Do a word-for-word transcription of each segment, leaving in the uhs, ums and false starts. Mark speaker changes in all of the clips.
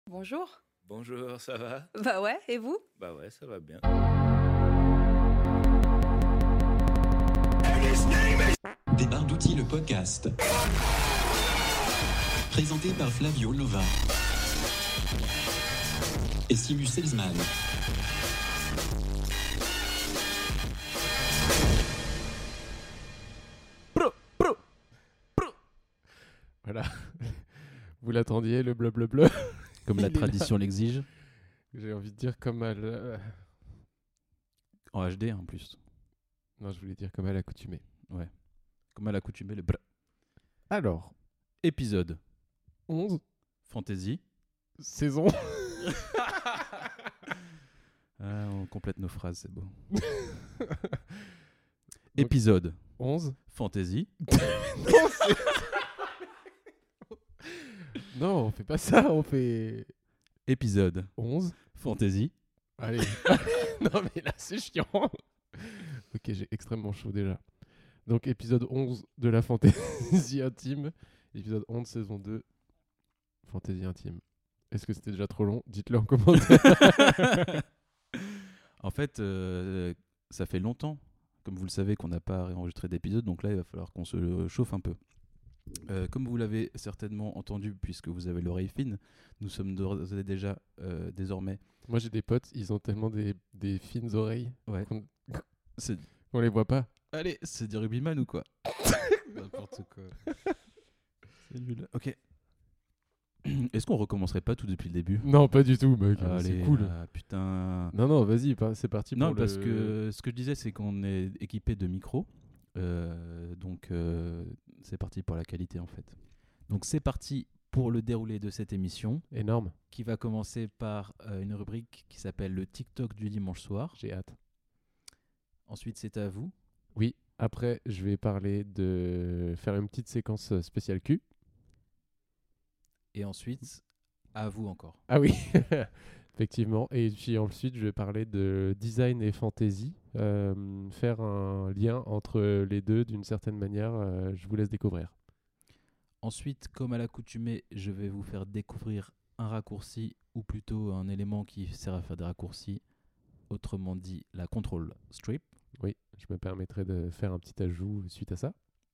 Speaker 1: Bonjour.
Speaker 2: Bonjour, ça va?
Speaker 1: Bah ouais, et vous?
Speaker 2: Bah ouais, ça va bien.
Speaker 3: Des barres d'outils, le podcast. Présenté par Flavio Lova et Simus Salzman.
Speaker 4: Pro, pro, pro. Voilà. Vous l'attendiez, le blablabla.
Speaker 5: Comme la
Speaker 4: Il est
Speaker 5: tradition l'exige.
Speaker 4: J'ai envie de dire comme à l'-
Speaker 5: En H D en plus.
Speaker 4: Non, je voulais dire comme à l'accoutumée.
Speaker 5: Ouais. Comme à l'accoutumée, le br-
Speaker 4: Alors,
Speaker 5: épisode
Speaker 4: onze,
Speaker 5: fantasy.
Speaker 4: saison.
Speaker 5: Ah, on complète nos phrases, c'est beau.
Speaker 4: Donc,
Speaker 5: Épisode
Speaker 4: onze.
Speaker 5: fantasy.
Speaker 4: Non, c'est- non, on fait pas ça, on fait
Speaker 5: Épisode
Speaker 4: onze.
Speaker 5: fantasy.
Speaker 4: Allez. Non, mais là, c'est chiant. Ok, j'ai extrêmement chaud déjà. Donc, épisode onze de la fantaisie intime. Épisode onze, saison deux. Fantaisie intime. Est-ce que c'était déjà trop long? Dites-le en commentaire.
Speaker 5: En fait, euh, ça fait longtemps, comme vous le savez, qu'on n'a pas enregistré d'épisode. Donc là, il va falloir qu'on se chauffe un peu. Euh, comme vous l'avez certainement entendu, puisque vous avez l'oreille fine, nous sommes d'ores et déjà euh, désormais.
Speaker 4: Moi, j'ai des potes, ils ont tellement des, des fines oreilles
Speaker 5: Ouais.
Speaker 4: qu'on
Speaker 5: C'est...
Speaker 4: qu'on les voit pas.
Speaker 5: Allez, c'est du rugbyman ou quoi? N'importe quoi. C'est nul. Ok. Est-ce qu'on recommencerait pas tout depuis le début?
Speaker 4: Non, pas du tout, mec.
Speaker 5: Allez,
Speaker 4: C'est cool.
Speaker 5: ah, putain.
Speaker 4: Non, non, vas-y, pas- c'est parti
Speaker 5: Non,
Speaker 4: pour
Speaker 5: parce
Speaker 4: le...
Speaker 5: que ce que je disais, c'est qu'on est équipé de micros. Euh, donc, euh, c'est parti pour la qualité, en fait. Donc, c'est parti pour le déroulé de cette émission,
Speaker 4: Énorme,
Speaker 5: qui va commencer par euh, une rubrique qui s'appelle le TikTok du dimanche soir.
Speaker 4: j'ai hâte.
Speaker 5: Ensuite, c'est à vous.
Speaker 4: Oui, après, je vais parler de faire une petite séquence spéciale Q.
Speaker 5: Et ensuite, à vous encore.
Speaker 4: Ah oui, effectivement. Et puis ensuite, je vais parler de design et fantasy. Euh, faire un lien entre les deux d'une certaine manière. euh, je vous laisse découvrir.
Speaker 5: Ensuite, comme à l'accoutumée, je vais vous faire découvrir un raccourci, ou plutôt un élément qui sert à faire des raccourcis, autrement dit la control strip.
Speaker 4: Oui, je me permettrai de faire un petit ajout suite à ça.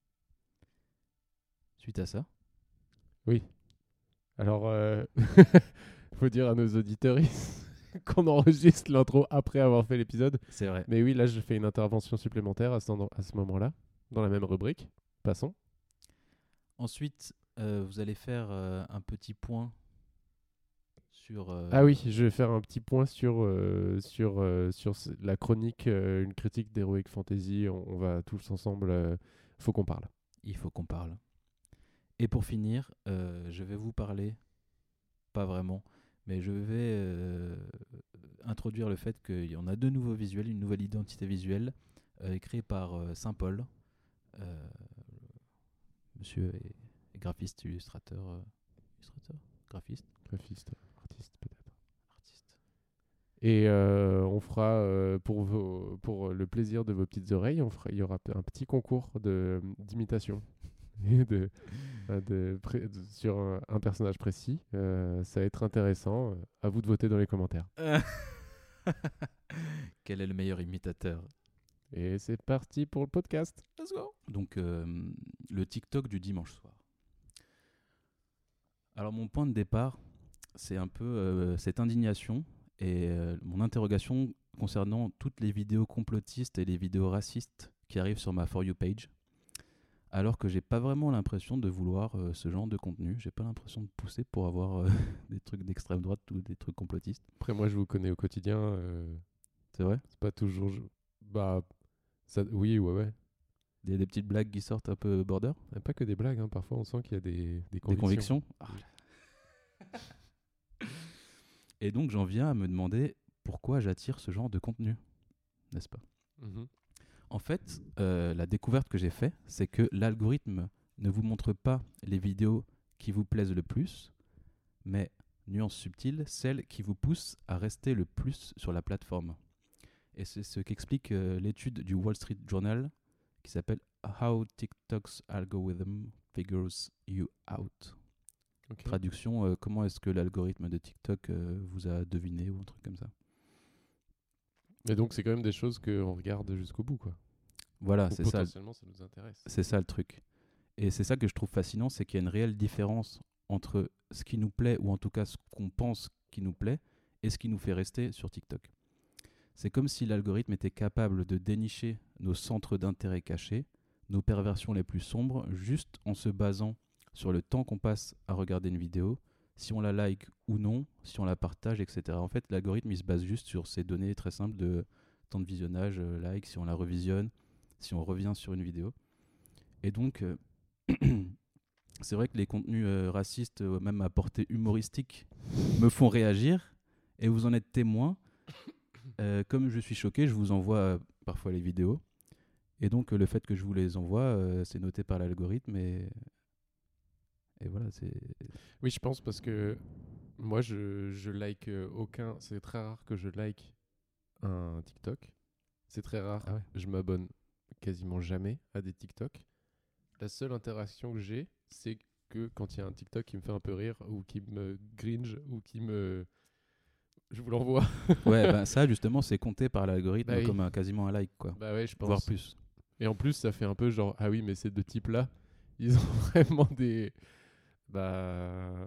Speaker 5: Suite à ça,
Speaker 4: Oui. Alors, euh, faut dire à nos auditeurs qu'on enregistre l'intro après avoir fait l'épisode.
Speaker 5: c'est vrai.
Speaker 4: Mais oui, là, je fais une intervention supplémentaire à ce, à ce moment-là, dans la même rubrique. Passons.
Speaker 5: Ensuite, euh, vous allez faire euh, un petit point sur... euh,
Speaker 4: Ah oui, je vais faire un petit point sur, euh, sur, euh, sur c- la chronique, euh, une critique d'Heroic Fantasy. On, on va tous ensemble, euh, faut qu'on parle.
Speaker 5: Il faut qu'on parle. Et pour finir, euh, je vais vous parler, pas vraiment, mais je vais euh, introduire le fait qu'il y en a deux nouveaux visuels, une nouvelle identité visuelle euh, créée par euh, Saint-Paul. Euh, monsieur est, est graphiste, illustrateur, euh, illustrateur, graphiste,
Speaker 4: Graphiste, artiste peut-être.
Speaker 5: artiste.
Speaker 4: Et euh, on fera, euh, pour, vos, pour le plaisir de vos petites oreilles, on fera, il y aura un petit concours de, d'imitation de, euh, de, pré- de- sur un, un personnage précis. Euh, ça va être intéressant. À vous de voter dans les commentaires.
Speaker 5: Quel est le meilleur imitateur?
Speaker 4: Et c'est parti pour le podcast.
Speaker 5: Let's go. Donc, euh, le TikTok du dimanche soir. Alors, mon point de départ, c'est un peu euh, cette indignation et euh, mon interrogation concernant toutes les vidéos complotistes et les vidéos racistes qui arrivent sur ma For You page. Alors que j'ai pas vraiment l'impression de vouloir euh, ce genre de contenu. J'ai pas l'impression de pousser pour avoir euh, des trucs d'extrême droite ou des trucs complotistes.
Speaker 4: Après, moi, je vous connais au quotidien. euh,
Speaker 5: C'est vrai?
Speaker 4: c'est pas toujours. je- Bah, ça, oui, ouais, ouais.
Speaker 5: Des, des petites blagues qui sortent un peu border?
Speaker 4: Et pas que des blagues. Hein. Parfois, on sent qu'il y a des, des
Speaker 5: Des
Speaker 4: convictions.
Speaker 5: convictions? Et donc j'en viens à me demander pourquoi j'attire ce genre de contenu, n'est-ce pas?
Speaker 4: Mhm.
Speaker 5: En fait, euh, la découverte que j'ai faite, c'est que l'algorithme ne vous montre pas les vidéos qui vous plaisent le plus, mais, nuance subtile, celles qui vous poussent à rester le plus sur la plateforme. Et c'est ce qu'explique euh, l'étude du Wall Street Journal qui s'appelle How TikTok's Algorithm Figures You Out.
Speaker 4: Ok.
Speaker 5: Traduction, euh, comment est-ce que l'algorithme de TikTok euh, vous a deviné ou un truc comme ça.
Speaker 4: Mais donc, c'est quand même des choses qu'on regarde jusqu'au bout, quoi.
Speaker 5: Voilà,
Speaker 4: Ou
Speaker 5: c'est ça,
Speaker 4: potentiellement, ça nous intéresse.
Speaker 5: c'est ça le truc. Et c'est ça que je trouve fascinant, c'est qu'il y a une réelle différence entre ce qui nous plaît, ou en tout cas ce qu'on pense qui nous plaît, et ce qui nous fait rester sur TikTok. C'est comme si l'algorithme était capable de dénicher nos centres d'intérêt cachés, nos perversions les plus sombres, juste en se basant sur le temps qu'on passe à regarder une vidéo, si on la like ou non, si on la partage, et cetera. En fait, l'algorithme, il se base juste sur ces données très simples de temps de visionnage, euh, like, si on la revisionne, si on revient sur une vidéo. Et donc, euh, c'est vrai que les contenus euh, racistes, euh, même à portée humoristique, me font réagir, et vous en êtes témoin. Euh, comme je suis choqué, je vous envoie euh, parfois les vidéos. Et donc, euh, le fait que je vous les envoie, euh, c'est noté par l'algorithme, et... Et voilà, c'est...
Speaker 4: Oui, je pense parce que moi, je, je like euh, aucun. C'est très rare que je like un TikTok. C'est très rare.
Speaker 5: Ah ouais.
Speaker 4: Je m'abonne quasiment jamais à des TikTok. La seule interaction que j'ai, c'est que quand il y a un TikTok qui me fait un peu rire ou qui me gringe ou qui me. Je vous l'envoie.
Speaker 5: Ouais, ben ça, justement, c'est compté par l'algorithme
Speaker 4: Bah oui.
Speaker 5: comme un, quasiment un like, quoi.
Speaker 4: Bah ouais, je pense.
Speaker 5: Voire plus.
Speaker 4: Et en plus, ça fait un peu genre ah oui, mais ces deux types-là, ils ont vraiment des. Bah.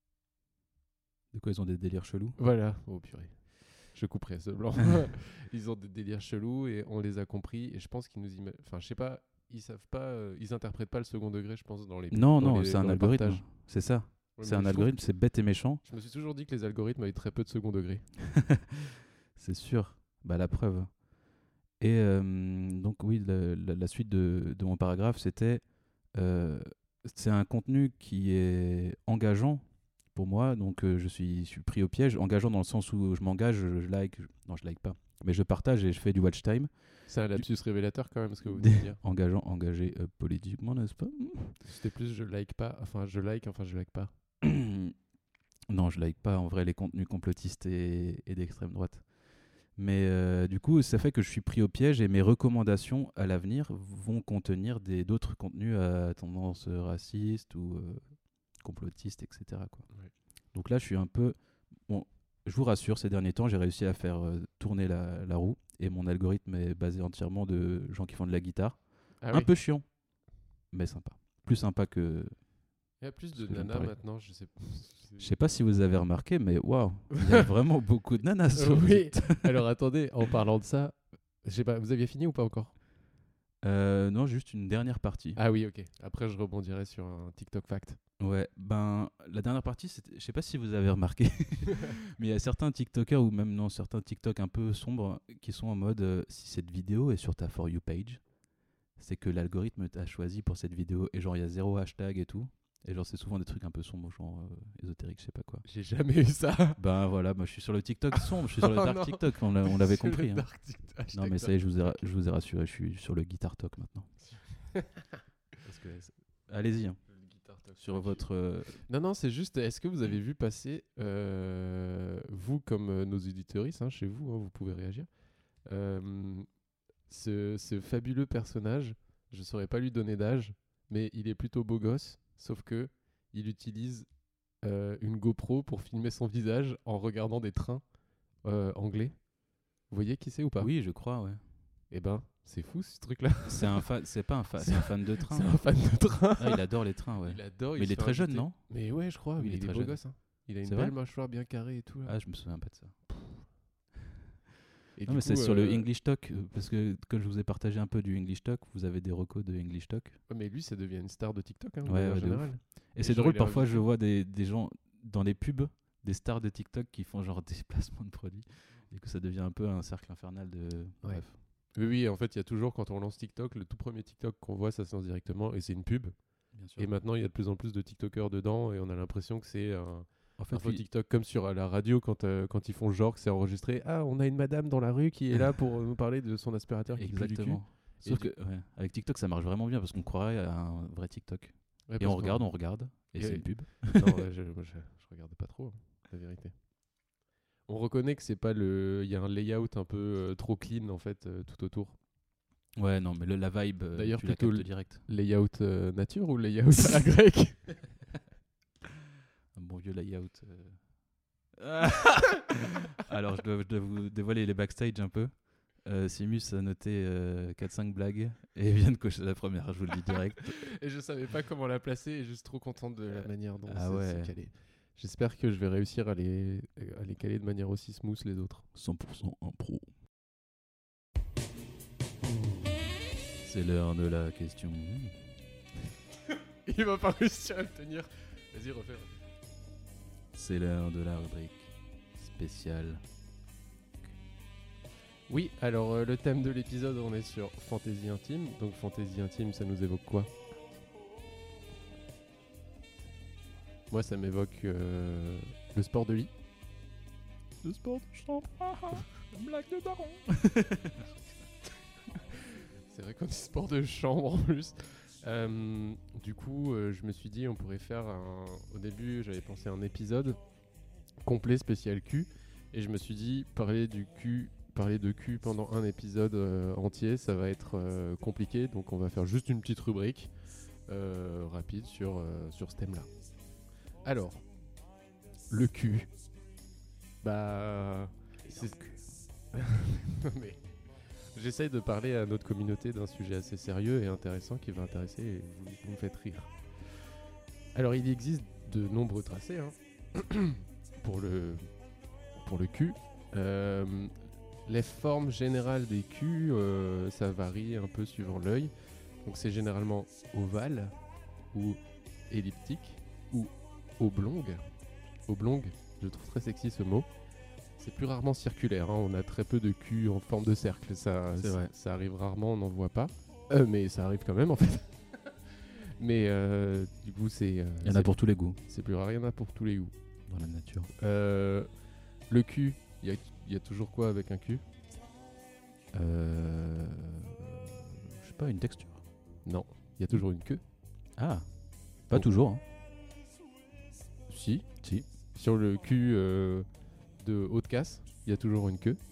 Speaker 5: De quoi ils ont des délires chelous.
Speaker 4: Voilà, oh purée. Je couperai ce blanc. Ils ont des délires chelous et on les a compris. Et je pense qu'ils nous y mettent. Enfin, je sais pas, ils savent pas, euh, ils interprètent pas le second degré, je pense, dans les.
Speaker 5: Non,
Speaker 4: dans
Speaker 5: non,
Speaker 4: les-
Speaker 5: c'est
Speaker 4: dans
Speaker 5: un
Speaker 4: le
Speaker 5: algorithme.
Speaker 4: partage.
Speaker 5: C'est ça.
Speaker 4: Ouais,
Speaker 5: c'est
Speaker 4: mais
Speaker 5: un
Speaker 4: je trouve-
Speaker 5: algorithme, c'est bête et méchant.
Speaker 4: Je me suis toujours dit que les algorithmes avaient très peu de second degré.
Speaker 5: C'est sûr. Bah, la preuve. Et euh, donc, oui, le- la, la suite de, de mon paragraphe, c'était euh, c'est un contenu qui est engageant pour moi. Donc, euh, je, suis, je suis pris au piège. Engageant dans le sens où je m'engage, je, je like. je- non, je like pas. Mais je partage et je fais du watch time.
Speaker 4: C'est un lapsus révélateur quand même, ce que vous venez de dire.
Speaker 5: Engageant, engagé euh, politiquement, n'est-ce pas?
Speaker 4: C'était plus je like pas, enfin je like, enfin je like pas.
Speaker 5: Non, je like pas en vrai les contenus complotistes et, et d'extrême droite. Mais euh, du coup, ça fait que je suis pris au piège et mes recommandations à l'avenir vont contenir des, d'autres contenus à tendance raciste ou euh, complotiste, et cetera, quoi.
Speaker 4: Ouais.
Speaker 5: Donc là, je suis un peu... Bon, je vous rassure, ces derniers temps, j'ai réussi à faire euh, tourner la, la roue et mon algorithme est basé entièrement de gens qui font de la guitare.
Speaker 4: Ah
Speaker 5: un
Speaker 4: oui.
Speaker 5: peu chiant, mais sympa. Plus sympa que...
Speaker 4: Il y a plus
Speaker 5: ce
Speaker 4: de
Speaker 5: que j'aime
Speaker 4: nanas
Speaker 5: parler.
Speaker 4: maintenant, je sais pas.
Speaker 5: Je sais pas si vous avez remarqué, mais waouh, il y a vraiment beaucoup de nanas sur
Speaker 4: Oui.
Speaker 5: TikTok.
Speaker 4: Alors attendez, en parlant de ça, je sais pas, vous aviez fini ou pas encore?
Speaker 5: Euh, non, juste une dernière partie.
Speaker 4: Ah oui, ok. Après, je rebondirai sur un TikTok fact.
Speaker 5: Ouais, ben la dernière partie, c'était- je sais pas si vous avez remarqué, mais il y a certains TikTokers ou même non, certains TikTok un peu sombres qui sont en mode euh, si cette vidéo est sur ta For You page, c'est que l'algorithme t'a choisi pour cette vidéo et genre il y a zéro hashtag et tout. Et genre c'est souvent des trucs un peu sombres, genre euh, ésotériques, je sais pas quoi.
Speaker 4: J'ai jamais eu ça.
Speaker 5: Ben voilà, moi je suis sur le TikTok sombre, je suis sur le
Speaker 4: Oh
Speaker 5: dark
Speaker 4: non.
Speaker 5: TikTok, on, l'a- on l'avait
Speaker 4: Sur le
Speaker 5: compris. hein.
Speaker 4: dark TikTok,
Speaker 5: Non
Speaker 4: hashtag
Speaker 5: mais ça y est,
Speaker 4: dark
Speaker 5: je vous ai, ra- je vous ai rassuré, je suis sur le Guitar Talk maintenant. Parce que c'est- allez-y, hein,
Speaker 4: Le guitar talk.
Speaker 5: sur votre... euh,
Speaker 4: Non, non, c'est juste, est-ce que vous avez vu passer, euh, vous comme euh, nos éditeuristes, hein, chez vous, hein, vous pouvez réagir, euh, ce, ce fabuleux personnage, je saurais pas lui donner d'âge, mais il est plutôt beau gosse, sauf que il utilise euh, une GoPro pour filmer son visage en regardant des trains euh, anglais. Vous voyez qui c'est ou pas?
Speaker 5: Oui, je crois, ouais.
Speaker 4: Eh ben, c'est fou ce truc-là.
Speaker 5: C'est un fan, c'est pas un fan, c'est un fan de train.
Speaker 4: C'est
Speaker 5: ouais.
Speaker 4: un fan de train.
Speaker 5: Ah, il adore les trains, ouais.
Speaker 4: Il adore.
Speaker 5: Mais il
Speaker 4: se
Speaker 5: est
Speaker 4: fait
Speaker 5: très jeune,
Speaker 4: inviter.
Speaker 5: non?
Speaker 4: Mais ouais, je crois.
Speaker 5: Oui,
Speaker 4: mais
Speaker 5: il est
Speaker 4: il est
Speaker 5: très
Speaker 4: beau
Speaker 5: jeune.
Speaker 4: gosse. hein. Il a une
Speaker 5: C'est
Speaker 4: belle
Speaker 5: vrai
Speaker 4: mâchoire bien carrée et tout. Là.
Speaker 5: Ah, je me souviens pas de ça.
Speaker 4: Et
Speaker 5: Non,
Speaker 4: du
Speaker 5: mais c'est
Speaker 4: coup,
Speaker 5: sur le
Speaker 4: euh,
Speaker 5: English Talk, euh, parce que quand je vous ai partagé un peu du English Talk, vous avez des recos de English Talk.
Speaker 4: ouais, mais lui, ça devient une star de TikTok, hein, de
Speaker 5: Ouais,
Speaker 4: manière
Speaker 5: ouais, de
Speaker 4: générale.
Speaker 5: Et
Speaker 4: Et
Speaker 5: c'est
Speaker 4: genre,
Speaker 5: drôle,
Speaker 4: il est
Speaker 5: parfois je
Speaker 4: invité.
Speaker 5: vois des, des gens dans les pubs, des stars de TikTok qui font genre des placements de produits. Du coup, ça devient un peu un cercle infernal de... Bref.
Speaker 4: Oui, oui, en fait, il y a toujours, quand on lance TikTok, le tout premier TikTok qu'on voit, ça se lance directement et c'est une pub.
Speaker 5: Bien sûr.
Speaker 4: Et maintenant, il y a de plus en plus de TikTokers dedans et on a l'impression que c'est un,
Speaker 5: En fait,
Speaker 4: un faux
Speaker 5: lui-
Speaker 4: TikTok comme sur euh, la radio quand, euh, quand ils font genre que c'est enregistré. Ah, on a une madame dans la rue qui est là pour euh, nous parler de son aspirateur qui pue du cul.
Speaker 5: Exactement.
Speaker 4: Et
Speaker 5: Sauf
Speaker 4: du-
Speaker 5: que ouais, avec TikTok, ça marche vraiment bien parce qu'on croirait à un vrai TikTok.
Speaker 4: Ouais,
Speaker 5: Et
Speaker 4: parce
Speaker 5: on
Speaker 4: qu'on-
Speaker 5: regarde, on regarde, et
Speaker 4: Et-
Speaker 5: c'est une pub.
Speaker 4: Non, ouais, je, moi, je, je regarde pas trop, hein, la vérité. On reconnaît que c'est pas le. Il y a un layout un peu euh, trop clean en fait euh, tout autour.
Speaker 5: Ouais, non, mais le, la vibe, euh,
Speaker 4: D'ailleurs,
Speaker 5: tu la
Speaker 4: plutôt
Speaker 5: captes
Speaker 4: le-
Speaker 5: direct.
Speaker 4: Layout euh, nature ou layout à la grecque?
Speaker 5: vieux layout. euh. Alors, je dois, je dois vous dévoiler les backstage un peu. Euh, Simus a noté euh, quatre cinq blagues et vient de cocher la première, je vous le dis direct.
Speaker 4: Et je savais pas comment la placer et je suis trop content de la manière dont
Speaker 5: Ah
Speaker 4: c'est
Speaker 5: ouais.
Speaker 4: c'est calé. J'espère que je vais réussir à les, à les caler de manière aussi smooth les autres.
Speaker 5: cent pour cent impro. C'est l'heure de la question.
Speaker 4: Il va pas réussir à le tenir. Vas-y, refais. refais.
Speaker 5: C'est l'heure de la rubrique spéciale.
Speaker 4: Oui, alors euh, le thème de l'épisode, on est sur fantaisie intime. Donc fantaisie intime, ça nous évoque quoi? Moi, ça m'évoque euh, le sport de lit.
Speaker 5: Le sport de chambre. Blague de daron.
Speaker 4: C'est vrai qu'on dit sport de chambre en plus. Euh, du coup, euh, je me suis dit, on pourrait faire un... Au début, j'avais pensé à un épisode complet spécial cul. Et je me suis dit, parler du cul, parler de cul pendant un épisode euh, entier, ça va être euh, compliqué. Donc on va faire juste une petite rubrique euh, rapide sur, euh, sur ce thème-là. Alors, le cul. Bah... c'est... Mais... J'essaye de parler à notre communauté d'un sujet assez sérieux et intéressant qui va intéresser et vous, vous me faites rire. Alors il existe de nombreux tracés hein, pour, le, pour le cul. Euh, les formes générales des culs, euh, ça varie un peu suivant l'œil. Donc c'est généralement ovale ou elliptique ou oblongue. Oblongue, je trouve très sexy ce mot. C'est plus rarement circulaire, hein. On a très peu de culs en forme de cercle, ça,
Speaker 5: C'est
Speaker 4: ça,
Speaker 5: vrai.
Speaker 4: ça arrive rarement, on n'en voit pas. Euh, mais ça arrive quand même en fait. mais euh, du coup c'est... euh,
Speaker 5: Il y en
Speaker 4: c'est-
Speaker 5: a pour tous les goûts
Speaker 4: C'est plus rare, il y en a pour tous les goûts.
Speaker 5: dans la nature.
Speaker 4: Euh, le cul, il y a, il y a toujours quoi avec un cul?
Speaker 5: Euh... Je sais pas, une texture.
Speaker 4: Non, il y a toujours une queue.
Speaker 5: Ah, pas
Speaker 4: Oh.
Speaker 5: toujours. Hein.
Speaker 4: Si,
Speaker 5: Si.
Speaker 4: sur le cul euh, de haute casse, il y a toujours une queue.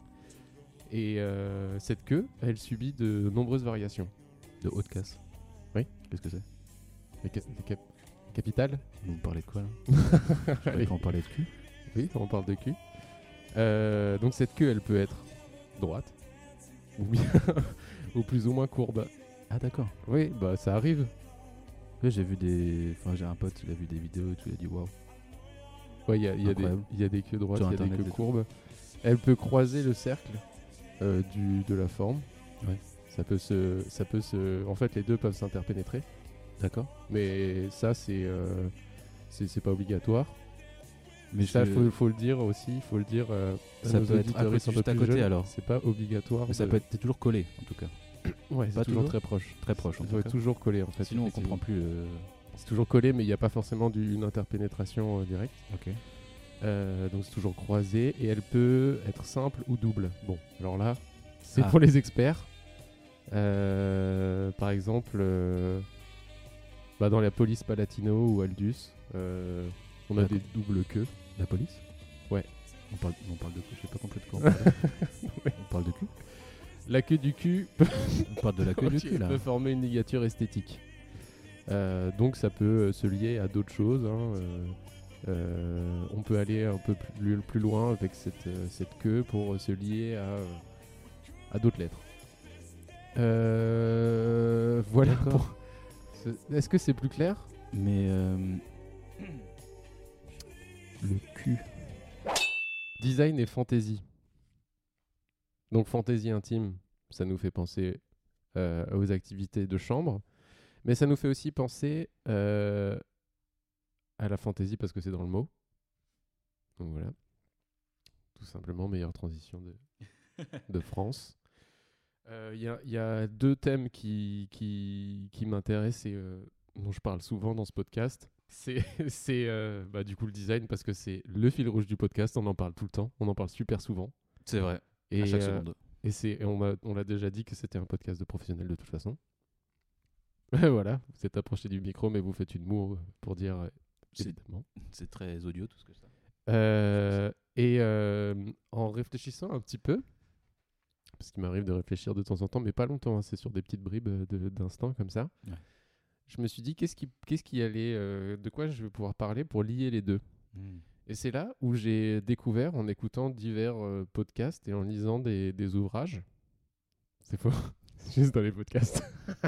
Speaker 4: Et euh, cette queue, elle subit de nombreuses variations.
Speaker 5: De haute casse.
Speaker 4: Oui.
Speaker 5: Qu'est-ce que c'est?
Speaker 4: Les, ca- les cap- capitales.
Speaker 5: Vous me parlez de quoi là? Je
Speaker 4: Allez.
Speaker 5: croyais qu'on parlait de cul.
Speaker 4: Oui, on parle de cul. Euh, donc cette queue, elle peut être droite ou, bien ou plus ou moins courbe.
Speaker 5: Ah d'accord.
Speaker 4: Oui, bah ça arrive.
Speaker 5: Ouais, j'ai vu des... Enfin j'ai un pote, il a vu des vidéos et tout, il a dit waouh.
Speaker 4: Ouais, il y a, il y a des-
Speaker 5: Incroyable.
Speaker 4: il y a des queues droites,
Speaker 5: Sur
Speaker 4: il y a des
Speaker 5: Internet
Speaker 4: queues
Speaker 5: et tout.
Speaker 4: courbes. Elle peut croiser le cercle euh, du, de la forme.
Speaker 5: Ouais.
Speaker 4: Ça peut se, ça peut se. En fait, les deux peuvent s'interpénétrer.
Speaker 5: D'accord.
Speaker 4: Mais ça, c'est, euh, c'est, c'est pas obligatoire.
Speaker 5: Mais
Speaker 4: ça,
Speaker 5: je-
Speaker 4: faut, faut le dire aussi. Faut le dire. euh, à
Speaker 5: Ça
Speaker 4: nos
Speaker 5: peut être
Speaker 4: auditeurs,
Speaker 5: à côté-
Speaker 4: ils sont un peu
Speaker 5: juste à
Speaker 4: plus
Speaker 5: côté,
Speaker 4: jeunes.
Speaker 5: alors.
Speaker 4: C'est pas obligatoire.
Speaker 5: Mais ça
Speaker 4: de-
Speaker 5: peut être t'es toujours collé en tout cas.
Speaker 4: Ouais, c'est
Speaker 5: pas
Speaker 4: toujours,
Speaker 5: toujours
Speaker 4: très proche.
Speaker 5: Très proche en
Speaker 4: Il
Speaker 5: tout
Speaker 4: faut
Speaker 5: cas.
Speaker 4: être toujours collé en fait.
Speaker 5: Sinon on
Speaker 4: effectivement.
Speaker 5: comprend plus. euh,
Speaker 4: C'est toujours collé, mais il n'y a pas forcément du- une interpénétration euh, directe.
Speaker 5: Ok.
Speaker 4: Euh, donc c'est toujours croisé et elle peut être simple ou double. Bon, alors là, c'est
Speaker 5: Ah.
Speaker 4: pour les experts. Euh, par exemple, euh, bah, dans la police Palatino ou Aldus, euh, on a
Speaker 5: D'accord.
Speaker 4: des doubles queues.
Speaker 5: La police?
Speaker 4: Ouais.
Speaker 5: On parle, on parle de quoi? Je sais pas compris de quoi on parle.
Speaker 4: Ouais.
Speaker 5: On parle de cul?
Speaker 4: La queue du cul peut,
Speaker 5: On parle de la queue du cul là.
Speaker 4: peut former une ligature esthétique. Euh, donc ça peut euh, se lier à d'autres choses. hein, euh, euh, on peut aller un peu plus, plus loin avec cette, euh, cette queue pour euh, se lier à, euh, à d'autres lettres. Euh, voilà.
Speaker 5: D'accord.
Speaker 4: pour- ce- Est-ce que c'est plus clair?
Speaker 5: Mais euh, le cul.
Speaker 4: Design et fantaisie. Donc fantaisie intime, ça nous fait penser euh, aux activités de chambre, mais ça nous fait aussi penser euh, à la fantaisie parce que c'est dans le mot. Donc voilà. Tout simplement, meilleure transition de, de France. Il y, y a deux thèmes qui, qui, qui m'intéressent et euh, dont je parle souvent dans ce podcast. C'est c'est, euh, bah, du coup le design parce que c'est le fil rouge du podcast, on en parle tout le temps, on en parle super souvent.
Speaker 5: C'est vrai.
Speaker 4: Et,
Speaker 5: à chaque
Speaker 4: euh,
Speaker 5: seconde.
Speaker 4: et, c'est, et on, m'a- on l'a déjà dit que c'était un podcast de professionnels de toute façon. Voilà, vous êtes approché du micro mais vous faites une moue pour dire euh,
Speaker 5: C'est-
Speaker 4: évidemment.
Speaker 5: C'est très audio tout ce que ça.
Speaker 4: Euh, et euh, en réfléchissant un petit peu, parce qu'il m'arrive de réfléchir de temps en temps, mais pas longtemps, hein, c'est sur des petites bribes de, d'instant comme ça,
Speaker 5: Ouais.
Speaker 4: je me suis dit qu'est-ce qui, qu'est-ce qui allait, euh, de quoi je vais pouvoir parler pour lier les deux.
Speaker 5: Mm.
Speaker 4: Et c'est là où j'ai découvert, en écoutant divers euh, podcasts et en lisant des, des ouvrages, c'est faux, c'est juste dans les podcasts,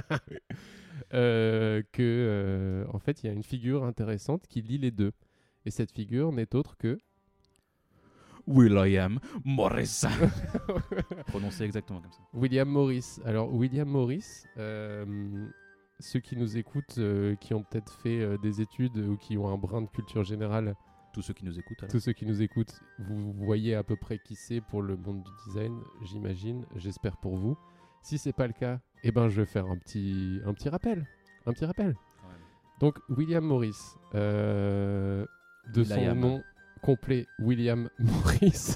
Speaker 4: euh, que euh, en fait il y a une figure intéressante qui lie les deux. Et cette figure n'est autre que
Speaker 5: William Morris. Prononcé exactement comme ça.
Speaker 4: William Morris. Alors William Morris, euh, ceux qui nous écoutent, euh, qui ont peut-être fait euh, des études ou qui ont un brin de culture générale,
Speaker 5: Tous ceux qui nous écoutent. alors.
Speaker 4: tous ceux qui nous écoutent, vous voyez à peu près qui c'est pour le monde du design, j'imagine, j'espère pour vous. Si c'est pas le cas, eh ben je vais faire un petit, un petit rappel, un petit rappel.
Speaker 5: Quand même.
Speaker 4: Donc William Morris, euh, de son
Speaker 5: Will.i.am.
Speaker 4: nom complet William Morris.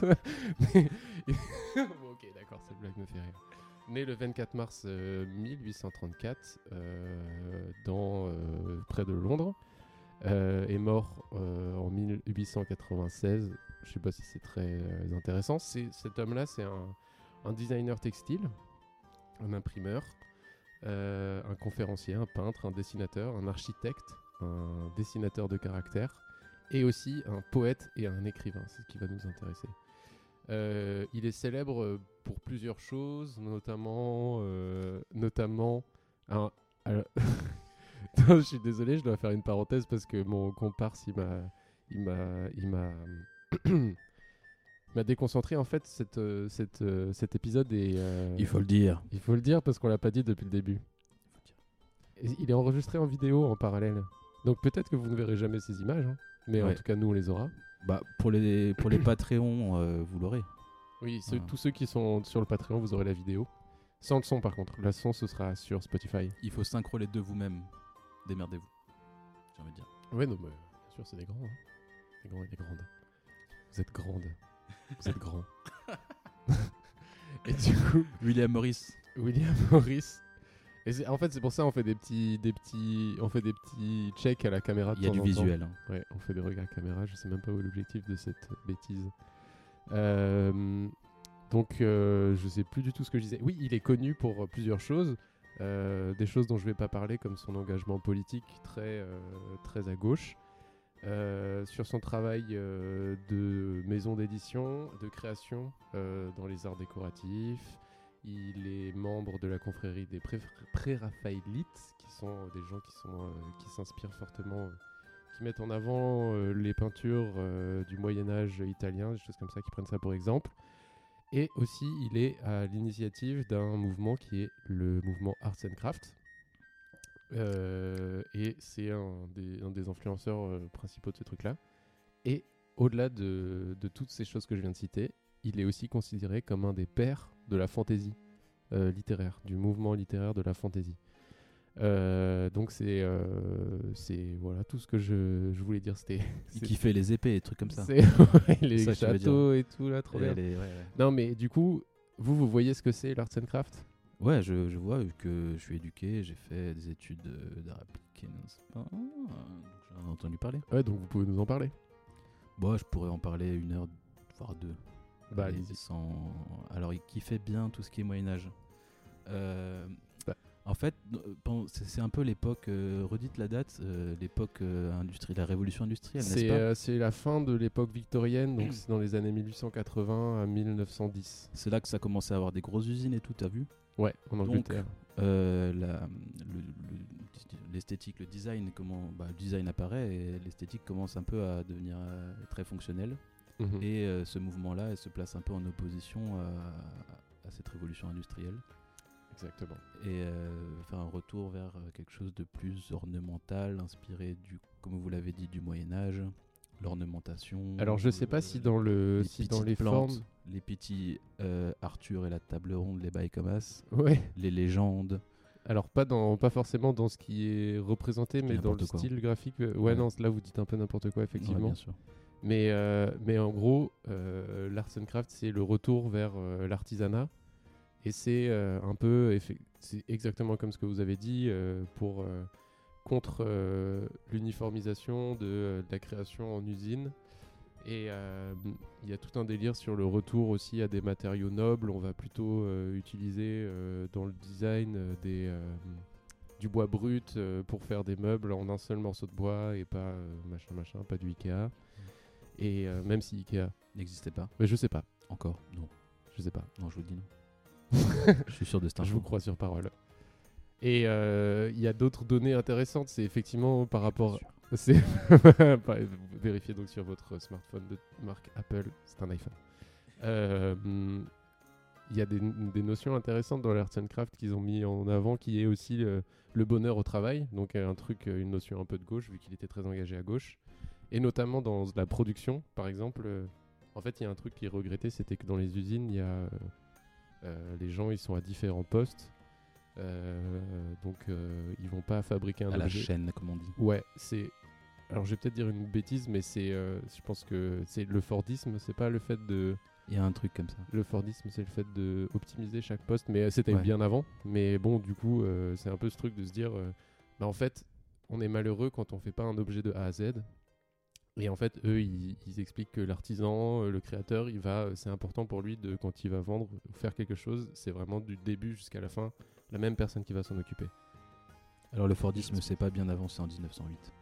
Speaker 4: Bon, ok, d'accord, cette blague me fait rire. Né le vingt-quatre mars euh, mille huit cent trente-quatre euh, dans euh, près de Londres. Euh, est mort euh, en mille huit cent quatre-vingt-seize. Je sais pas si c'est très euh, intéressant. C'est, cet homme-là, c'est un, un designer textile, un imprimeur, euh, un conférencier, un peintre, un dessinateur, un architecte, un dessinateur de caractère et aussi un poète et un écrivain. C'est ce qui va nous intéresser. Euh, il est célèbre pour plusieurs choses, notamment, euh, notamment un, alors, non, je suis désolé, je dois faire une parenthèse parce que mon comparse, il m'a, il m'a, il m'a, il m'a déconcentré. En fait, cette, euh, cette, euh, cet épisode est, euh,
Speaker 5: Il faut le dire.
Speaker 4: il faut le dire parce qu'on l'a pas dit depuis le début. Et il est enregistré en vidéo en parallèle. Donc peut-être que vous ne verrez jamais ces images, hein, mais en
Speaker 5: Ouais.
Speaker 4: tout cas nous on les aura.
Speaker 5: Bah, pour les, pour les Patreons, euh, vous l'aurez.
Speaker 4: Oui, ceux-
Speaker 5: Ah.
Speaker 4: tous ceux qui sont sur le Patreon, vous aurez la vidéo. Sans le son par contre. Le son ce sera sur Spotify.
Speaker 5: Il faut synchro les deux vous-même. Démerdez-vous. J'ai envie de dire.
Speaker 4: Ouais, non, mais bien sûr, c'est des grands. Hein. Des grands et des grandes. Vous êtes grandes. Vous êtes grands. Et du coup,
Speaker 5: William Morris.
Speaker 4: William Morris. Et c'est- en fait, c'est pour ça on fait des petits, des petits, on fait des petits checks à la caméra. de
Speaker 5: Il y a
Speaker 4: temps
Speaker 5: du
Speaker 4: en temps.
Speaker 5: visuel. hein.
Speaker 4: Ouais, on fait des regards caméra. Je sais même pas où est l'objectif de cette bêtise. Euh, donc, euh, je sais plus du tout ce que je disais. Oui, il est connu pour euh, plusieurs choses. Euh, des choses dont je vais pas parler, comme son engagement politique très, euh, très à gauche. Euh, sur son travail euh, de maison d'édition, de création euh, dans les arts décoratifs. Il est membre de la confrérie des pré- pré-raphaélites, qui sont euh, des gens qui, sont, euh, qui s'inspirent fortement, euh, qui mettent en avant euh, les peintures euh, du Moyen-Âge italien, des choses comme ça, qui prennent ça pour exemple. Et aussi, il est à l'initiative d'un mouvement qui est le mouvement Arts and Crafts. Euh, et c'est un des, un des influenceurs euh, principaux de ce truc-là. Et au-delà de, de toutes ces choses que je viens de citer, il est aussi considéré comme un des pères de la fantaisie euh, littéraire, du mouvement littéraire de la fantaisie. Euh, donc c'est, euh, c'est voilà tout ce que je, je voulais dire. C'était
Speaker 5: Il
Speaker 4: c'est-
Speaker 5: kiffait les épées et trucs comme ça.
Speaker 4: c'est ouais, les
Speaker 5: Ça, tu veux
Speaker 4: châteaux et tout là, trop
Speaker 5: Et
Speaker 4: bien.
Speaker 5: elle est- ouais, ouais.
Speaker 4: Non mais du coup, vous vous voyez ce que c'est l'Arts and Craft?
Speaker 5: Ouais, je, je vois vu que je suis éduqué, j'ai fait des études euh, d'art appliqué, n'est-ce pas Ah, donc j'en ai entendu parler.
Speaker 4: Ouais, donc vous pouvez nous en parler.
Speaker 5: Bon, je pourrais en parler une heure, voire deux.
Speaker 4: Bah,
Speaker 5: Allez,
Speaker 4: allez-y.
Speaker 5: sans... Alors, il kiffait bien tout ce qui est Moyen-Âge. Euh,
Speaker 4: Bah.
Speaker 5: En fait, euh, pen- c'est c'est un peu l'époque, euh, redites la date, euh, l'époque euh, industrie- la révolution industrielle, n'est-ce
Speaker 4: C'est
Speaker 5: pas
Speaker 4: euh, c'est la fin de l'époque victorienne, donc c'est dans les années mille huit cent quatre-vingts à mille neuf cent dix.
Speaker 5: C'est là que ça commençait à avoir des grosses usines et tout, t'as vu
Speaker 4: Ouais, en
Speaker 5: Donc,
Speaker 4: Angleterre.
Speaker 5: Euh, la- le- le- l'esthétique, le design, comment, bah, le design apparaît et l'esthétique commence un peu à devenir euh, très fonctionnelle.
Speaker 4: Mhm.
Speaker 5: Et euh, ce mouvement-là, elle se place un peu en opposition à, à cette révolution industrielle
Speaker 4: Exactement.
Speaker 5: et euh, faire un retour vers euh, quelque chose de plus ornemental, inspiré du, comme vous l'avez dit, du Moyen Âge, l'ornementation.
Speaker 4: Alors je sais pas
Speaker 5: euh,
Speaker 4: si dans le
Speaker 5: les
Speaker 4: si dans
Speaker 5: petites
Speaker 4: les
Speaker 5: plantes,
Speaker 4: formes.
Speaker 5: les petits euh, Arthur et la table ronde, les bails comme as,
Speaker 4: Ouais.
Speaker 5: les légendes.
Speaker 4: Alors pas dans pas forcément dans ce qui est représenté,
Speaker 5: dis
Speaker 4: mais dans le
Speaker 5: n'importe quoi.
Speaker 4: style graphique. euh, Ouais,
Speaker 5: Ouais.
Speaker 4: non, là vous dites un peu n'importe quoi
Speaker 5: Ouais,
Speaker 4: effectivement.
Speaker 5: bien sûr.
Speaker 4: Mais, euh, mais en gros, euh, l'Arts and Craft, c'est le retour vers euh, l'artisanat. Et c'est euh, un peu, effe- c'est exactement comme ce que vous avez dit, euh, pour, euh, contre euh, l'uniformisation de, euh, de la création en usine. Et euh, il y a tout un délire sur le retour aussi à des matériaux nobles. On va plutôt euh, utiliser euh, dans le design euh, des, euh, du bois brut euh, pour faire des meubles en un seul morceau de bois et pas euh, machin machin, pas du Ikea. Et euh, même si Ikea,
Speaker 5: N'existait pas.
Speaker 4: mais je sais pas,
Speaker 5: Encore. Non.
Speaker 4: je sais pas.
Speaker 5: Non, je vous le dis non. Je suis sûr de cette
Speaker 4: Je
Speaker 5: info.
Speaker 4: vous crois sur parole. Et il euh, y a d'autres données intéressantes, c'est effectivement par rapport. C'est Pas- vérifiez donc sur votre smartphone de marque Apple, c'est un iPhone. Il y a des, des notions intéressantes dans l'Arts and Craft qu'ils ont mis en avant, qui est aussi le, le bonheur au travail, donc euh, un truc, euh, une notion un peu de gauche vu qu'il était très engagé à gauche, et notamment dans la production, par exemple. euh, en fait, il y a un truc qui est regretté, c'était que dans les usines, il y a euh, euh, les gens, ils sont à différents postes, euh, donc euh, ils vont pas fabriquer un
Speaker 5: À la
Speaker 4: objet.
Speaker 5: chaîne, comme on dit.
Speaker 4: Ouais, c'est. Alors, je vais peut-être dire une bêtise, mais c'est. euh, je pense que c'est le Fordisme, c'est pas le fait de.
Speaker 5: Il y a un truc comme ça.
Speaker 4: Le Fordisme, c'est le fait de optimiser chaque poste, mais euh, c'était
Speaker 5: Ouais.
Speaker 4: bien avant. Mais bon, du coup, euh, c'est un peu ce truc de se dire, euh, bah, en fait, on est malheureux quand on fait pas un objet de A à Z. Et en fait, eux, ils, ils expliquent que l'artisan, euh, le créateur, il va, euh, c'est important pour lui de quand il va vendre ou faire quelque chose, c'est vraiment du début jusqu'à la fin la même personne qui va s'en occuper.
Speaker 5: Alors le Fordisme, c'est pas bien avancé en dix-neuf cent huit.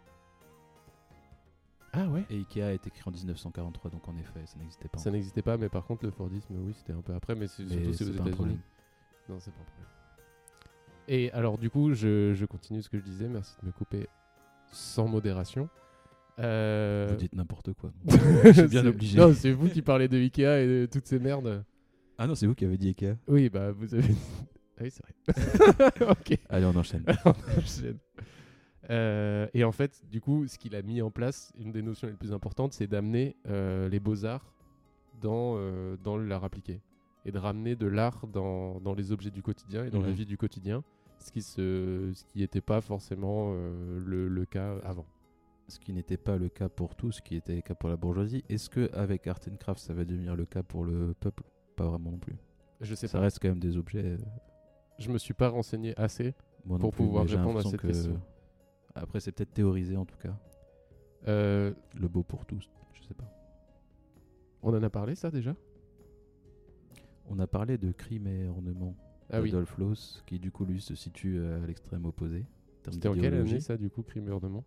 Speaker 4: Ah ouais.
Speaker 5: Et Ikea a été créé en dix-neuf cent quarante-trois, donc en effet, ça n'existait pas.
Speaker 4: Ça n'existait pas, mais par contre, le Fordisme, oui, c'était un peu après, mais c'est
Speaker 5: Mais
Speaker 4: surtout c'est aux
Speaker 5: c'est pas un
Speaker 4: États-Unis.
Speaker 5: problème.
Speaker 4: Non, c'est pas un problème. Et alors, du coup, je, je continue ce que je disais. Merci de me couper sans modération. Euh...
Speaker 5: Vous dites n'importe quoi.
Speaker 4: Je
Speaker 5: suis bien obligé.
Speaker 4: Non, c'est vous qui parlez de Ikea et de toutes ces merdes.
Speaker 5: Ah non, c'est vous qui avez dit Ikea.
Speaker 4: Oui, bah, vous avez. Ah oui, c'est vrai. Ok.
Speaker 5: Allez, on enchaîne.
Speaker 4: On enchaîne. Euh, et en fait, du coup, ce qu'il a mis en place, une des notions les plus importantes, c'est d'amener euh, les beaux-arts dans, euh, dans l'art appliqué. Et de ramener de l'art dans, dans les objets du quotidien et dans
Speaker 5: Mhm.
Speaker 4: la vie du quotidien, ce qui se, ce qui n'était pas forcément euh, le, le cas avant.
Speaker 5: Ce qui n'était pas le cas pour tous, ce qui était le cas pour la bourgeoisie. Est-ce qu'avec Art and Craft, ça va devenir le cas pour le peuple? Pas vraiment non plus.
Speaker 4: Je sais
Speaker 5: Ça
Speaker 4: pas.
Speaker 5: reste quand même des objets. euh,
Speaker 4: Je me suis pas renseigné assez.
Speaker 5: Moi non
Speaker 4: Pour
Speaker 5: plus,
Speaker 4: pouvoir
Speaker 5: mais j'ai
Speaker 4: répondre à
Speaker 5: l'impression
Speaker 4: cette
Speaker 5: que-
Speaker 4: question.
Speaker 5: Après, c'est peut-être théorisé en tout cas.
Speaker 4: Euh,
Speaker 5: Le beau pour tous, je sais pas.
Speaker 4: on en a parlé ça déjà?
Speaker 5: On a parlé de Crime et ornement
Speaker 4: Ah oui.
Speaker 5: d'Adolf Loos, qui du coup lui se situe euh, à l'extrême opposé. en termes
Speaker 4: C'était en quelle
Speaker 5: d'idéologie.
Speaker 4: année ça du coup, Crime et ornement?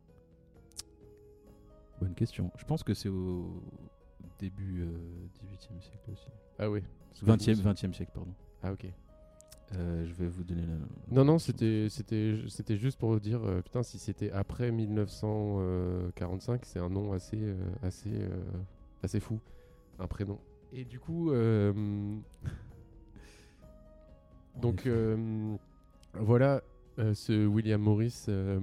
Speaker 5: Bonne question. Je pense que c'est au début euh, dix-huitième siècle aussi.
Speaker 4: Ah oui. Parce que
Speaker 5: vingtième,
Speaker 4: je me
Speaker 5: vingtième siècle, pardon.
Speaker 4: suis- Ah ok.
Speaker 5: Euh, je vais vous donner la.
Speaker 4: Non, non, c'était, c'était, c'était juste pour vous dire, euh, putain, si c'était après mille neuf cent quarante-cinq, c'est un nom assez, euh, assez, euh, assez fou, un prénom. Et du coup, euh,
Speaker 5: En
Speaker 4: donc
Speaker 5: effet.
Speaker 4: euh, voilà, euh, ce William Morris, euh,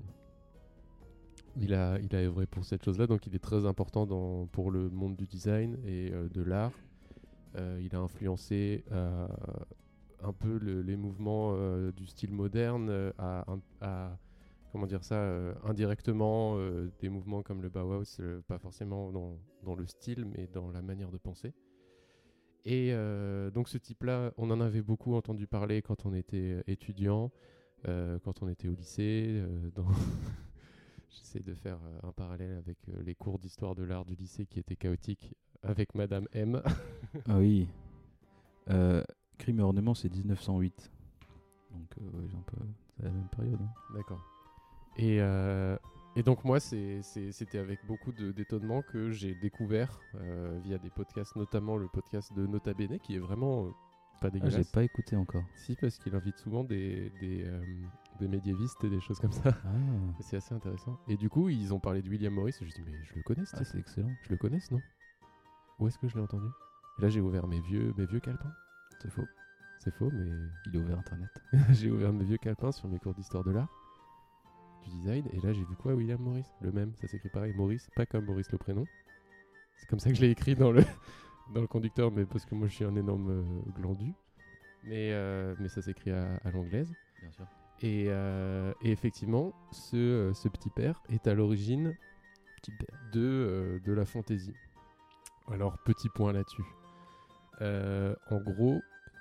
Speaker 4: il a, il a œuvré pour cette chose-là, donc il est très important dans, pour le monde du design et euh, de l'art. Euh, il a influencé euh, un peu le- les mouvements euh, du style moderne, euh, à, à- comment dire ça, euh, indirectement euh, des mouvements comme le Bauhaus, euh, pas forcément dans, dans le style, mais dans la manière de penser. Et euh, donc ce type-là, on en avait beaucoup entendu parler quand on était étudiant, euh, quand on était au lycée. euh, dans J'essaie de faire euh, un parallèle avec euh, les cours d'histoire de l'art du lycée qui étaient chaotiques avec Madame M.
Speaker 5: Ah oui. Euh, Crime et ornement, c'est dix-neuf cent huit. Donc, euh, ouais, j'ai un peu. C'est la même période. hein.
Speaker 4: D'accord. Et, euh, et donc moi, c'est- c'est- c'était avec beaucoup de- d'étonnement que j'ai découvert euh, via des podcasts, notamment le podcast de Nota Bene, qui est vraiment euh, pas
Speaker 5: Ah, j'ai
Speaker 4: dégueulasse.
Speaker 5: pas écouté encore.
Speaker 4: Si, parce qu'il invite souvent des, des, euh, des médiévistes et des choses comme ça.
Speaker 5: Ah,
Speaker 4: Et c'est assez intéressant. Et du coup, ils ont parlé de William Morris. Et je me suis dit, mais je le connais, ce
Speaker 5: ah,
Speaker 4: type.
Speaker 5: c'est excellent.
Speaker 4: Je le connais, ce nom. Où est-ce que je l'ai entendu? Et là, j'ai ouvert mes vieux, mes vieux calepins.
Speaker 5: C'est faux.
Speaker 4: C'est faux, mais
Speaker 5: Il a ouvert Internet.
Speaker 4: j'ai ouvert mes vieux calepins sur mes cours d'histoire de l'art, du design, et là j'ai vu quoi? William Morris, le même, ça s'écrit pareil, Maurice, pas comme Maurice le prénom. C'est comme ça que je l'ai écrit dans le, dans le conducteur, mais parce que moi je suis un énorme euh, glandu. Mais, euh, mais ça s'écrit à, à l'anglaise.
Speaker 5: Bien sûr.
Speaker 4: Et, euh, et effectivement, ce, euh, ce petit père est à l'origine
Speaker 5: Petit père.
Speaker 4: de, euh, de la fantaisie. Alors, petit point là-dessus. Euh, en gros...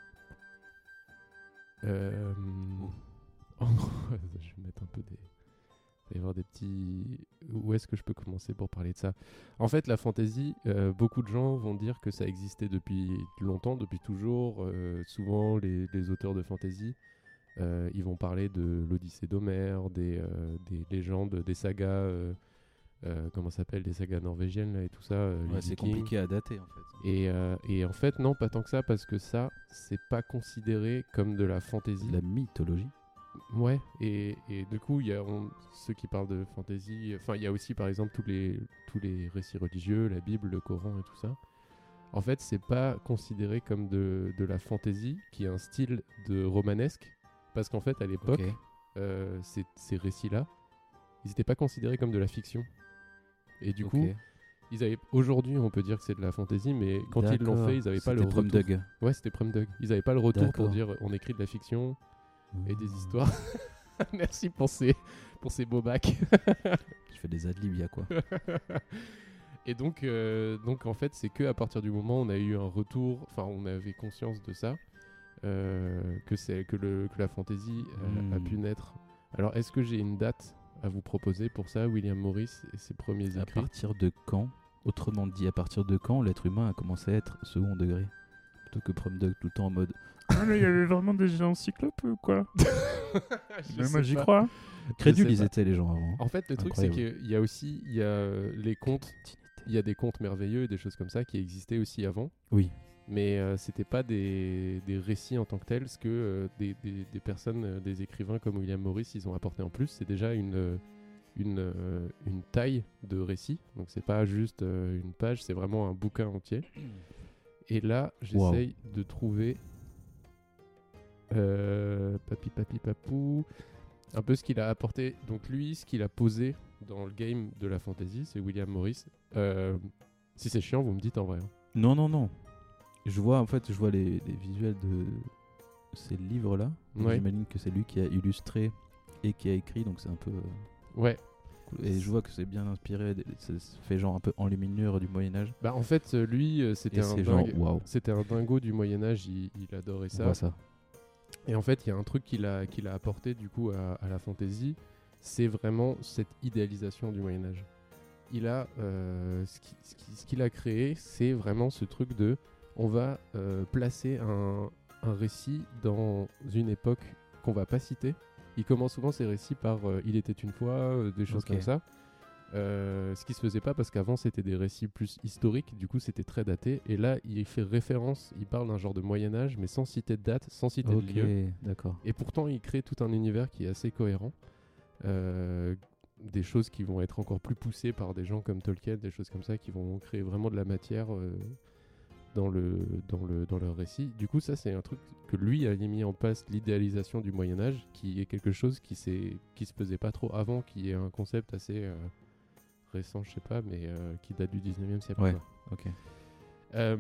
Speaker 4: euh, en gros, je vais mettre un peu des... Il va y avoir des petits... Où est-ce que je peux commencer pour parler de ça? En fait, la fantaisie, euh, beaucoup de gens vont dire que ça existait depuis longtemps, depuis toujours. Euh, souvent, les, les auteurs de fantaisie, Euh, ils vont parler de l'Odyssée d'Homère, des, euh, des légendes, des sagas, euh, euh, comment ça s'appelle, des sagas norvégiennes là, et tout ça. euh, les
Speaker 5: Ouais, c'est
Speaker 4: Vikings.
Speaker 5: compliqué à dater en fait.
Speaker 4: Et, euh, et en fait, non, pas tant que ça, parce que ça, c'est pas considéré comme de la fantasy.
Speaker 5: La mythologie.
Speaker 4: Ouais, et, et du coup, il y a on- ceux qui parlent de fantasy. Enfin, il y a aussi, par exemple, tous les, tous les récits religieux, la Bible, le Coran et tout ça. En fait, c'est pas considéré comme de, de la fantasy, qui est un style de romanesque, parce qu'en fait, à l'époque,
Speaker 5: Ok.
Speaker 4: euh, ces, ces récits-là, ils n'étaient pas considérés comme de la fiction. Et du
Speaker 5: Ok.
Speaker 4: coup, ils avaient aujourd'hui, on peut dire que c'est de la fantasy, mais quand ils l'ont
Speaker 5: D'accord.
Speaker 4: fait, ils n'avaient pas le
Speaker 5: C'était
Speaker 4: retour.
Speaker 5: Prumdug.
Speaker 4: Ouais, c'était Prumdug. Ils n'avaient pas le retour pour
Speaker 5: D'accord.
Speaker 4: dire on écrit de la fiction et des
Speaker 5: Mmh.
Speaker 4: histoires. Merci pour ces, pour ces beaux bacs.
Speaker 5: Je fais des adlibs, il y a quoi.
Speaker 4: Et donc, euh, donc en fait, c'est que à partir du moment où on a eu un retour, enfin, on avait conscience de ça, euh, que c'est que le que la fantasy euh, a
Speaker 5: Mm.
Speaker 4: pu naître. Alors, est-ce que j'ai une date à vous proposer pour ça, William Morris et ses premiers
Speaker 5: À
Speaker 4: écrits?
Speaker 5: partir de quand, autrement dit, à partir de quand l'être humain a commencé à être second degré plutôt que Prumdug tout le temps en mode
Speaker 1: Ah, mais il y avait vraiment des géants cyclopes ou quoi?
Speaker 4: Je
Speaker 1: Mais
Speaker 4: sais
Speaker 1: moi j'y
Speaker 4: pas.
Speaker 1: crois.
Speaker 5: crédule,
Speaker 4: sais
Speaker 5: ils
Speaker 4: pas.
Speaker 5: étaient les gens avant.
Speaker 4: En fait, le truc, c'est
Speaker 5: Incroyable.
Speaker 4: qu'il y a aussi il y a euh, les contes. Il y a des contes merveilleux et des choses comme ça qui existaient aussi avant.
Speaker 5: Oui.
Speaker 4: Mais euh, c'était pas des, des récits en tant que tels, ce que euh, des, des, des personnes, euh, des écrivains comme William Morris, ils ont apporté en plus. C'est déjà une, euh, une, euh, une taille de récit. Donc c'est pas juste euh, une page, c'est vraiment un bouquin entier. Et là, j'essaye de trouver euh, papi papi papou, un peu ce qu'il a apporté. Donc lui, ce qu'il a posé dans le game de la fantasy, c'est William Morris. Euh, si c'est chiant, vous me dites en vrai. hein.
Speaker 5: Non, non, non. Je vois, en fait, je vois les, les visuels de ces livres-là. Donc
Speaker 4: Ouais.
Speaker 5: J'imagine que c'est lui qui a illustré et qui a écrit, donc c'est un peu... euh,
Speaker 4: Ouais.
Speaker 5: cool. Et je vois que c'est bien inspiré, des- c'est c'est fait genre un peu enluminure du Moyen-Âge.
Speaker 4: Bah en fait, euh, lui, euh, c'était
Speaker 5: Et
Speaker 4: un
Speaker 5: c'est genre,
Speaker 4: dingue.
Speaker 5: waouh,
Speaker 4: C'était un dingo du Moyen Âge. Il, il adorait
Speaker 5: on
Speaker 4: ça.
Speaker 5: voit ça.
Speaker 4: Et en fait, il y a un truc qu'il a, qu'il a apporté du coup à, à la fantasy, c'est vraiment cette idéalisation du Moyen Âge. Il a, euh, ce qui- ce qui- ce qu'il a créé, c'est vraiment ce truc de, on va euh, placer un, un récit dans une époque qu'on va pas citer. Il commence souvent ses récits par euh, il était une fois, euh, des choses
Speaker 5: Ok.
Speaker 4: comme ça. Euh, ce qui se faisait pas parce qu'avant c'était des récits plus historiques, du coup c'était très daté. Et là, il fait référence, il parle d'un genre de Moyen Âge, mais sans citer de date, sans citer de lieu.
Speaker 5: Ok, d'accord.
Speaker 4: Et pourtant, il crée tout un univers qui est assez cohérent. Euh, des choses qui vont être encore plus poussées par des gens comme Tolkien, des choses comme ça, qui vont créer vraiment de la matière euh, dans, le, dans, le, dans leur récit. Du coup, ça, c'est un truc que lui a mis en place, l'idéalisation du Moyen-Âge, qui est quelque chose qui, s'est- qui se faisait pas trop avant, qui est un concept assez euh, récent, je sais pas, mais euh, qui date du dix-neuvième siècle.
Speaker 5: Ouais.
Speaker 4: quoi.
Speaker 5: Ok.
Speaker 4: Euh,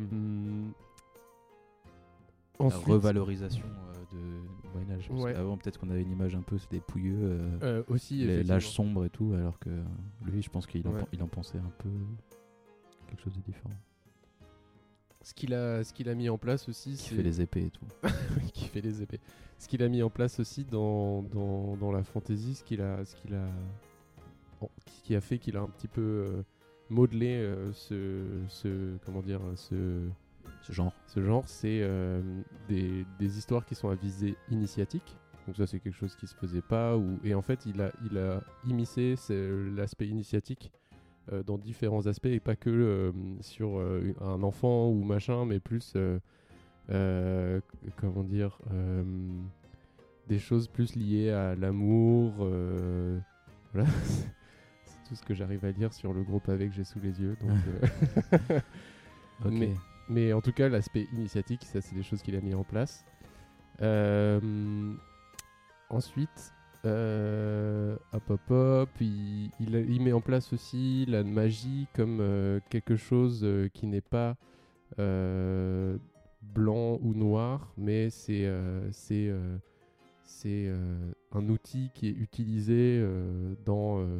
Speaker 5: La
Speaker 4: ensuite,
Speaker 5: revalorisation euh, de du Moyen-Âge. Parce
Speaker 4: Ouais.
Speaker 5: qu'avant, peut-être qu'on avait une image un peu, c'était pouilleux, euh,
Speaker 4: euh, aussi,
Speaker 5: les-
Speaker 4: effectivement.
Speaker 5: l'âge sombre et tout, alors que euh, lui, je pense qu'il en,
Speaker 4: Ouais.
Speaker 5: pen- il en pensait un peu quelque chose de différent.
Speaker 4: Ce qu'il a, ce qu'il a mis en place aussi,
Speaker 5: Qui
Speaker 4: c'est
Speaker 5: fait les épées et tout.
Speaker 4: Oui, qui fait les épées. Ce qu'il a mis en place aussi dans, dans, dans la fantasy, ce qu'il a, ce qu'il a, bon, ce qui a fait qu'il a un petit peu euh, modelé euh, ce, ce, comment dire, ce,
Speaker 5: Ce genre.
Speaker 4: ce genre, c'est euh, des, des histoires qui sont à visée initiatique. Donc ça, c'est quelque chose qui se faisait pas. Ou, et en fait, il a, il a immiscé c'est l'aspect initiatique euh, dans différents aspects et pas que euh, sur euh, un enfant ou machin, mais plus, euh, euh, c- comment dire, euh, des choses plus liées à l'amour. euh, voilà, c'est tout ce que j'arrive à lire sur le gros pavé que j'ai sous les yeux. Donc, euh,
Speaker 5: Ok.
Speaker 4: mais, mais en tout cas, l'aspect initiatique, ça, c'est des choses qu'il a mis en place. Euh, ensuite, euh, hop hop hop, il, il, a- il met en place aussi la magie comme euh, quelque chose euh, qui n'est pas euh, blanc ou noir, mais c'est euh, c'est euh, c'est euh, un outil qui est utilisé euh, dans. euh,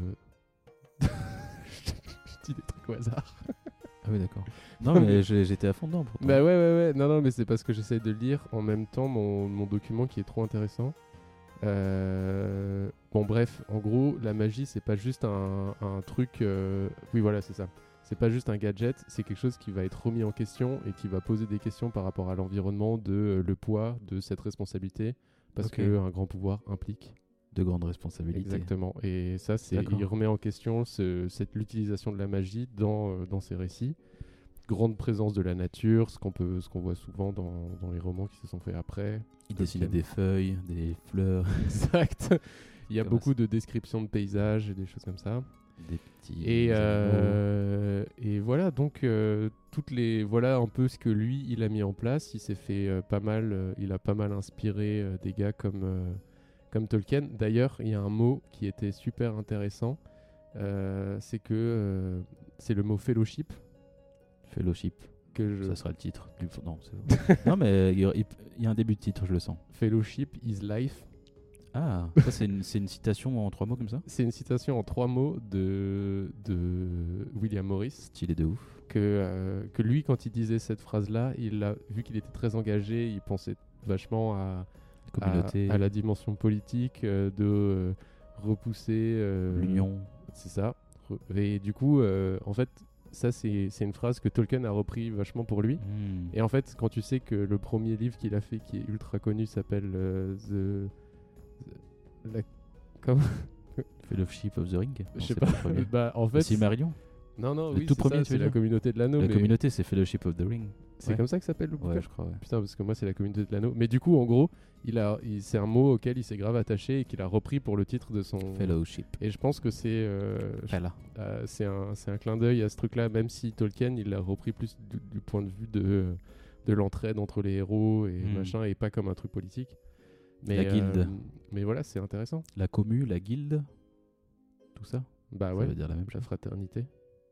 Speaker 4: Je dis des trucs au hasard.
Speaker 5: Ah oui, d'accord. Non, mais j'ai- j'étais à fond dedans. Pourtant.
Speaker 4: Bah ouais, ouais, ouais. Non, non, mais c'est parce que j'essaie de lire en même temps mon, mon document qui est trop intéressant. Euh, Bon, bref, en gros, la magie, c'est pas juste un, un truc. euh, Oui, voilà, c'est ça. C'est pas juste un gadget, c'est quelque chose qui va être remis en question et qui va poser des questions par rapport à l'environnement, de euh, le poids de cette responsabilité, parce
Speaker 5: Ok.
Speaker 4: que un grand pouvoir implique.
Speaker 5: De grandes responsabilités.
Speaker 4: Exactement. Et ça, c'est,
Speaker 5: D'accord.
Speaker 4: il remet en question ce- cette, l'utilisation de la magie dans, euh, dans ses récits. Grande présence de la nature, ce qu'on, peut, ce qu'on voit souvent dans, dans les romans qui se sont faits après.
Speaker 5: Il dessinait
Speaker 4: Ok.
Speaker 5: des feuilles, des fleurs,
Speaker 4: Exact. Il y a
Speaker 5: Comme
Speaker 4: beaucoup de descriptions de paysages et des choses comme ça.
Speaker 5: des petits
Speaker 4: Et,
Speaker 5: animaux.
Speaker 4: euh, et voilà, donc euh, toutes les, voilà un peu ce que lui, il a mis en place. Il s'est fait euh, pas mal, euh, il a pas mal inspiré euh, des gars comme, euh, comme Tolkien. D'ailleurs, il y a un mot qui était super intéressant, euh, c'est que euh, c'est le mot fellowship
Speaker 5: Fellowship,
Speaker 4: que je...
Speaker 5: ça sera le titre. du- Non, c'est- non mais il y, a- il y a un début de titre, je le sens.
Speaker 4: Fellowship is life.
Speaker 5: Ah, ça c'est une, c'est une citation en trois mots comme ça.
Speaker 4: C'est une citation en trois mots de, de William Morris.
Speaker 5: Stylé de ouf.
Speaker 4: Que, euh, que lui, quand il disait cette phrase-là, il a, vu qu'il était très engagé, il pensait vachement à,
Speaker 5: Communauté,
Speaker 4: à, à la dimension politique, euh, de euh, repousser euh,
Speaker 5: l'union.
Speaker 4: C'est ça. Re- Et du coup, euh, en fait, ça, c'est c'est une phrase que Tolkien a repris vachement pour lui.
Speaker 5: Hmm.
Speaker 4: Et en fait, quand tu sais que le premier livre qu'il a fait, qui est ultra connu, s'appelle euh, The... the- la- Comment
Speaker 5: Fellowship of the Ring.
Speaker 4: Je
Speaker 5: Non,
Speaker 4: sais
Speaker 5: c'est
Speaker 4: pas.
Speaker 5: le premier.
Speaker 4: Bah, en fait,
Speaker 5: Silmarillion.
Speaker 4: non, non,
Speaker 5: Le
Speaker 4: oui,
Speaker 5: tout
Speaker 4: c'est
Speaker 5: premier,
Speaker 4: ça,
Speaker 5: tu
Speaker 4: c'est
Speaker 5: veux
Speaker 4: la
Speaker 5: dire
Speaker 4: communauté de l'anneau.
Speaker 5: La
Speaker 4: mais
Speaker 5: communauté, c'est Fellowship of the Ring.
Speaker 4: C'est
Speaker 5: Ouais.
Speaker 4: comme ça que s'appelle le bouquin,
Speaker 5: Ouais,
Speaker 4: je
Speaker 5: je crois. Ouais.
Speaker 4: Putain, parce que moi, c'est la communauté de l'anneau. Mais du coup, en gros, il a, il- c'est un mot auquel il s'est grave attaché et qu'il a repris pour le titre de son.
Speaker 5: Fellowship.
Speaker 4: Et je pense que c'est, euh, je-
Speaker 5: Fella.
Speaker 4: euh, c'est un, c'est un clin d'œil à ce truc-là, même si Tolkien, il l'a repris plus du, du point de vue de, de l'entraide entre les héros et
Speaker 5: Hmm.
Speaker 4: machin, et pas comme un truc politique. Mais,
Speaker 5: La guilde.
Speaker 4: euh, mais voilà, c'est intéressant.
Speaker 5: La commu, la guilde, tout ça.
Speaker 4: Bah
Speaker 5: Ça
Speaker 4: ouais,
Speaker 5: veut dire la même
Speaker 4: la
Speaker 5: chose
Speaker 4: fraternité.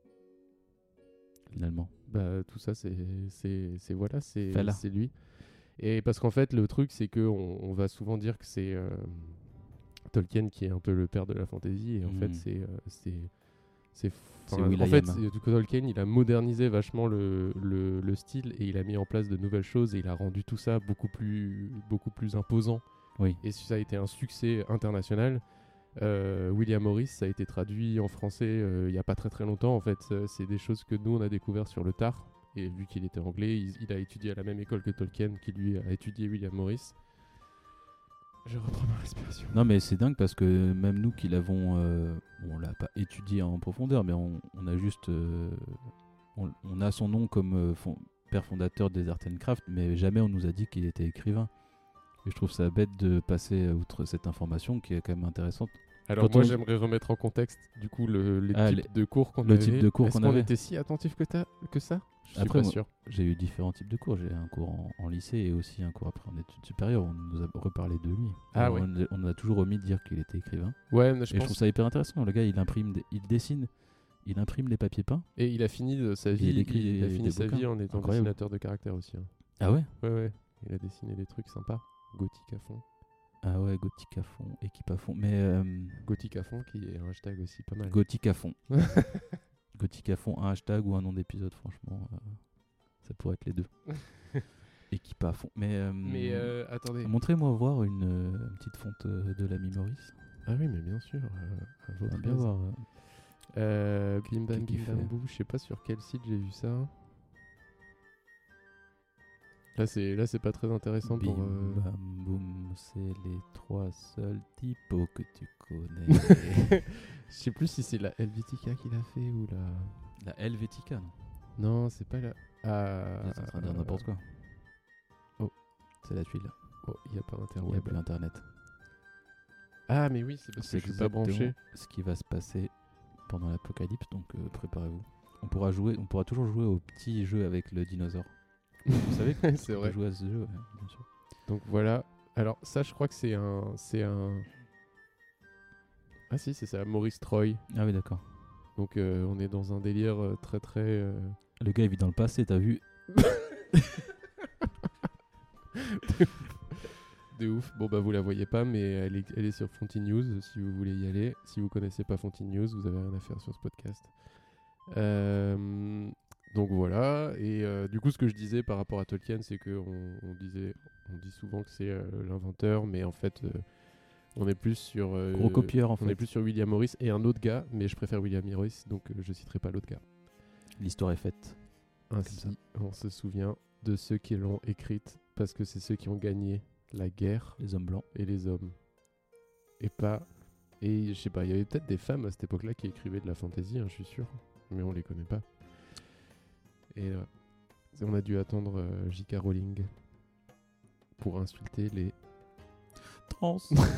Speaker 5: finalement.
Speaker 4: Bah tout ça, c'est, c'est, c'est voilà, c'est,
Speaker 5: Fella.
Speaker 4: c'est lui. Et parce qu'en fait, le truc, c'est que on, on va souvent dire que c'est euh, Tolkien qui est un peu le père de la fantasy, et en
Speaker 5: Mm.
Speaker 4: fait, c'est, euh, c'est, c'est,
Speaker 5: C'est
Speaker 4: enfin, en
Speaker 5: Will.i.am.
Speaker 4: fait, c'est- Tolkien, il a modernisé vachement le, le, le style et il a mis en place de nouvelles choses et il a rendu tout ça beaucoup plus, beaucoup plus imposant.
Speaker 5: Oui.
Speaker 4: Et ça a été un succès international. Euh, William Morris, ça a été traduit en français euh, il n'y a pas très très longtemps. En fait, Euh, c'est des choses que nous on a découvert sur le tard. Et vu qu'il était anglais, il, il a étudié à la même école que Tolkien, qui lui a étudié William Morris. Je reprends ma respiration.
Speaker 5: Non mais c'est dingue parce que même nous qui l'avons, euh, on l'a pas étudié en profondeur, mais on, on a juste, euh, on, on a son nom comme euh, fond- père fondateur des Arts and Crafts, mais jamais on nous a dit qu'il était écrivain. Et je trouve ça bête de passer outre cette information qui est quand même intéressante.
Speaker 4: Alors
Speaker 5: Quand
Speaker 4: moi
Speaker 5: on-
Speaker 4: j'aimerais remettre en contexte du coup le, les
Speaker 5: Ah,
Speaker 4: types de cours qu'on
Speaker 5: le
Speaker 4: avait.
Speaker 5: type de cours
Speaker 4: Est-ce
Speaker 5: qu'on
Speaker 4: qu'on
Speaker 5: avait.
Speaker 4: était si attentif que, t'as- que ça Je suis
Speaker 5: Après,
Speaker 4: pas
Speaker 5: moi-
Speaker 4: sûr.
Speaker 5: J'ai eu différents types de cours. J'ai un cours en, en lycée et aussi un cours après en études supérieures. On nous a reparlé de lui.
Speaker 4: Ah
Speaker 5: Et
Speaker 4: ouais.
Speaker 5: on, on a toujours omis de dire qu'il était écrivain.
Speaker 4: Ouais, mais je
Speaker 5: et je
Speaker 4: pense.
Speaker 5: trouve ça hyper intéressant. Le gars, il imprime, des- il dessine, il imprime les papiers peints.
Speaker 4: Et il a fini de sa vie.
Speaker 5: il écrit
Speaker 4: il a
Speaker 5: des-
Speaker 4: fini
Speaker 5: des
Speaker 4: sa
Speaker 5: bouquins.
Speaker 4: vie en étant
Speaker 5: Incroyable.
Speaker 4: dessinateur de caractère aussi. hein.
Speaker 5: Ah ouais.
Speaker 4: Ouais, ouais. Il a dessiné des trucs sympas. Gothique à fond.
Speaker 5: Ah ouais, gothique à fond, équipe à fond. Mais euh,
Speaker 4: Gothique à fond qui est un hashtag aussi pas mal.
Speaker 5: gothique à fond. Gothique à fond, un hashtag ou un nom d'épisode, franchement, euh, ça pourrait être les deux. Équipe à fond. Mais, euh,
Speaker 4: Mais euh, attendez.
Speaker 5: montrez-moi voir une, euh, une petite fonte euh, de l'ami Maurice.
Speaker 4: Ah oui, mais bien sûr. euh, à votre
Speaker 5: J'aimerais bien
Speaker 4: aise.
Speaker 5: voir. euh,
Speaker 4: Euh, bim bam
Speaker 5: Qu'est-ce qu'il
Speaker 4: bim bam
Speaker 5: fait
Speaker 4: bou. Je sais pas sur quel site j'ai vu ça. Là c'est là c'est pas très intéressant
Speaker 5: Bim,
Speaker 4: pour. euh,
Speaker 5: bam, boum, c'est les trois seuls typos que tu connais.
Speaker 4: Je sais plus si c'est la Helvetica qu'il a fait ou la.
Speaker 5: La Helvetica, non
Speaker 4: Non, c'est pas la. Ah.
Speaker 5: Vous êtes en train de dire n'importe quoi.
Speaker 4: Oh.
Speaker 5: C'est la tuile.
Speaker 4: Oh, il y a pas
Speaker 5: Il n'y a
Speaker 4: interweb.
Speaker 5: plus internet.
Speaker 4: Ah mais oui, c'est parce que
Speaker 5: C'est
Speaker 4: je suis pas branché.
Speaker 5: exactement ce qui va se passer pendant l'apocalypse, donc euh, préparez-vous. On pourra jouer, on pourra toujours jouer au petit jeu avec le dinosaure. Vous savez qu'on
Speaker 4: C'est
Speaker 5: peut
Speaker 4: vrai.
Speaker 5: jouer à ce jeu, ouais, bien sûr.
Speaker 4: Donc voilà. Alors ça, je crois que c'est un, c'est un. Ah si, c'est ça, Maurice Troy.
Speaker 5: Ah oui, d'accord.
Speaker 4: Donc euh, on est dans un délire euh, très très. euh,
Speaker 5: Le gars il vit dans le passé, t'as vu?
Speaker 4: De ouf. Bon bah vous la voyez pas, mais elle est, elle est sur Fonty News si vous voulez y aller. Si vous connaissez pas Fonty News, vous avez rien à faire sur ce podcast. Euh, donc voilà. Et euh, du coup, ce que je disais par rapport à Tolkien, c'est que on, on disait, on dit souvent que c'est euh, l'inventeur, mais en fait, euh, on est plus sur euh,
Speaker 5: Gros copieur en
Speaker 4: on est
Speaker 5: fait.
Speaker 4: plus sur William Morris et un autre gars, mais je préfère William Morris, donc euh, je citerai pas l'autre gars.
Speaker 5: L'histoire est faite.
Speaker 4: Ainsi, on se souvient de ceux qui l'ont écrite parce que c'est ceux qui ont gagné la guerre
Speaker 5: Les hommes blancs.
Speaker 4: et les hommes. Et pas... Et je sais pas, il y avait peut-être des femmes à cette époque-là qui écrivaient de la fantasy, hein, je suis sûr. Mais on les connaît pas. Et euh, on a dû attendre euh, J K. Rowling pour insulter les...
Speaker 5: Trans.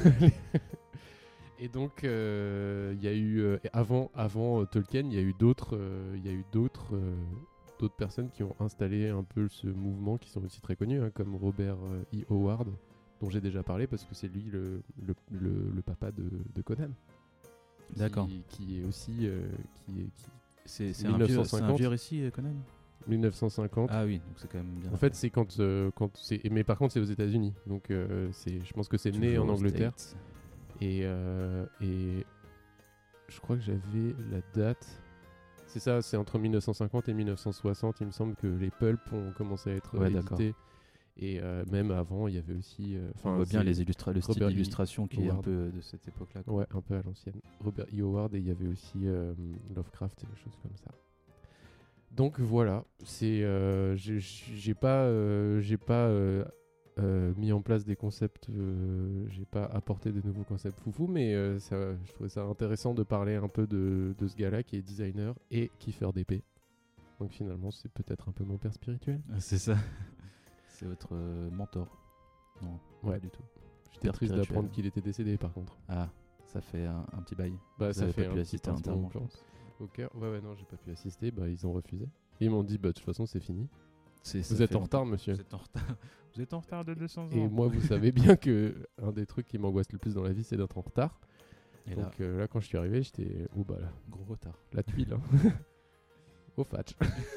Speaker 4: Et donc, il euh, y a eu... Euh, avant avant euh, Tolkien, il y a eu d'autres... Il euh, y a eu d'autres... Euh, d'autres personnes qui ont installé un peu ce mouvement, qui sont aussi très connus, hein, comme Robert euh, E. Howard, dont j'ai déjà parlé parce que c'est lui le, le, le, le papa de, de Conan.
Speaker 5: D'accord.
Speaker 4: Qui, qui est aussi... Euh, qui est, qui,
Speaker 5: C'est c'est un, vieux- c'est un
Speaker 4: mille neuf cent cinquante.
Speaker 5: vieux récit, euh, Conan
Speaker 4: mille neuf cent cinquante.
Speaker 5: Ah oui, donc c'est quand même bien.
Speaker 4: En fait, c'est quand... Euh, quand c'est, mais par contre, c'est aux États-Unis. Donc, euh, c'est, je pense que c'est né
Speaker 5: Toujours
Speaker 4: en
Speaker 5: aux
Speaker 4: Angleterre.
Speaker 5: States.
Speaker 4: Et, euh, et je crois que j'avais la date... C'est ça, c'est entre mille neuf cent cinquante et mille neuf cent soixante, il me semble que les pulps ont commencé à être
Speaker 5: Ouais,
Speaker 4: édités. Et euh, même avant, il y avait aussi... euh,
Speaker 5: On voit bien
Speaker 4: c'est
Speaker 5: les illustra le style
Speaker 4: Robert E.
Speaker 5: d'illustration qui est un
Speaker 4: Howard.
Speaker 5: peu de cette époque-là. quoi.
Speaker 4: Ouais, un peu à l'ancienne. Robert E. Howard, et il y avait aussi euh, Lovecraft et des choses comme ça. Donc voilà, c'est euh, j'ai j'ai pas euh, j'ai pas euh, euh, mis en place des concepts, euh, j'ai pas apporté de nouveaux concepts foufou, mais euh, ça, je trouvais ça intéressant de parler un peu de, de ce gars-là qui est designer et kiffeur d'épée. Donc finalement, c'est peut-être un peu mon père spirituel.
Speaker 5: Ah, C'est ça. C'est votre euh, mentor. Non,
Speaker 4: Ouais.
Speaker 5: pas du tout.
Speaker 4: J'étais
Speaker 5: Père
Speaker 4: triste
Speaker 5: spirituel.
Speaker 4: d'apprendre qu'il était décédé par contre.
Speaker 5: Ah, ça fait un, un petit bail.
Speaker 4: Bah
Speaker 5: Vous
Speaker 4: ça
Speaker 5: avez
Speaker 4: fait
Speaker 5: pas
Speaker 4: un
Speaker 5: pu
Speaker 4: petit
Speaker 5: assister à
Speaker 4: pincement
Speaker 5: l'enterrement,
Speaker 4: au
Speaker 5: je
Speaker 4: cœur.
Speaker 5: pense.
Speaker 4: Au cœur. Ouais ouais non, j'ai pas pu assister, bah ils ont refusé. Ils m'ont dit bah de toute façon c'est fini.
Speaker 5: C'est- ça
Speaker 4: Vous êtes
Speaker 5: fait
Speaker 4: en retard
Speaker 5: longtemps.
Speaker 4: monsieur.
Speaker 5: Vous êtes en retard. Vous êtes en retard de deux cents ans.
Speaker 4: Et moi, vous savez bien que un des trucs qui m'angoisse le plus dans la vie, c'est d'être en retard.
Speaker 5: Et là,
Speaker 4: Donc euh, là, quand je suis arrivé, j'étais oh bah là,
Speaker 5: gros retard.
Speaker 4: la tuile, hein. Au fatch.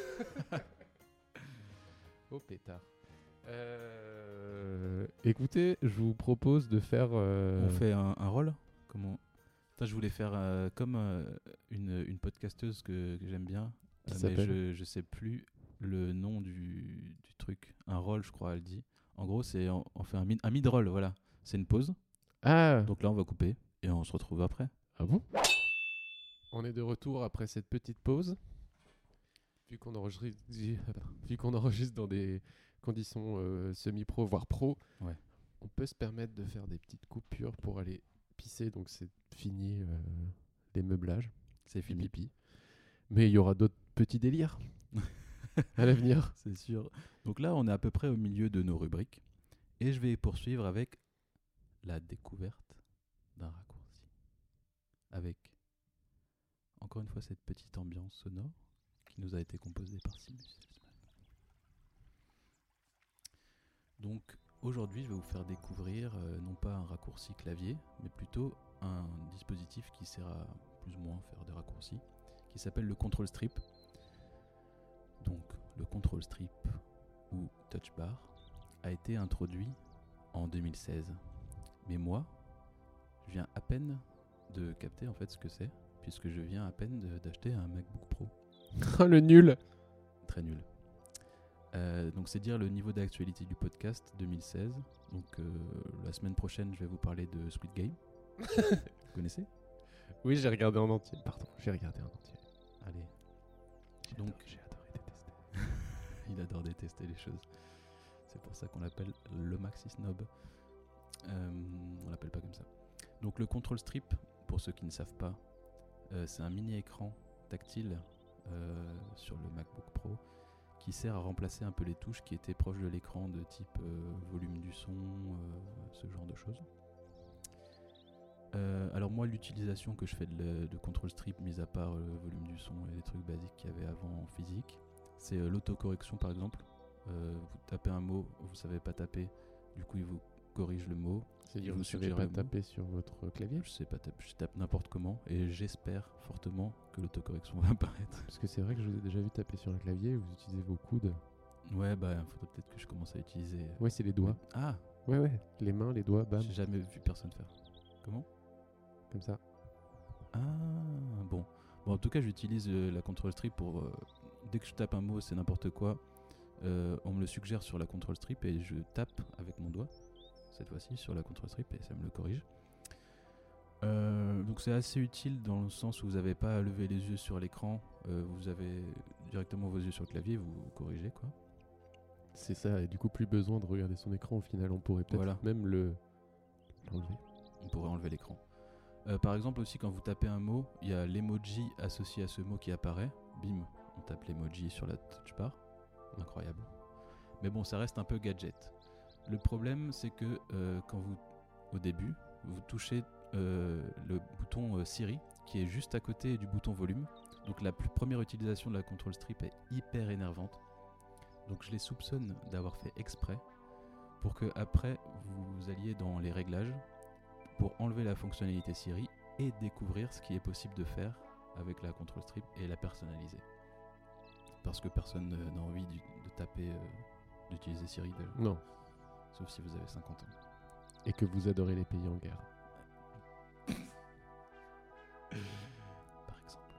Speaker 4: Au pétard. Euh, écoutez, je vous propose de faire. euh,
Speaker 5: On fait un, un rôle Comment Putain, je voulais faire euh, comme euh, une, une podcasteuse que, que j'aime bien,
Speaker 4: Qui
Speaker 5: euh, mais
Speaker 4: s'appelle
Speaker 5: je, je sais plus le nom du, du truc. Un rôle, je crois, elle dit. En gros, c'est on, on fait un, mid, un mid-roll, voilà. C'est une pause.
Speaker 4: Ah.
Speaker 5: Donc là, on va couper et on se retrouve après.
Speaker 4: Ah bon. On est de retour après cette petite pause. Vu qu'on enregistre, vu qu'on enregistre dans des conditions euh, semi-pro, voire pro,
Speaker 5: Ouais.
Speaker 4: on peut se permettre de faire des petites coupures pour aller pisser. Donc c'est fini euh, les meublages,
Speaker 5: C'est fini.
Speaker 4: pipi. Mais il y aura d'autres petits délires à l'avenir.
Speaker 5: C'est sûr. Donc là, on est à peu près au milieu de nos rubriques. Et je vais poursuivre avec la découverte d'un raccourci. Avec, encore une fois, cette petite ambiance sonore qui nous a été composée par Simus Elsman. Donc aujourd'hui, je vais vous faire découvrir euh, non pas un raccourci clavier, mais plutôt un dispositif qui sert à plus ou moins faire des raccourcis, qui s'appelle le control strip. Donc le control strip ou touch bar a été introduit en deux mille seize. Mais moi, je viens à peine de capter en fait ce que c'est, puisque je viens à peine de- d'acheter un MacBook Pro.
Speaker 4: Oh, le nul.
Speaker 5: Très nul. Euh, donc c'est dire le niveau d'actualité du podcast deux mille seize. Donc euh, la semaine prochaine, je vais vous parler de Squid Game. Vous connaissez ?
Speaker 4: Oui, j'ai regardé en entier. Pardon, j'ai regardé en entier.
Speaker 5: Allez.
Speaker 4: J'ai
Speaker 5: Donc-
Speaker 4: adoré- j'ai adoré détester.
Speaker 5: Il adore détester les choses. C'est pour ça qu'on l'appelle le maxi snob. Euh, on l'appelle pas comme ça. Donc le control strip, pour ceux qui ne savent pas, euh, c'est un mini écran tactile euh, sur le MacBook Pro qui sert à remplacer un peu les touches qui étaient proches de l'écran de type euh, volume du son, euh, ce genre de choses. Euh, alors moi, l'utilisation que je fais de, le- de control strip, mis à part le volume du son et les trucs basiques qu'il y avait avant en physique, c'est euh, l'autocorrection par exemple. Euh, vous tapez un mot, vous savez pas taper, du coup il vous corrige le mot.
Speaker 4: C'est-à-dire
Speaker 5: Il
Speaker 4: que vous
Speaker 5: vous
Speaker 4: ne savez
Speaker 5: suggère
Speaker 4: pas
Speaker 5: le mot.
Speaker 4: taper sur votre clavier.
Speaker 5: Je sais pas taper, je tape n'importe comment et j'espère fortement que l'autocorrection va apparaître.
Speaker 4: Parce que c'est vrai que je vous ai déjà vu taper sur un clavier, vous utilisez vos coudes.
Speaker 5: Ouais, bah il faudrait peut-être que je commence à utiliser.
Speaker 4: Ouais, c'est les doigts.
Speaker 5: Ah,
Speaker 4: Ouais, ouais. Les mains, les doigts, bam,
Speaker 5: j'ai jamais vu personne faire. Comment ?
Speaker 4: comme ça.
Speaker 5: Ah, bon. Bon, en tout cas, j'utilise euh, la control strip pour. euh, dès que je tape un mot, c'est n'importe quoi. euh, on me le suggère sur la control strip et je tape avec mon doigt, cette fois-ci, sur la control strip et ça me le corrige. Euh, donc, c'est assez utile dans le sens où vous n'avez pas à lever les yeux sur l'écran, euh, vous avez directement vos yeux sur le clavier, vous, vous corrigez quoi.
Speaker 4: c'est ça. Et du coup, plus besoin de regarder son écran. Au final, on pourrait peut-être
Speaker 5: Voilà.
Speaker 4: même le l'enlever.
Speaker 5: On pourrait enlever l'écran. Euh, par exemple aussi, quand vous tapez un mot, il y a l'emoji associé à ce mot qui apparaît. Bim, on tape l'emoji sur la touch bar. Incroyable. Mais bon, ça reste un peu gadget. Le problème, c'est que euh, quand vous, au début, vous touchez euh, le bouton euh, Siri, qui est juste à côté du bouton volume. Donc la plus première utilisation de la control strip est hyper énervante. Donc je les soupçonne d'avoir fait exprès pour que après vous alliez dans les réglages pour enlever la fonctionnalité Siri et découvrir ce qui est possible de faire avec la control strip et la personnaliser. Parce que personne euh, n'a envie du- de taper, euh, d'utiliser Siri déjà.
Speaker 4: Non.
Speaker 5: Sauf si vous avez cinquante ans.
Speaker 4: Et que vous adorez les pays en guerre.
Speaker 5: Par exemple.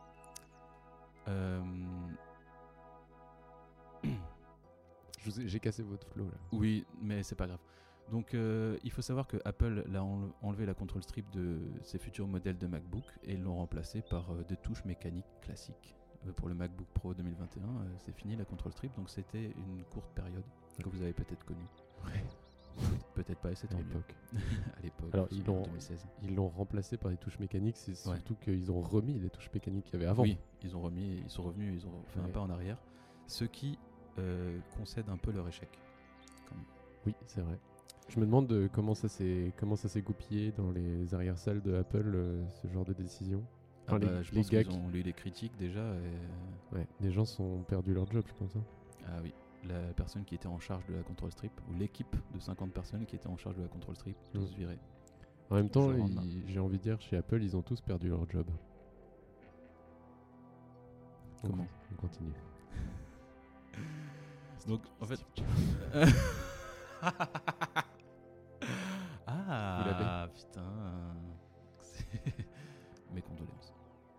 Speaker 5: Euh,
Speaker 4: Je vous ai- J'ai cassé votre flow là.
Speaker 5: oui, mais c'est pas grave. Donc euh, il faut savoir que Apple a enle- enlevé la control strip de ses futurs modèles de MacBook et l'ont remplacé par euh, des touches mécaniques classiques. Euh, pour le MacBook Pro deux mille vingt et un, euh, c'est fini la control strip, donc c'était une courte période que vous avez peut-être connue. Peut-être pas, et c'est
Speaker 4: À
Speaker 5: tant mieux.
Speaker 4: l'époque.
Speaker 5: À l'époque,
Speaker 4: Alors,
Speaker 5: c'est
Speaker 4: ils l'ont-
Speaker 5: en deux mille seize.
Speaker 4: Ils l'ont remplacé par des touches mécaniques. C'est
Speaker 5: Ouais.
Speaker 4: surtout qu'ils ont remis les touches mécaniques qu'il y avait avant.
Speaker 5: Oui, ils ont remis, ils sont revenus, ils ont fait un
Speaker 4: Ouais.
Speaker 5: pas en arrière, ce qui euh, concède un peu leur échec.
Speaker 4: Oui, c'est vrai. Je me demande euh, comment ça s'est comment ça s'est goupillé dans les arrière-salles de Apple, euh, ce genre de décision.
Speaker 5: Ah
Speaker 4: Enfin, les-
Speaker 5: bah, je
Speaker 4: les
Speaker 5: pense
Speaker 4: gars
Speaker 5: qu'ils ont lu les critiques déjà. Et...
Speaker 4: Ouais, les gens sont perdus leur job, je pense. hein.
Speaker 5: Ah oui, la personne qui était en charge de la control strip, ou l'équipe de cinquante personnes qui était en charge de la control strip, tous
Speaker 4: Mm.
Speaker 5: virés.
Speaker 4: En même temps,
Speaker 5: Je le rends
Speaker 4: ils- j'ai envie de dire, chez Apple, ils ont tous perdu leur job. On
Speaker 5: Comment
Speaker 4: con- On continue.
Speaker 5: Donc en fait. ah putain. C'est- Mes condoléances.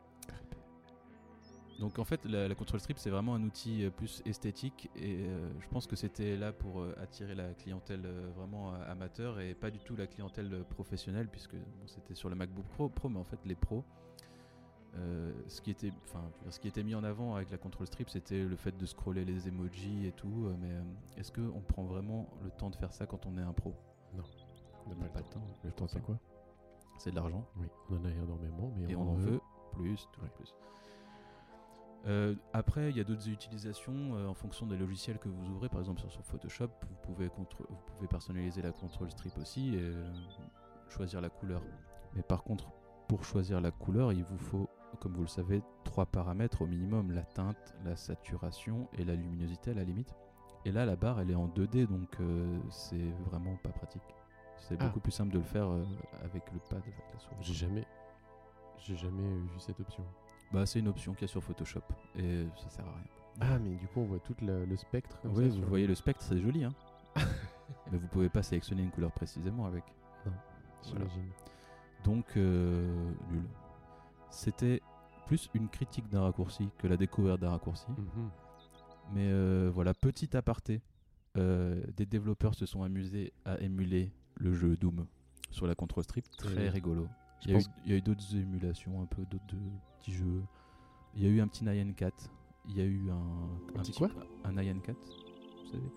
Speaker 5: Donc en fait la, la control strip c'est vraiment un outil euh, plus esthétique et euh, je pense que c'était là pour euh, attirer la clientèle euh, vraiment euh, amateur et pas du tout la clientèle euh, professionnelle puisque bon, c'était sur le MacBook Pro, Pro mais en fait les pros euh, ce qui était enfin je veux dire, ce qui était mis en avant avec la control strip c'était le fait de scroller les emojis et tout euh, mais euh, est-ce que on prend vraiment le temps de faire ça quand on est un pro?
Speaker 4: On
Speaker 5: n'a pas le temps.
Speaker 4: Le temps, c'est quoi?
Speaker 5: C'est de l'argent
Speaker 4: Oui, on en a énormément, mais
Speaker 5: et on
Speaker 4: en
Speaker 5: en
Speaker 4: veut.
Speaker 5: veut plus, toujours
Speaker 4: Ouais.
Speaker 5: plus. Euh, après, il y a d'autres utilisations euh, en fonction des logiciels que vous ouvrez. Par exemple, sur, sur Photoshop, vous pouvez, contr- vous pouvez personnaliser la control strip aussi et euh, choisir la couleur. Mais par contre, pour choisir la couleur, il vous faut, comme vous le savez, trois paramètres au minimum, la teinte, la saturation et la luminosité à la limite. Et là, la barre, elle est en deux D, donc euh, c'est vraiment pas pratique. C'est
Speaker 4: Ah.
Speaker 5: beaucoup plus simple de le faire euh, avec le pad, avec la souris.
Speaker 4: J'ai jamais, j'ai jamais euh, vu cette option.
Speaker 5: Bah, c'est une option qu'il y a sur Photoshop et ça sert à rien.
Speaker 4: Ah, mais du coup, on voit tout le, le spectre. comme
Speaker 5: Oui,
Speaker 4: ça,
Speaker 5: vous
Speaker 4: sur-
Speaker 5: voyez le spectre, c'est joli, hein. Mais vous pouvez pas sélectionner une couleur précisément avec.
Speaker 4: J'imagine.
Speaker 5: Donc, euh, nul. C'était plus une critique d'un raccourci que la découverte d'un raccourci.
Speaker 4: Mhm.
Speaker 5: Mais euh, voilà, petit aparté. Euh, des développeurs se sont amusés à émuler le jeu Doom sur la control strip. Très
Speaker 4: Oui.
Speaker 5: rigolo.
Speaker 4: Je
Speaker 5: Il y, a eu,
Speaker 4: pense-
Speaker 5: il y a eu d'autres émulations, un peu d'autres de- petits jeux. Il y a eu un petit Nyan Cat. Il y a eu un.
Speaker 4: Un petit quoi
Speaker 5: Un Nyan Cat. Vous savez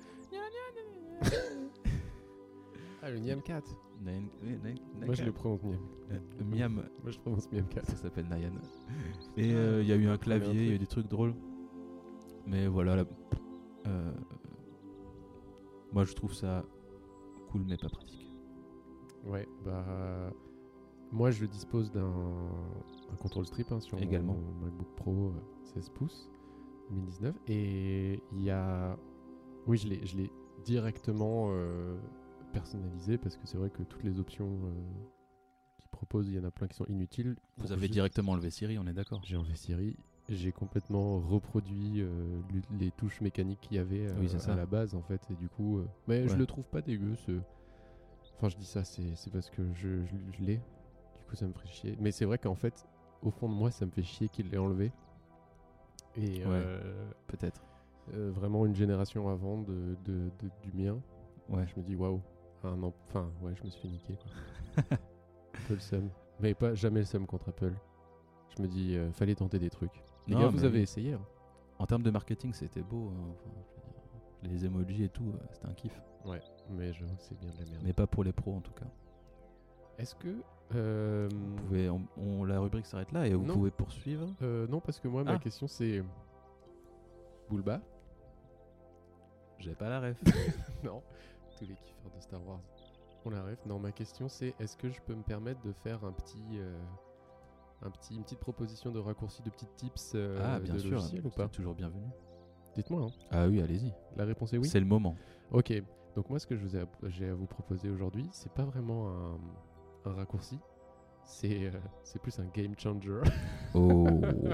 Speaker 4: Ah, le Niam quatre.
Speaker 5: Nyan- oui, Nyan-
Speaker 4: Moi,
Speaker 5: Nyan
Speaker 4: je le
Speaker 5: Cat.
Speaker 4: prononce Niam.
Speaker 5: Euh, Miam.
Speaker 4: Moi, je prononce Niam quatre.
Speaker 5: Ça s'appelle Nyan. Et euh, il y a eu un clavier, il y a eu
Speaker 4: truc.
Speaker 5: des trucs drôles. Mais voilà. là, euh, moi, je trouve ça cool, mais pas pratique.
Speaker 4: Ouais, bah. Moi, je dispose d'un un control strip hein, sur
Speaker 5: Également.
Speaker 4: mon MacBook Pro euh, seize pouces deux mille dix-neuf. Et il y a. Oui, je l'ai je l'ai directement euh, personnalisé parce que c'est vrai que toutes les options euh, qu'ils proposent, il y en a plein qui sont inutiles.
Speaker 5: Vous
Speaker 4: Pour
Speaker 5: avez
Speaker 4: juste-
Speaker 5: directement enlevé Siri, on est d'accord?
Speaker 4: J'ai enlevé Siri. J'ai complètement reproduit euh, lu- les touches mécaniques qu'il y avait euh,
Speaker 5: Oui, c'est ça.
Speaker 4: à la base en fait. Et du coup. euh, Mais je
Speaker 5: Ouais.
Speaker 4: le trouve pas dégueu ce. Enfin, je dis ça, c'est c'est parce que je, je, je l'ai. Du coup, ça me ferait chier. Mais c'est vrai qu'en fait, au fond de moi, ça me fait chier qu'il l'ait enlevé. Et
Speaker 5: Ouais.
Speaker 4: euh,
Speaker 5: Peut-être.
Speaker 4: euh, vraiment une génération avant de, de- de- du mien,
Speaker 5: Ouais.
Speaker 4: je me dis waouh. Un an- Enfin, ouais, je me suis fait niquer. Quoi. Un peu le seum. Mais pas jamais le seum contre Apple. Je me dis, euh, fallait tenter des trucs. Les
Speaker 5: Non,
Speaker 4: gars, vous
Speaker 5: mais
Speaker 4: avez
Speaker 5: oui.
Speaker 4: essayé. hein.
Speaker 5: En termes de marketing, c'était beau. hein, enfin, je veux dire, les emojis et tout, euh, c'était un kiff.
Speaker 4: Ouais, mais j'avoue que c'est bien de la merde.
Speaker 5: Mais pas pour les pros en tout cas.
Speaker 4: Est-ce que... euh,
Speaker 5: Vous pouvez, on, on- la rubrique s'arrête là et vous
Speaker 4: Non.
Speaker 5: pouvez poursuivre.
Speaker 4: euh, non, parce que moi, ma
Speaker 5: Ah.
Speaker 4: question, c'est... Bulba?
Speaker 5: J'ai pas la ref.
Speaker 4: Non, tous les kiffeurs de Star Wars. On la ref. Non, ma question, c'est est-ce que je peux me permettre de faire un petit... euh, un petit une petite proposition de raccourci, de petites tips euh,
Speaker 5: ah, bien
Speaker 4: de
Speaker 5: sûr,
Speaker 4: logiciels ou pas?
Speaker 5: c'est toujours bienvenu.
Speaker 4: Dites-moi, hein.
Speaker 5: Ah oui, allez-y.
Speaker 4: La réponse est oui.
Speaker 5: C'est le moment.
Speaker 4: Ok, donc moi ce que je vous ai, à- j'ai à vous proposer aujourd'hui, c'est pas vraiment un, un raccourci, c'est euh, c'est plus un game changer.
Speaker 5: Oh.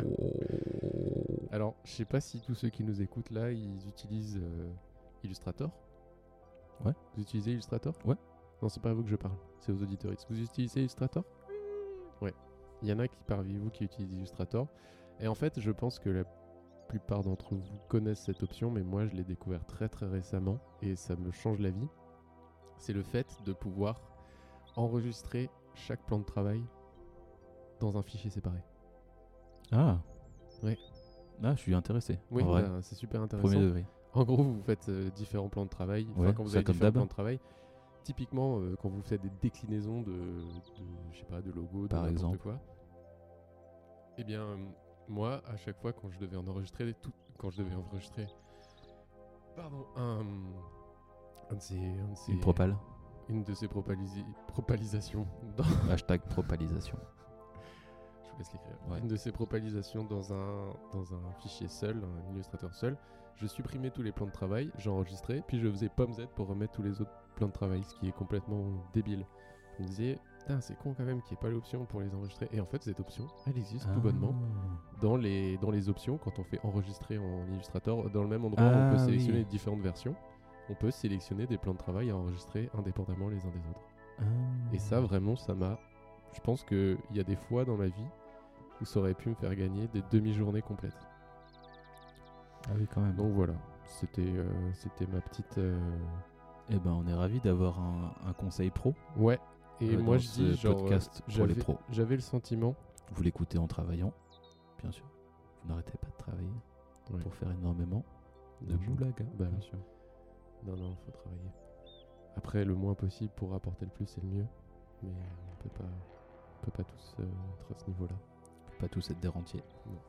Speaker 4: Alors, je sais pas si tous ceux qui nous écoutent là, ils utilisent euh, Illustrator.
Speaker 5: Ouais.
Speaker 4: Vous utilisez Illustrator?
Speaker 5: Ouais.
Speaker 4: Non, c'est pas à vous que je parle, c'est aux auditeurs. Vous utilisez Illustrator? Ouais. Il y en a qui parmi vous qui utilisent Illustrator. Et en fait, je pense que la plupart d'entre vous connaissent cette option, mais moi je l'ai découvert très très récemment et ça me change la vie. C'est le fait de pouvoir enregistrer chaque plan de travail dans un fichier séparé.
Speaker 5: Ah.
Speaker 4: Ouais.
Speaker 5: Ah, je suis intéressé.
Speaker 4: Oui,
Speaker 5: en vrai.
Speaker 4: bah, c'est super intéressant.
Speaker 5: Premier degré.
Speaker 4: En gros, vous faites euh, différents plans de travail. Enfin,
Speaker 5: Ouais,
Speaker 4: quand vous
Speaker 5: ça
Speaker 4: avez
Speaker 5: comme
Speaker 4: différents
Speaker 5: d'hab.
Speaker 4: plans de travail, typiquement, euh, quand vous faites des déclinaisons de, de je sais pas, de logos, de
Speaker 5: Par
Speaker 4: n'importe
Speaker 5: exemple.
Speaker 4: quoi. Eh bien, euh, moi, à chaque fois, quand je devais en enregistrer tout, quand je devais enregistrer, pardon, un, un de ces, un de ces-
Speaker 5: Une propale.
Speaker 4: une de ces propalisi- propalisations dans,
Speaker 5: Hashtag propalisation.
Speaker 4: je vous laisse l'écrire.
Speaker 5: Ouais.
Speaker 4: Une de ces propalisations dans un, dans un fichier seul, un illustrateur seul. Je supprimais tous les plans de travail, j'enregistrais, puis je faisais pomme Z pour remettre tous les autres plans de travail, ce qui est complètement débile. Je me disais, putain, c'est con quand même qu'il n'y ait pas l'option pour les enregistrer. Et en fait, cette option, elle existe tout bonnement dans les, dans les options quand on fait enregistrer en Illustrator. Dans le même endroit,
Speaker 5: Ah,
Speaker 4: on peut sélectionner
Speaker 5: oui.
Speaker 4: les différentes versions. On peut sélectionner des plans de travail à enregistrer indépendamment les uns des autres.
Speaker 5: Ah.
Speaker 4: Et ça, vraiment, ça m'a... Je pense qu'il y a des fois dans ma vie où ça aurait pu me faire gagner des demi-journées complètes.
Speaker 5: Ah oui, quand même.
Speaker 4: Donc voilà, c'était euh, c'était ma petite... euh,
Speaker 5: Eh ben, on est ravis d'avoir un, un conseil pro.
Speaker 4: Ouais, et
Speaker 5: Euh,
Speaker 4: moi
Speaker 5: dans
Speaker 4: je dis
Speaker 5: ce
Speaker 4: genre...
Speaker 5: podcast
Speaker 4: euh,
Speaker 5: pour les
Speaker 4: j'avais-
Speaker 5: pros.
Speaker 4: J'avais le sentiment...
Speaker 5: Vous l'écoutez en travaillant, bien sûr. Vous n'arrêtez pas de travailler
Speaker 4: Ouais.
Speaker 5: pour faire énormément de
Speaker 4: D'argent.
Speaker 5: boulaga.
Speaker 4: Bah,
Speaker 5: bien sûr.
Speaker 4: Non, non, faut travailler. Après, le moins possible pour rapporter le plus, c'est le mieux. Mais euh, on peut pas, on peut pas tous euh, être à ce niveau-là.
Speaker 5: Pas tous être des rentiers.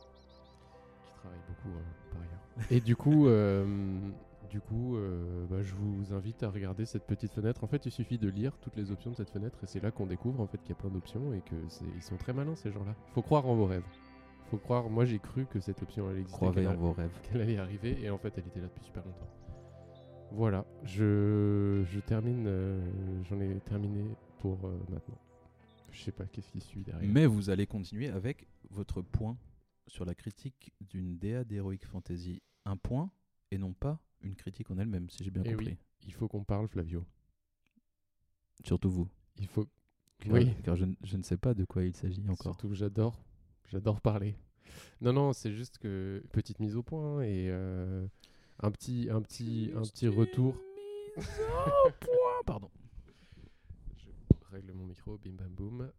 Speaker 4: Qui travaillent beaucoup euh, par ailleurs. Et du coup, euh, du coup euh, bah, je vous invite à regarder cette petite fenêtre. En fait, il suffit de lire toutes les options de cette fenêtre et c'est là qu'on découvre en fait qu'il y a plein d'options et que c'est, ils sont très malins ces gens-là. Faut croire en vos rêves. Faut croire. Moi, j'ai cru que cette option allait exister,
Speaker 5: Croyez
Speaker 4: qu'elle,
Speaker 5: en
Speaker 4: a-
Speaker 5: vos rêves.
Speaker 4: qu'elle allait arriver et en fait, elle était là depuis super longtemps. Voilà, je, je termine. euh, j'en ai terminé pour euh, maintenant. Je sais pas qu'est-ce qui suit derrière.
Speaker 5: Mais vous allez continuer avec votre point sur la critique d'une D A d'Heroic Fantasy. Un point et non pas une critique en elle-même, si j'ai bien
Speaker 4: Eh
Speaker 5: compris.
Speaker 4: oui, il faut qu'on parle, Flavio.
Speaker 5: Surtout vous.
Speaker 4: Il faut.
Speaker 5: Car,
Speaker 4: Oui.
Speaker 5: car je, ne- je ne sais pas de quoi il s'agit encore.
Speaker 4: Surtout, j'adore, j'adore parler. Non, non, c'est juste que petite mise au point et euh, un petit, un petit, un petit retour.
Speaker 5: Pardon.
Speaker 4: Je règle mon micro, bim bam boum.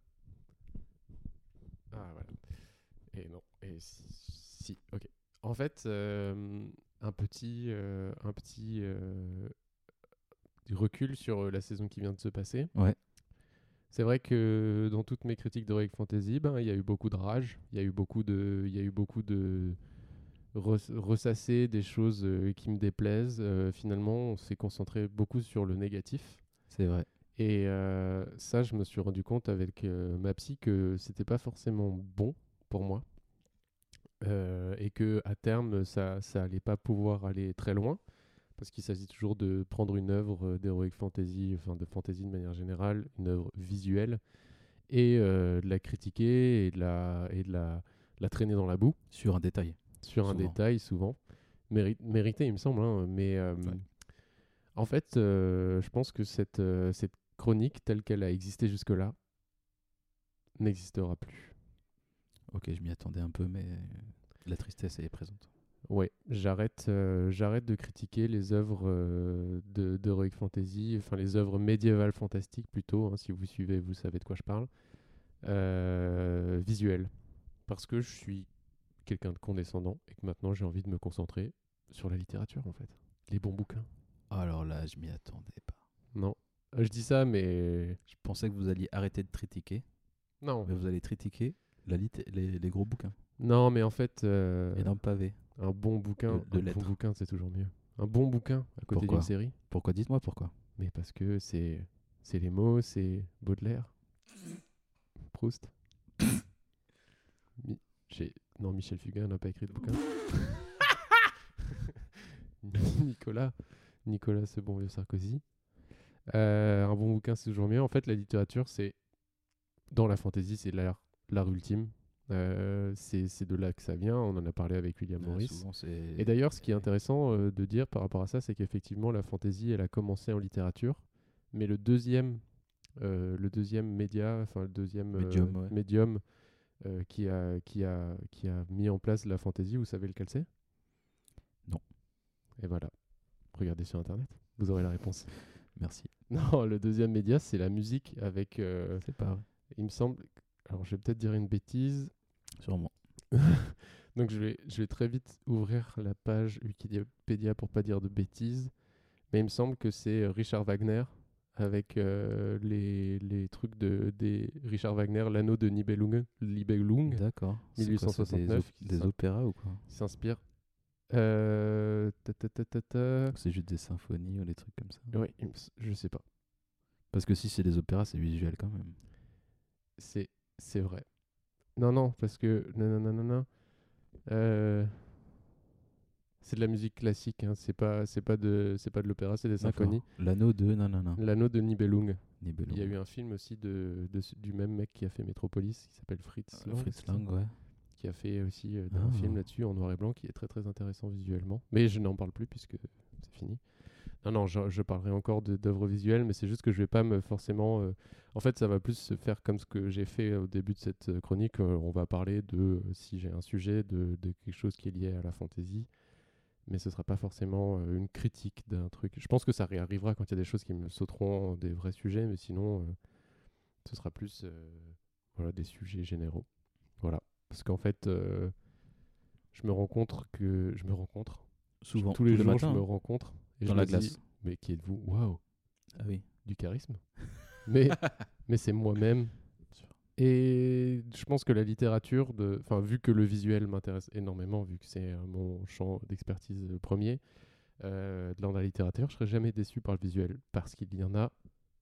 Speaker 4: Ah voilà. Et non, et si, si, ok. En fait, euh, un petit, euh, un petit euh, recul sur euh, la saison qui vient de se passer.
Speaker 5: Ouais.
Speaker 4: C'est vrai que dans toutes mes critiques d'Heroic Fantasy, ben il y a eu beaucoup de rage, il y a eu beaucoup de, il y a eu beaucoup de res- ressasser des choses euh, qui me déplaisent. Euh, finalement, on s'est concentré beaucoup sur le négatif.
Speaker 5: C'est vrai.
Speaker 4: Et euh, ça, je me suis rendu compte avec euh, ma psy que c'était pas forcément bon pour moi. Euh, et que à terme, ça, ça allait pas pouvoir aller très loin. Parce qu'il s'agit toujours de prendre une œuvre euh, d'Heroic Fantasy, enfin de fantasy de manière générale, une œuvre visuelle, et euh, de la critiquer et de la, et de la, la traîner dans la boue,
Speaker 5: Sur un détail.
Speaker 4: sur un
Speaker 5: Souvent.
Speaker 4: détail souvent. Méri- mérité, il me semble. Hein, mais euh,
Speaker 5: Ouais.
Speaker 4: en fait, euh, je pense que cette, euh, cette chronique, telle qu'elle a existé jusque-là, n'existera plus.
Speaker 5: Ok, je m'y attendais un peu, mais la tristesse elle est présente.
Speaker 4: Ouais, j'arrête, euh, j'arrête de critiquer les œuvres euh, de d'Heroic Fantasy, enfin les œuvres médiévales fantastiques plutôt, hein, si vous suivez, vous savez de quoi je parle, euh, visuelles. Parce que je suis quelqu'un de condescendant et que maintenant j'ai envie de me concentrer sur la littérature en fait. Les bons bouquins.
Speaker 5: Alors là, je m'y attendais pas.
Speaker 4: Non. Euh, Je dis ça, mais...
Speaker 5: Je pensais que vous alliez arrêter de critiquer,
Speaker 4: Non.
Speaker 5: mais vous allez critiquer la lit- les, les gros bouquins.
Speaker 4: Non, mais en fait, euh,
Speaker 5: Et dans le pavé.
Speaker 4: un bon bouquin,
Speaker 5: De- de
Speaker 4: un
Speaker 5: lettres.
Speaker 4: bon bouquin, c'est toujours mieux. Un bon bouquin à côté
Speaker 5: Pourquoi
Speaker 4: d'une série.
Speaker 5: Pourquoi Dites-moi pourquoi.
Speaker 4: Mais parce que c'est c'est les mots, c'est Baudelaire, Proust. Mi- j'ai- Non, Michel Fugain n'a pas écrit de bouquin. Nicolas, Nicolas, ce bon vieux Sarkozy. Euh, un bon bouquin, c'est toujours mieux. En fait, la littérature, c'est dans la fantaisie, c'est l'art, l'art ultime. Euh, c'est c'est de là que ça vient. On en a parlé avec William
Speaker 5: Euh,
Speaker 4: Morris.
Speaker 5: souvent, c'est-
Speaker 4: Et d'ailleurs, ce qui est intéressant euh, de dire par rapport à ça, c'est qu'effectivement, la fantaisie, elle a commencé en littérature, mais le deuxième, euh, le deuxième média, enfin le deuxième euh,
Speaker 5: Médium, ouais.
Speaker 4: médium euh, qui a qui a qui a mis en place la fantaisie, vous savez lequel c'est?
Speaker 5: Non.
Speaker 4: Et voilà. Regardez sur internet, vous aurez la réponse.
Speaker 5: Merci.
Speaker 4: Non, le deuxième média, c'est la musique avec. euh,
Speaker 5: C'est pas vrai.
Speaker 4: il me semble. Alors, je vais peut-être dire une bêtise.
Speaker 5: Sûrement.
Speaker 4: Donc je vais, je vais très vite ouvrir la page Wikipédia pour pas dire de bêtises. Mais il me semble que c'est euh, Richard Wagner avec euh, les, les trucs de des Richard Wagner, l'anneau de Nibelungen, Nibelung,
Speaker 5: D'accord. C'est
Speaker 4: mille huit cent
Speaker 5: quoi, c'est
Speaker 4: soixante-neuf,
Speaker 5: Des, op- des
Speaker 4: ça-
Speaker 5: opéras ou quoi
Speaker 4: qui s'inspire. Euh, ta, ta, ta, ta, ta.
Speaker 5: C'est juste des symphonies ou des trucs comme ça.
Speaker 4: Ouais, il me s- je sais pas.
Speaker 5: Parce que si c'est des opéras, c'est visuel quand même.
Speaker 4: C'est c'est vrai. Non, non, parce que non, non, non, non, non. Euh, c'est de la musique classique. Hein. C'est pas, c'est pas de, c'est pas de l'opéra, c'est des
Speaker 5: D'accord.
Speaker 4: symphonies.
Speaker 5: L'anneau de non non non.
Speaker 4: L'anneau de Nibelung.
Speaker 5: Nibelung.
Speaker 4: Il y a eu un film aussi de, de ce- du même mec qui a fait Metropolis, qui s'appelle Fritz
Speaker 5: Euh,
Speaker 4: Lang,
Speaker 5: Fritz
Speaker 4: c'est ça
Speaker 5: Lang, ouais.
Speaker 4: qui a fait aussi euh, un
Speaker 5: Ah.
Speaker 4: film là-dessus en noir et blanc qui est très très intéressant visuellement. Mais je n'en parle plus puisque c'est fini. Non, non, je, je parlerai encore de- d'œuvres visuelles, mais c'est juste que je vais pas me forcément. euh, En fait, ça va plus se faire comme ce que j'ai fait au début de cette euh, chronique. euh, on va parler de, euh, si j'ai un sujet, de, de quelque chose qui est lié à la fantaisie, mais ce sera pas forcément euh, une critique d'un truc. Je pense que ça réarrivera quand il y a des choses qui me sauteront des vrais sujets, mais sinon, euh, ce sera plus euh, voilà, des sujets généraux. Voilà. Parce qu'en fait, euh, je me rencontre que. Je me rencontre.
Speaker 5: Souvent.
Speaker 4: Tous les jours,
Speaker 5: matins,
Speaker 4: je me
Speaker 5: hein.
Speaker 4: rencontre. Et
Speaker 5: Dans
Speaker 4: je
Speaker 5: la
Speaker 4: me dis,
Speaker 5: glace.
Speaker 4: mais qui êtes-vous? Waouh!
Speaker 5: Ah oui.
Speaker 4: Du charisme. mais mais c'est moi-même. Et je pense que la littérature, de, enfin, vu que le visuel m'intéresse énormément, vu que c'est euh, mon champ d'expertise euh, premier, euh, dans la littérature, je serais jamais déçu par le visuel parce qu'il y en a.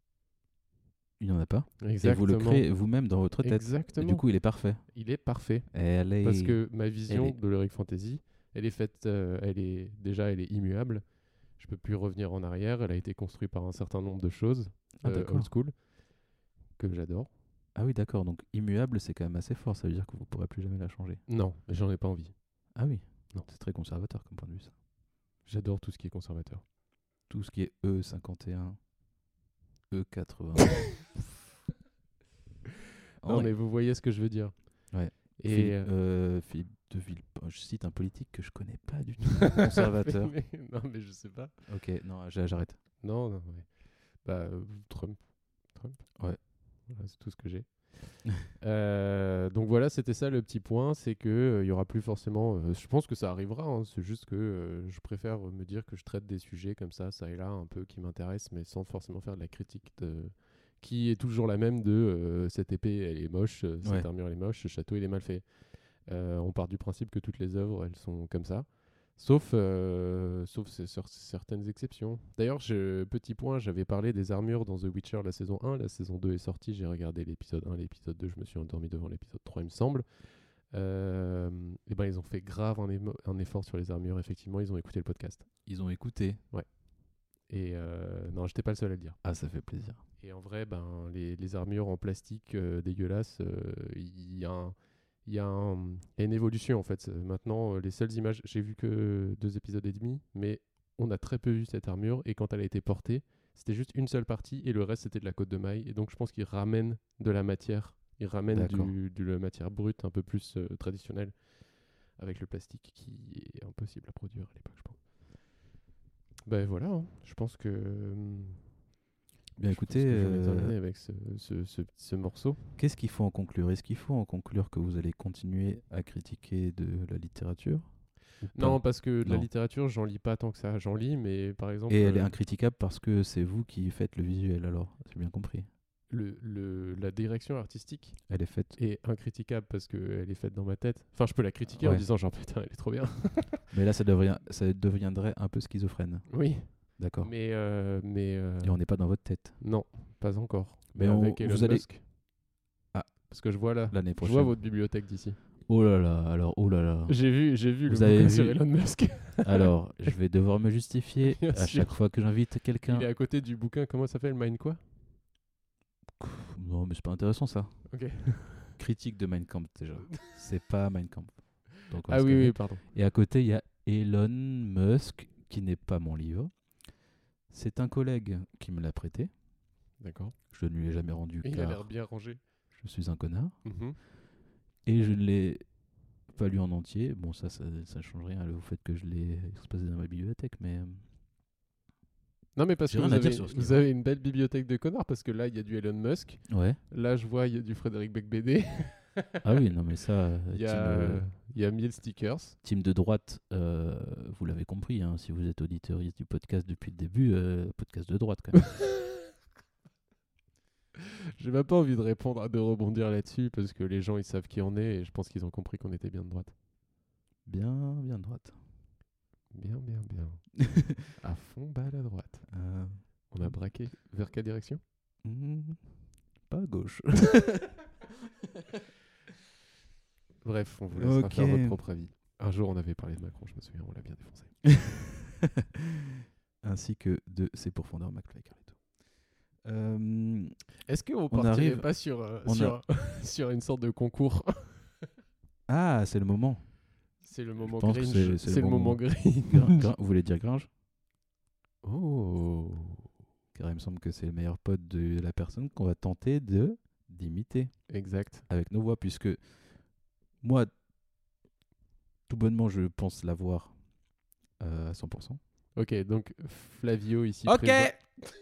Speaker 5: Il n'y en a pas.
Speaker 4: Exactement.
Speaker 5: Et vous le créez vous-même dans votre tête. Et
Speaker 4: Exactement.
Speaker 5: du coup, il est parfait.
Speaker 4: Il est parfait.
Speaker 5: Elle est...
Speaker 4: Parce que ma vision
Speaker 5: elle est-
Speaker 4: de l'Heroic Fantasy, elle est faite, euh, elle est déjà, elle est immuable. Je peux plus revenir en arrière. Elle a été construite par un certain nombre de choses,
Speaker 5: Ah,
Speaker 4: euh,
Speaker 5: d'accord.
Speaker 4: old school, que j'adore.
Speaker 5: Ah oui, d'accord. Donc immuable, c'est quand même assez fort. Ça veut dire que vous ne pourrez plus jamais la changer.
Speaker 4: Non, mais j'en ai pas envie.
Speaker 5: Ah oui.
Speaker 4: Non.
Speaker 5: C'est très conservateur comme point de vue, ça.
Speaker 4: J'adore tout ce qui est conservateur.
Speaker 5: Tout ce qui est E cinquante et un, E quatre-vingts.
Speaker 4: Non,
Speaker 5: Henri-
Speaker 4: mais vous voyez ce que je veux dire.
Speaker 5: Ouais.
Speaker 4: Et
Speaker 5: Philippe,
Speaker 4: euh,
Speaker 5: euh, Philippe de Villepin. Je cite un politique que je connais pas du tout. Conservateur.
Speaker 4: mais- mais- non, mais je sais pas.
Speaker 5: Ok, non, j'a- j'arrête.
Speaker 4: Non, non, ouais. Bah, euh, Trump. Trump.
Speaker 5: Ouais.
Speaker 4: Voilà, c'est tout ce que j'ai. Euh, donc voilà, c'était ça le petit point, c'est que euh, il y aura plus forcément. euh, je pense que ça arrivera. Hein, c'est juste que euh, je préfère me dire que je traite des sujets comme ça, ça et là, un peu qui m'intéressent, mais sans forcément faire de la critique de qui est toujours la même de euh, cette épée elle est moche, euh, cette
Speaker 5: Ouais.
Speaker 4: armure elle est moche, ce château il est mal fait. Euh, on part du principe que toutes les œuvres elles sont comme ça. Sauf, euh, sauf c'est sur certaines exceptions. D'ailleurs, je- petit point, j'avais parlé des armures dans The Witcher la saison un. La saison deux est sortie, j'ai regardé l'épisode un, l'épisode deux, je me suis endormi devant l'épisode trois, il me semble. Euh, et ben, ils ont fait grave un, émo- un effort sur les armures, effectivement, ils ont écouté le podcast.
Speaker 5: Ils ont écouté.
Speaker 4: Et euh, non, j'étais pas le seul à le dire.
Speaker 5: Ah, ça fait plaisir.
Speaker 4: Et en vrai, ben, les, les armures en plastique euh, dégueulasses, euh, il y a un- il y, a un- il y a une évolution en fait. Euh, Maintenant, euh, les seules images, j'ai vu que deux épisodes et demi, mais on a très peu vu cette armure. Et quand elle a été portée, c'était juste une seule partie et le reste c'était de la côte de maille. Et donc je pense qu'ils ramènent de la matière, ils ramènent
Speaker 5: D'accord.
Speaker 4: du, de la matière brute un peu plus euh, traditionnelle avec le plastique qui est impossible à produire à l'époque, je pense. Ben voilà, hein. Je pense que. hum,
Speaker 5: Bien
Speaker 4: je pense
Speaker 5: écoutez,
Speaker 4: que je vais
Speaker 5: euh,
Speaker 4: terminer avec ce, ce, ce, ce morceau.
Speaker 5: qu'est-ce qu'il faut en conclure? Est-ce qu'il faut en conclure que vous allez continuer à critiquer de la littérature?
Speaker 4: Non, parce que de la
Speaker 5: Non.
Speaker 4: littérature, j'en lis pas tant que ça. J'en lis, mais par exemple,
Speaker 5: Et elle est
Speaker 4: euh,
Speaker 5: incritiquable parce que c'est vous qui faites le visuel, alors. J'ai bien compris.
Speaker 4: le, le- la direction artistique
Speaker 5: Elle est faite.
Speaker 4: est incritiquable parce qu'elle est faite dans ma tête. Enfin, je peux la critiquer en
Speaker 5: Ouais.
Speaker 4: disant genre putain, elle est trop bien.
Speaker 5: Mais là, ça, devrait, ça deviendrait un peu schizophrène.
Speaker 4: Oui,
Speaker 5: D'accord.
Speaker 4: mais euh, mais euh,
Speaker 5: Et on n'est pas dans votre tête.
Speaker 4: non, pas encore.
Speaker 5: Mais
Speaker 4: Mais
Speaker 5: on-
Speaker 4: avec Elon
Speaker 5: vous allez-
Speaker 4: Musk.
Speaker 5: Ah.
Speaker 4: Parce que je vois là,
Speaker 5: L'année
Speaker 4: je
Speaker 5: prochaine.
Speaker 4: vois votre bibliothèque d'ici.
Speaker 5: Oh là là, alors, oh là là.
Speaker 4: J'ai vu, j'ai vu
Speaker 5: Vous
Speaker 4: le
Speaker 5: avez
Speaker 4: bouquin
Speaker 5: vu-
Speaker 4: sur Elon Musk.
Speaker 5: Alors, je vais devoir me justifier
Speaker 4: Bien
Speaker 5: à
Speaker 4: sûr.
Speaker 5: chaque fois que j'invite quelqu'un.
Speaker 4: Il est à côté du bouquin. Comment ça s'appelle, Mind quoi?
Speaker 5: Non, mais c'est pas intéressant ça.
Speaker 4: Ok.
Speaker 5: Critique de Mein Kampf déjà. C'est pas Mein Kampf. Donc, on va
Speaker 4: Ah
Speaker 5: se
Speaker 4: oui,
Speaker 5: calmer.
Speaker 4: oui, pardon.
Speaker 5: Et à côté, il y a Elon Musk, qui n'est pas mon livre. C'est un collègue qui me l'a prêté.
Speaker 4: D'accord.
Speaker 5: Je ne lui ai jamais rendu
Speaker 4: Et il a l'air
Speaker 5: car
Speaker 4: bien rangé.
Speaker 5: je suis un connard.
Speaker 4: Mhm.
Speaker 5: Et je ne l'ai pas lu en entier. Bon, ça, ça, ça change rien au fait que je l'ai exposé dans ma bibliothèque, mais... euh,
Speaker 4: Non, mais parce
Speaker 5: J'ai
Speaker 4: que
Speaker 5: rien
Speaker 4: vous,
Speaker 5: à dire
Speaker 4: avez,
Speaker 5: sur ce
Speaker 4: vous
Speaker 5: livre.
Speaker 4: avez une belle bibliothèque de connards parce que là, il y a du Elon Musk.
Speaker 5: Ouais.
Speaker 4: Là, je vois, il y a du Frédéric Becbédé.
Speaker 5: Ah oui, non, mais ça, euh,
Speaker 4: Il y
Speaker 5: team,
Speaker 4: a,
Speaker 5: euh,
Speaker 4: il y a mille stickers.
Speaker 5: team de droite, euh, vous l'avez compris, hein, si vous êtes auditoriste du podcast depuis le début, euh, podcast de droite quand même.
Speaker 4: J'ai même pas envie de répondre, de rebondir là-dessus parce que les gens, ils savent qui on est et je pense qu'ils ont compris qu'on était bien de droite.
Speaker 5: Bien, bien de droite.
Speaker 4: Bien, bien, bien. À fond, balle à droite.
Speaker 5: Euh,
Speaker 4: On a braqué vers quelle direction?
Speaker 5: hmm, pas à gauche.
Speaker 4: Bref, on vous laissera
Speaker 5: Ok.
Speaker 4: faire votre propre avis. Un jour, on avait parlé de Macron, je me souviens, on l'a bien défoncé.
Speaker 5: Ainsi que de ses pourfendeurs McFly Carlito. Euh,
Speaker 4: Est-ce qu'on
Speaker 5: On
Speaker 4: partirait
Speaker 5: arrive-
Speaker 4: pas sur, euh,
Speaker 5: on
Speaker 4: sur, sur une sorte de concours?
Speaker 5: Ah, c'est le moment.
Speaker 4: C'est le moment
Speaker 5: pense que
Speaker 4: Grinch.
Speaker 5: c'est- c'est
Speaker 4: C'est
Speaker 5: le
Speaker 4: le moment
Speaker 5: moment.
Speaker 4: Grinch.
Speaker 5: Grin- Grin- vous voulez dire Gringe?
Speaker 4: Oh.
Speaker 5: Car il me semble que c'est le meilleur pote de la personne qu'on va tenter de d'imiter
Speaker 4: Exact.
Speaker 5: avec nos voix, puisque moi, tout bonnement, je pense l'avoir euh, à cent pour cent.
Speaker 4: Ok, donc Flavio ici
Speaker 5: Ok.
Speaker 4: présent.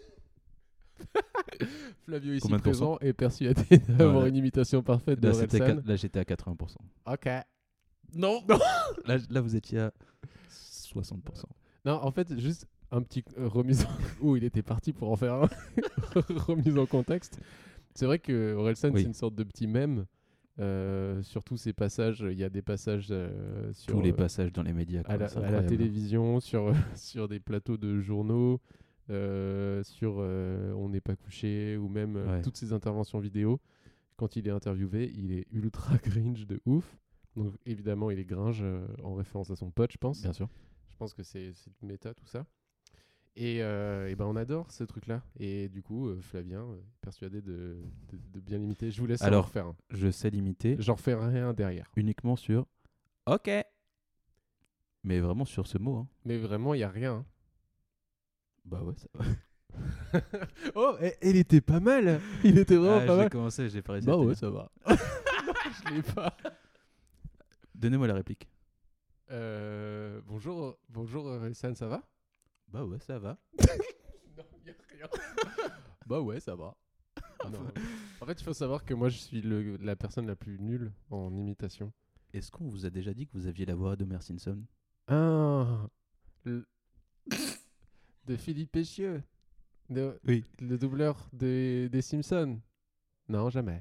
Speaker 4: Flavio ici
Speaker 5: Combien de pourcents
Speaker 4: présent est persuadé d'avoir
Speaker 5: Voilà.
Speaker 4: une imitation parfaite de
Speaker 5: Là, c'était
Speaker 4: Orelsan.
Speaker 5: qua- là, j'étais à quatre-vingts pour cent.
Speaker 4: Ok.
Speaker 5: Non. là, j- là, vous étiez à soixante pour cent.
Speaker 4: Non, en fait, juste un petit euh, remise en... Ouh, il était parti pour en faire un. Remise en contexte. C'est vrai que Orelsan,
Speaker 5: Oui.
Speaker 4: c'est une sorte de petit mème. Euh, sur tous ces passages, il y a des passages euh, sur,
Speaker 5: Tous les
Speaker 4: euh,
Speaker 5: passages dans les médias. quoi,
Speaker 4: à, la,
Speaker 5: c'est
Speaker 4: à la
Speaker 5: incroyable.
Speaker 4: télévision, sur, sur des plateaux de journaux, euh, sur euh, On n'est pas couché, ou même euh,
Speaker 5: Ouais.
Speaker 4: toutes ses interventions vidéo. Quand il est interviewé, il est ultra cringe de ouf. Donc évidemment, il est gringe euh, en référence à son pote, je pense.
Speaker 5: Bien sûr.
Speaker 4: Je pense que c'est c'est méta tout ça. Et, euh, et ben on adore ce truc-là. Et du coup, euh, Flavien euh, est persuadé de, de, de bien imiter. Je vous laisse
Speaker 5: Alors,
Speaker 4: en refaire un.
Speaker 5: Je sais l'imiter
Speaker 4: J'en referai un derrière.
Speaker 5: uniquement sur OK. Mais vraiment sur ce mot. Hein.
Speaker 4: Mais vraiment, il n'y a rien. hein.
Speaker 5: Bah ouais, ça va.
Speaker 4: Oh, et- elle était pas mal. Il était vraiment
Speaker 5: Ah,
Speaker 4: pas
Speaker 5: j'ai
Speaker 4: mal.
Speaker 5: commencé, j'ai pas réussi.
Speaker 4: Bah
Speaker 5: à
Speaker 4: ouais,
Speaker 5: tenir.
Speaker 4: ça va. Non, je l'ai pas.
Speaker 5: Donnez-moi la réplique.
Speaker 4: Euh, bonjour, bonjour Relsan, ça va?
Speaker 5: Bah ouais, ça va.
Speaker 4: Non, il a rien. Bah ouais, ça va. Non. En fait, il faut savoir que moi, je suis le, la personne la plus nulle en imitation.
Speaker 5: Est-ce qu'on vous a déjà dit que vous aviez la voix d'Homer Simpson?
Speaker 4: Ah, le- de Philippe Péchieux, de,
Speaker 5: Oui.
Speaker 4: le doubleur des, des Simpsons. Non, jamais.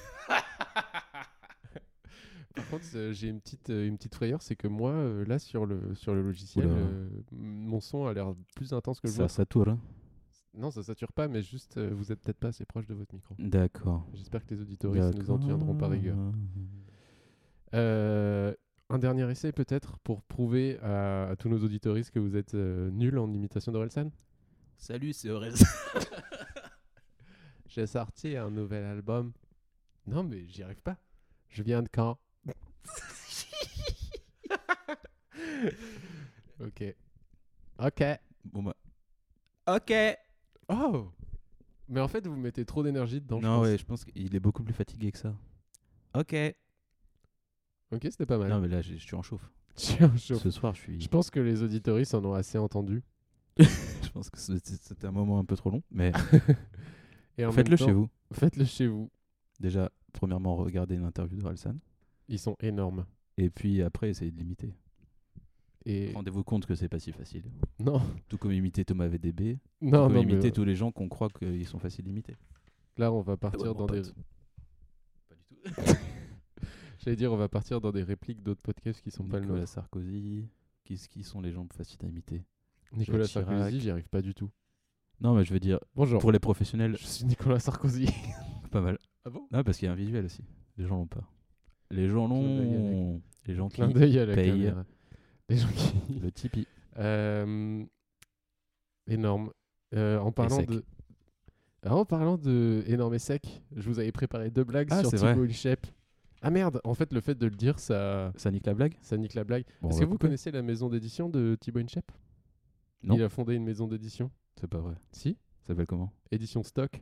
Speaker 4: Par contre, euh, j'ai une petite, euh, une petite frayeur, c'est que moi, euh, là, sur le, sur le logiciel,
Speaker 5: Oula.
Speaker 4: euh, mon son a l'air plus intense que le
Speaker 5: Ça
Speaker 4: vôtre.
Speaker 5: sature. Hein.
Speaker 4: Non, ça sature pas, mais juste, euh, vous êtes peut-être pas assez proche de votre micro.
Speaker 5: D'accord.
Speaker 4: J'espère que les auditoristes nous en tiendront par rigueur. Euh, un dernier essai, peut-être, pour prouver à, à tous nos auditoristes que vous êtes euh, nuls en imitation d'Orelsan.
Speaker 5: Salut, c'est Orelsan.
Speaker 4: J'ai sorti un nouvel album. Non, mais j'y arrive pas. Je viens de Caen. Ok. Ok.
Speaker 5: Bon bah. Ok.
Speaker 4: Oh. Mais en fait, vous mettez trop d'énergie dedans. je
Speaker 5: Non,
Speaker 4: pense.
Speaker 5: ouais, je pense qu'il est beaucoup plus fatigué que ça. Ok.
Speaker 4: Ok, c'était pas mal.
Speaker 5: Non, mais là, j'ai- je suis en chauffe.
Speaker 4: Je suis un chaud.
Speaker 5: Ce soir, je suis.
Speaker 4: Je pense que les auditoristes en ont assez entendu.
Speaker 5: je pense que c'est- c'est- c'était un moment un peu trop long, mais
Speaker 4: Et en
Speaker 5: faites-le
Speaker 4: même temps,
Speaker 5: chez vous.
Speaker 4: Faites-le chez vous.
Speaker 5: Déjà, premièrement, regardez l'interview d'Orelsan.
Speaker 4: Ils sont énormes.
Speaker 5: Et puis après, essayez de l'imiter.
Speaker 4: Et
Speaker 5: Rendez-vous compte que c'est pas si facile.
Speaker 4: non,
Speaker 5: Tout comme imiter Thomas V D B,
Speaker 4: non,
Speaker 5: tout comme
Speaker 4: non,
Speaker 5: imiter
Speaker 4: mais, euh,
Speaker 5: tous les gens qu'on croit qu'ils sont faciles d'imiter.
Speaker 4: là, on va partir
Speaker 5: Ouais, mon
Speaker 4: dans des.
Speaker 5: pote. Pas du tout.
Speaker 4: J'allais dire, on va partir dans des répliques d'autres podcasts qui sont pas le
Speaker 5: Nicolas
Speaker 4: nôtre.
Speaker 5: Sarkozy. Qui, qui sont les gens faciles à imiter?
Speaker 4: Nicolas
Speaker 5: Jacques Chirac.
Speaker 4: Sarkozy, j'y arrive pas du tout.
Speaker 5: Non, mais je veux dire,
Speaker 4: Bonjour.
Speaker 5: pour les professionnels,
Speaker 4: Je suis Nicolas Sarkozy.
Speaker 5: pas mal.
Speaker 4: Ah bon?
Speaker 5: Non, parce qu'il y a un visuel aussi. Les gens l'ont pas. Les gens
Speaker 4: Clin d'œil à la-
Speaker 5: l'ont. Les gens qui
Speaker 4: Clin d'œil à la
Speaker 5: payent
Speaker 4: caméra. Les gens qui.
Speaker 5: le Tipeee.
Speaker 4: Euh, énorme. Euh, en parlant
Speaker 5: sec.
Speaker 4: de. Alors, en parlant de énorme et sec, je vous avais préparé deux blagues
Speaker 5: Ah,
Speaker 4: sur
Speaker 5: c'est
Speaker 4: Thibaut
Speaker 5: vrai.
Speaker 4: Inchep. Ah merde, en fait, le fait de le dire, ça,
Speaker 5: Ça nique la blague?
Speaker 4: ça nique la blague.
Speaker 5: Bon, on
Speaker 4: Est-ce
Speaker 5: va
Speaker 4: que vous
Speaker 5: couper.
Speaker 4: connaissez la maison d'édition de Thibaut Inchep?
Speaker 5: Non.
Speaker 4: Il a fondé une maison d'édition.
Speaker 5: C'est pas vrai.
Speaker 4: Si.
Speaker 5: Ça s'appelle comment?
Speaker 4: Édition Stock.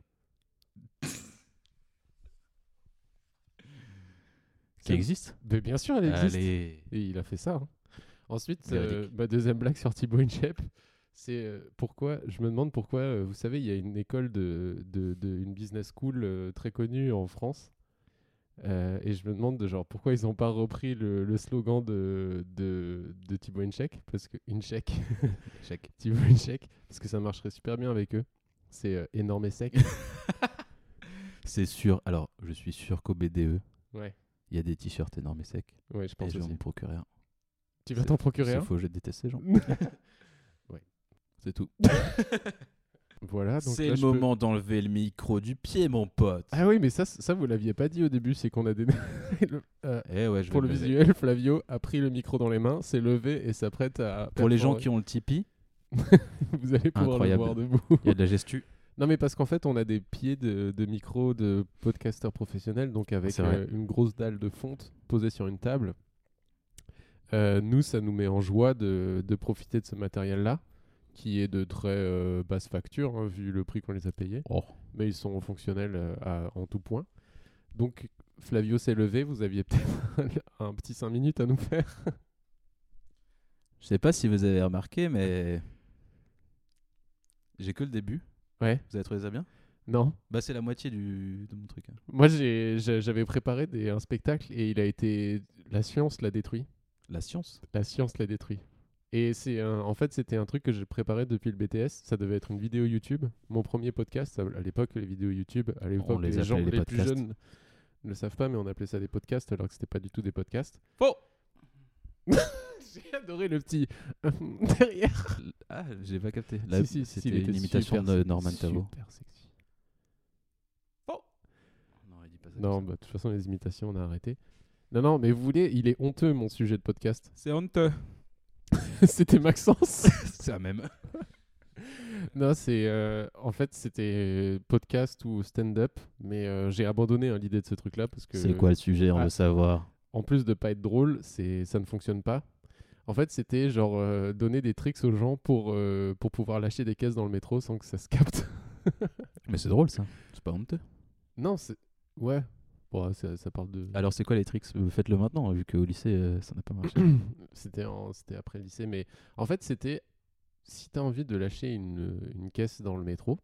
Speaker 5: Qui existe?
Speaker 4: Mais bien sûr, elle existe.
Speaker 5: Allez.
Speaker 4: Et il a fait ça. hein. Ensuite,
Speaker 5: Véridique.
Speaker 4: euh, ma deuxième blague sur Thibaut Inchep, c'est euh, pourquoi, je me demande pourquoi, euh, vous savez, il y a une école de, de, de- une business school euh, très connue en France. Euh, et je me demande de genre pourquoi ils n'ont pas repris le, le slogan de, de, de Thibaut Inchep, parce que Inchep,
Speaker 5: Chèque.
Speaker 4: Thibaut Inchep, parce que ça marcherait super bien avec eux. C'est euh, énorme et sec.
Speaker 5: C'est sûr. Alors, je suis sûr qu'au B D E,
Speaker 4: Ouais,
Speaker 5: il y a des t-shirts énormes et secs.
Speaker 4: ouais, je
Speaker 5: Et
Speaker 4: pense
Speaker 5: je vais
Speaker 4: aussi.
Speaker 5: me procurer un.
Speaker 4: Tu vas
Speaker 5: c'est-
Speaker 4: t'en procurer
Speaker 5: C'est
Speaker 4: un?
Speaker 5: faux, je déteste ces gens.
Speaker 4: Ouais.
Speaker 5: C'est tout.
Speaker 4: Voilà. Donc
Speaker 5: C'est
Speaker 4: là,
Speaker 5: le
Speaker 4: je peux-
Speaker 5: moment d'enlever le micro du pied, mon pote.
Speaker 4: Ah oui, mais ça, c- ça vous l'aviez pas dit au début, c'est qu'on a des... le- euh,
Speaker 5: Eh ouais, je
Speaker 4: Pour
Speaker 5: vais
Speaker 4: le
Speaker 5: lever.
Speaker 4: visuel, Flavio a pris le micro dans les mains, s'est levé et s'apprête à.
Speaker 5: Pour les gens
Speaker 4: perforer.
Speaker 5: qui ont le Tipeee,
Speaker 4: Vous allez pouvoir
Speaker 5: Incroyable.
Speaker 4: le voir debout.
Speaker 5: il y a de la gestu.
Speaker 4: Non, mais parce qu'en fait, on a des pieds de, de micro de podcasteurs professionnels, donc avec
Speaker 5: C'est vrai.
Speaker 4: euh, une grosse dalle de fonte posée sur une table. Euh, nous, ça nous met en joie de, de profiter de ce matériel-là, qui est de très euh, basse facture, hein, vu le prix qu'on les a payés.
Speaker 5: Oh.
Speaker 4: Mais ils sont fonctionnels euh, à- en tout point. Donc, Flavio s'est levé, vous aviez peut-être un petit cinq minutes à nous faire.
Speaker 5: Je sais pas si vous avez remarqué, mais j'ai que le début.
Speaker 4: Ouais.
Speaker 5: Vous avez trouvé ça bien?
Speaker 4: Non.
Speaker 5: Bah, c'est la moitié du... de mon truc. hein.
Speaker 4: Moi, j'ai- j'ai- j'avais préparé des, un spectacle et il a été. La science l'a détruit.
Speaker 5: La science.
Speaker 4: La science l'a détruit. Et c'est un- en fait, c'était un truc que j'ai préparé depuis le B T S. Ça devait être une vidéo YouTube. Mon premier podcast, ça- à l'époque, les vidéos YouTube, à l'époque,
Speaker 5: les
Speaker 4: les, gens
Speaker 5: appelait les
Speaker 4: les plus
Speaker 5: podcasts.
Speaker 4: jeunes ne le savent pas, mais on appelait ça des podcasts alors que c'était pas du tout des podcasts.
Speaker 5: Faux.
Speaker 4: J'ai adoré le petit derrière.
Speaker 5: Ah, j'ai pas capté.
Speaker 4: Si,
Speaker 5: Là,
Speaker 4: si, si, il
Speaker 5: c'était
Speaker 4: était
Speaker 5: une imitation
Speaker 4: super
Speaker 5: de
Speaker 4: sexy,
Speaker 5: Norman Tavo.
Speaker 4: super sexy.
Speaker 5: Non, il dit pas ça
Speaker 4: Non,
Speaker 5: comme
Speaker 4: bah,
Speaker 5: ça.
Speaker 4: de toute façon, les imitations, on a arrêté. Non, non, mais vous voulez, il est honteux, mon sujet de podcast.
Speaker 5: C'est honteux.
Speaker 4: C'était Maxence.
Speaker 5: C'est la même.
Speaker 4: Non, c'est euh, en fait c'était podcast ou stand-up, mais euh, j'ai abandonné hein, l'idée de ce truc-là parce que
Speaker 5: C'est quoi le sujet? On
Speaker 4: Ah.
Speaker 5: veut savoir.
Speaker 4: en plus de pas être drôle, c'est ça ne fonctionne pas. En fait, c'était genre euh, donner des tricks aux gens pour euh, pour pouvoir lâcher des caisses dans le métro sans que ça se capte.
Speaker 5: Mais c'est drôle ça. C'est pas honteux.
Speaker 4: Non, c'est ouais. Bon, ça, ça parle de.
Speaker 5: Alors, c'est quoi les tricks? Euh, Faites-le maintenant, vu qu'au lycée, euh, ça n'a pas marché.
Speaker 4: C'était en- c'était après le lycée, mais en fait c'était si t'as envie de lâcher une, une caisse dans le métro,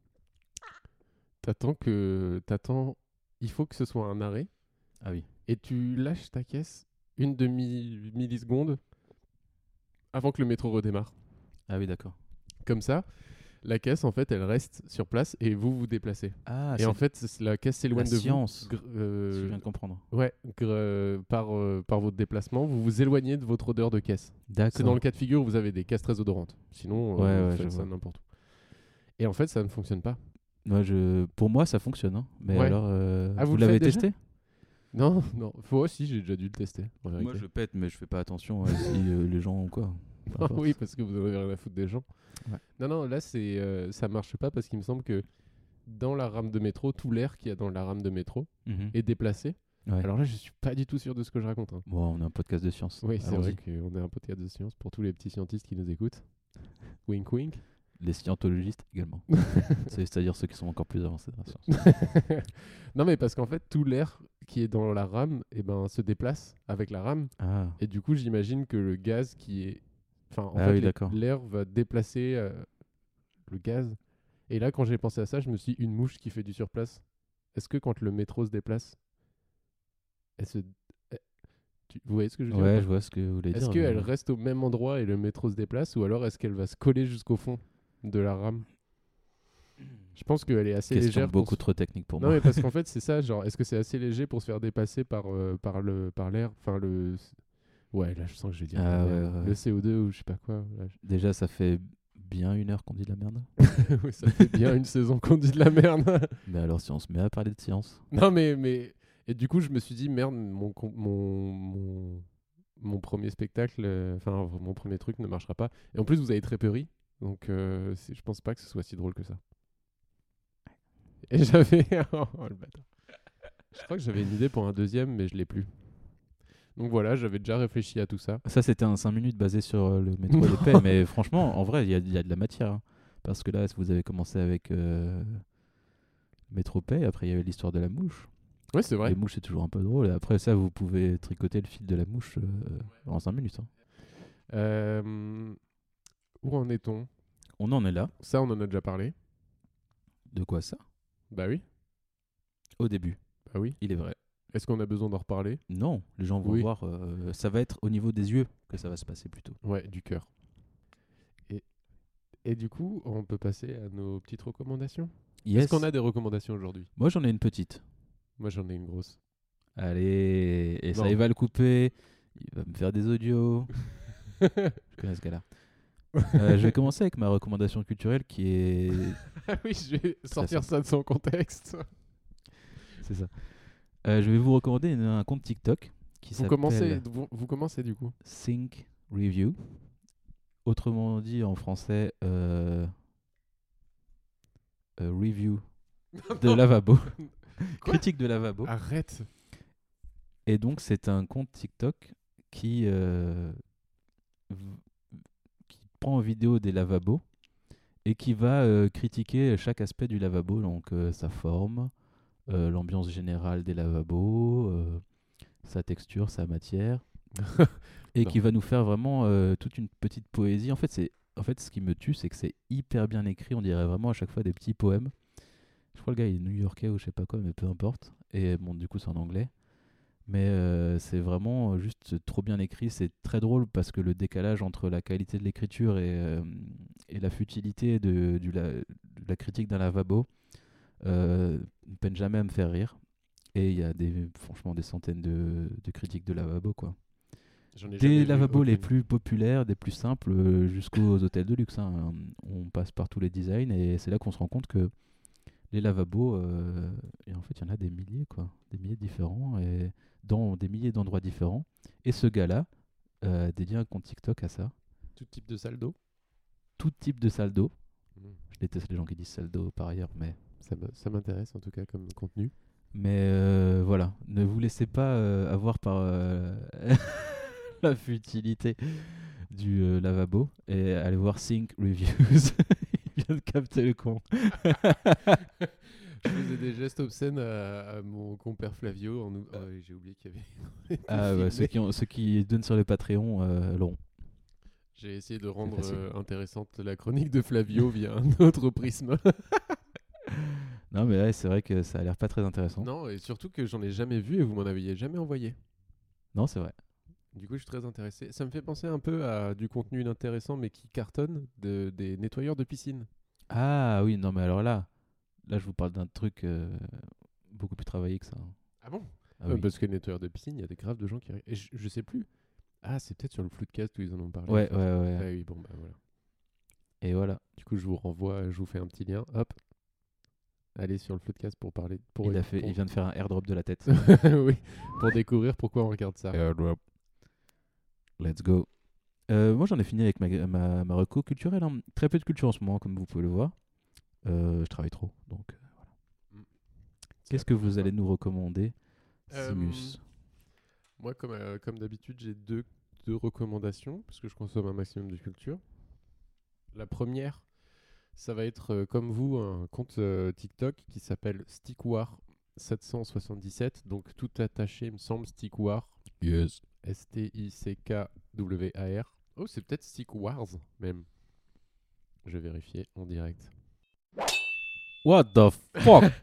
Speaker 4: t'attends que t'attends. Il faut que ce soit un arrêt.
Speaker 5: Ah oui.
Speaker 4: Et tu lâches ta caisse une demi-milliseconde avant que le métro redémarre.
Speaker 5: Ah oui, d'accord.
Speaker 4: Comme ça, la caisse, en fait, elle reste sur place et vous vous déplacez.
Speaker 5: Ah,
Speaker 4: et en fait, c'est- la caisse s'éloigne de
Speaker 5: science.
Speaker 4: vous. gr- euh,
Speaker 5: Je viens de comprendre.
Speaker 4: ouais, gr- euh, par, euh, par votre déplacement, vous vous éloignez de votre odeur de caisse.
Speaker 5: D'accord.
Speaker 4: C'est dans le cas de figure où vous avez des caisses très odorantes. Sinon, euh,
Speaker 5: Ouais,
Speaker 4: vous
Speaker 5: ouais,
Speaker 4: faites
Speaker 5: je
Speaker 4: ça
Speaker 5: vois.
Speaker 4: n'importe où. Et en fait, ça ne fonctionne pas.
Speaker 5: Moi, je... Pour moi, ça fonctionne. hein. Mais
Speaker 4: Ouais.
Speaker 5: alors, euh,
Speaker 4: Ah, vous
Speaker 5: vous
Speaker 4: le
Speaker 5: l'avez
Speaker 4: faites déjà
Speaker 5: testé?
Speaker 4: Non, non. Faut aussi, j'ai déjà dû le tester. en
Speaker 5: Moi,
Speaker 4: vérité.
Speaker 5: je pète, mais je fais pas attention à si euh, les gens ou quoi. Peu
Speaker 4: Ah
Speaker 5: importe.
Speaker 4: oui, parce que vous en avez rien à foutre des gens.
Speaker 5: Ouais.
Speaker 4: Non, non, là, c'est, euh, ça marche pas parce qu'il me semble que dans la rame de métro, tout l'air qu'il y a dans la rame de métro
Speaker 5: Mhm.
Speaker 4: est déplacé.
Speaker 5: Ouais.
Speaker 4: Alors là, je suis pas du tout sûr de ce que je raconte. hein.
Speaker 5: Bon, on est un podcast de science.
Speaker 4: Oui, c'est
Speaker 5: Allons-y.
Speaker 4: vrai qu'on est un podcast de science pour tous les petits scientistes qui nous écoutent. Wink wink.
Speaker 5: Les scientologistes également. C'est- C'est-à-dire ceux qui sont encore plus avancés dans la science.
Speaker 4: Non, mais parce qu'en fait, tout l'air qui est dans la rame eh ben, se déplace avec la rame.
Speaker 5: Ah.
Speaker 4: Et du coup, j'imagine que le gaz qui est. Enfin, en
Speaker 5: Ah
Speaker 4: fait,
Speaker 5: oui,
Speaker 4: les-
Speaker 5: d'accord.
Speaker 4: l'air va déplacer euh, le gaz. Et là, quand j'ai pensé à ça, je me suis dit, une mouche qui fait du surplace. Est-ce que quand le métro se déplace, elle se. elle- Tu- Vous voyez ce que je veux dire?
Speaker 5: Ouais, je vois ce que vous voulez dire.
Speaker 4: Est-ce
Speaker 5: mais-
Speaker 4: qu'elle reste au même endroit et le métro se déplace, ou alors est-ce qu'elle va se coller jusqu'au fond de la rame? Je pense qu'elle est assez
Speaker 5: Question
Speaker 4: légère. pour
Speaker 5: beaucoup
Speaker 4: se-
Speaker 5: trop technique pour
Speaker 4: Non,
Speaker 5: moi.
Speaker 4: mais parce qu'en fait, c'est ça. Genre, est-ce que c'est assez léger pour se faire dépasser par, euh, par le par l'air? Enfin, le. Ouais, là, je sens que je vais dire.
Speaker 5: Ah,
Speaker 4: la
Speaker 5: ouais,
Speaker 4: merde.
Speaker 5: ouais.
Speaker 4: Le C O deux ou je sais pas quoi. Là, je-
Speaker 5: Déjà, ça fait bien une heure qu'on dit de la merde.
Speaker 4: Oui, ça fait bien une saison qu'on dit de la merde.
Speaker 5: Mais alors, si on se met à parler de science.
Speaker 4: Non, mais, mais. Et du coup, je me suis dit, merde, mon, con- mon, mon, mon premier spectacle, euh, enfin, mon premier truc ne marchera pas. Et en plus, vous avez très peu ri. Donc, euh, c'est- je pense pas que ce soit si drôle que ça. Et j'avais. Oh, le bâtard. Je crois que j'avais une idée pour un deuxième, mais je l'ai plus. Donc voilà, j'avais déjà réfléchi à tout ça.
Speaker 5: Ça, c'était un cinq minutes basé sur euh, le métro d'épée. Mais franchement, en vrai, il y, a- il y a de la matière. hein. Parce que là, vous avez commencé avec euh, Métropée. Après, il y avait l'histoire de la mouche.
Speaker 4: Ouais, c'est vrai.
Speaker 5: Les mouches, c'est toujours un peu drôle. Et après ça, vous pouvez tricoter le fil de la mouche euh, en cinq minutes. hein.
Speaker 4: Euh, Où en est-on?
Speaker 5: On en est là.
Speaker 4: Ça, on en a déjà parlé.
Speaker 5: De quoi ça?
Speaker 4: Bah oui.
Speaker 5: Au début,
Speaker 4: Bah oui.
Speaker 5: il est vrai.
Speaker 4: Est-ce qu'on a besoin d'en reparler?
Speaker 5: Non, les gens vont
Speaker 4: Oui.
Speaker 5: voir. euh, ça va être au niveau des yeux que ça va se passer plutôt.
Speaker 4: Ouais, du cœur. Et, et du coup, on peut passer à nos petites recommandations.
Speaker 5: Yes.
Speaker 4: Est-ce qu'on a des recommandations aujourd'hui?
Speaker 5: Moi, j'en ai une petite.
Speaker 4: Moi, j'en ai une grosse.
Speaker 5: Allez, et ça,
Speaker 4: Non.
Speaker 5: il va le couper. Il va me faire des audios. Je connais ce gars-là. Euh, je vais commencer avec ma recommandation culturelle qui est.
Speaker 4: Ah oui, je vais sortir
Speaker 5: simple.
Speaker 4: ça de son contexte.
Speaker 5: C'est ça. Euh, je vais vous recommander une- un compte TikTok qui
Speaker 4: Vous
Speaker 5: s'appelle
Speaker 4: commencez, vous, vous commencez du coup.
Speaker 5: Think Review. Autrement dit en français, euh, euh, review de lavabo.
Speaker 4: Quoi
Speaker 5: Critique de lavabo.
Speaker 4: Arrête.
Speaker 5: Et donc, c'est un compte TikTok qui, euh, v- qui prend en vidéo des lavabos et qui va euh, critiquer chaque aspect du lavabo, donc euh, sa forme, euh, l'ambiance générale des lavabos, euh, sa texture, sa matière, et
Speaker 4: Non.
Speaker 5: qui va nous faire vraiment euh, toute une petite poésie. En fait, c'est, en fait, ce qui me tue, c'est que c'est hyper bien écrit. On dirait vraiment à chaque fois des petits poèmes. Je crois que le gars il est new-yorkais ou je sais pas quoi, mais peu importe. Et bon, du coup, c'est en anglais. Mais euh, c'est vraiment juste trop bien écrit. C'est très drôle parce que le décalage entre la qualité de l'écriture et, euh, et la futilité de, du la, de la critique d'un lavabo euh, ne peine jamais à me faire rire. Et il y a des, franchement des centaines de, de critiques de lavabo, quoi.
Speaker 4: J'en ai jamais
Speaker 5: Des
Speaker 4: vu
Speaker 5: lavabos les
Speaker 4: aucune.
Speaker 5: plus populaires, des plus simples, euh, jusqu'aux hôtels de luxe. hein. On passe par tous les designs et c'est là qu'on se rend compte que les lavabos, euh, et en fait, il y en a des milliers, quoi. Des milliers différents et dans des milliers d'endroits différents. Et ce gars-là euh, a dédié un compte TikTok à ça.
Speaker 4: Tout type de salle d'eau.
Speaker 5: Tout type de salle d'eau.
Speaker 4: Mm.
Speaker 5: Je déteste les gens qui disent salle d'eau par ailleurs, mais,
Speaker 4: Ça me- ça m'intéresse en tout cas comme contenu.
Speaker 5: mais euh, voilà. Ne vous laissez pas euh, avoir par euh, la futilité du euh, lavabo et allez voir Think Reviews. Il vient de capter le con.
Speaker 4: Je faisais des gestes obscènes à, à mon compère Flavio. En nous... ah oui, j'ai oublié qu'il y avait.
Speaker 5: Ah, ouais, ceux,
Speaker 4: filmé.
Speaker 5: qui ont, ceux qui donnent sur le Patreon euh, l'auront.
Speaker 4: J'ai essayé de rendre
Speaker 5: facile.
Speaker 4: euh, intéressante la chronique de Flavio via un autre prisme.
Speaker 5: Non, mais ouais, c'est vrai que ça a l'air pas très intéressant.
Speaker 4: Non, et surtout que j'en ai jamais vu et vous m'en aviez jamais envoyé.
Speaker 5: Non, c'est vrai.
Speaker 4: Du coup, je suis très intéressé. Ça me fait penser un peu à du contenu intéressant mais qui cartonne, de, des nettoyeurs de piscine.
Speaker 5: Ah oui, non, mais alors là, là, je vous parle d'un truc euh, beaucoup plus travaillé que ça. hein.
Speaker 4: Ah bon
Speaker 5: Ah
Speaker 4: Euh,
Speaker 5: oui.
Speaker 4: Parce que les nettoyeurs de piscine, il y a des graves de gens qui... Et je, je sais plus. Ah, c'est peut-être sur le Floodcast où ils en ont parlé.
Speaker 5: Ouais,
Speaker 4: en fait.
Speaker 5: ouais, ouais.
Speaker 4: Ah oui, bon, bah voilà.
Speaker 5: Et voilà.
Speaker 4: Du coup, je vous renvoie, je vous fais un petit lien. Hop. Allez sur le Floodcast pour parler. Pour,
Speaker 5: Il, a fait,
Speaker 4: pour-
Speaker 5: il vient de faire un airdrop de la tête.
Speaker 4: oui, pour découvrir pourquoi on regarde ça.
Speaker 5: Airdrop. Let's go. Euh, moi, j'en ai fini avec ma, ma, ma reco culturelle. hein. Très peu de culture en ce moment, comme vous pouvez le voir. Euh, je travaille trop, donc euh, voilà.
Speaker 4: Mm.
Speaker 5: Qu'est-ce que vous allez nous recommander,
Speaker 4: Euh,
Speaker 5: Simus?
Speaker 4: Moi, comme, euh, comme d'habitude, j'ai deux, deux recommandations, parce que je consomme un maximum de culture. La première, ça va être, euh, comme vous, un compte euh, TikTok qui s'appelle Stickwar sept cent soixante-dix-sept, donc tout attaché, il me semble, Stickwar.
Speaker 5: Yes.
Speaker 4: S T I C K W A R. Oh, c'est peut-être Stickwars, même. Je vais vérifier en direct.
Speaker 5: What the fuck?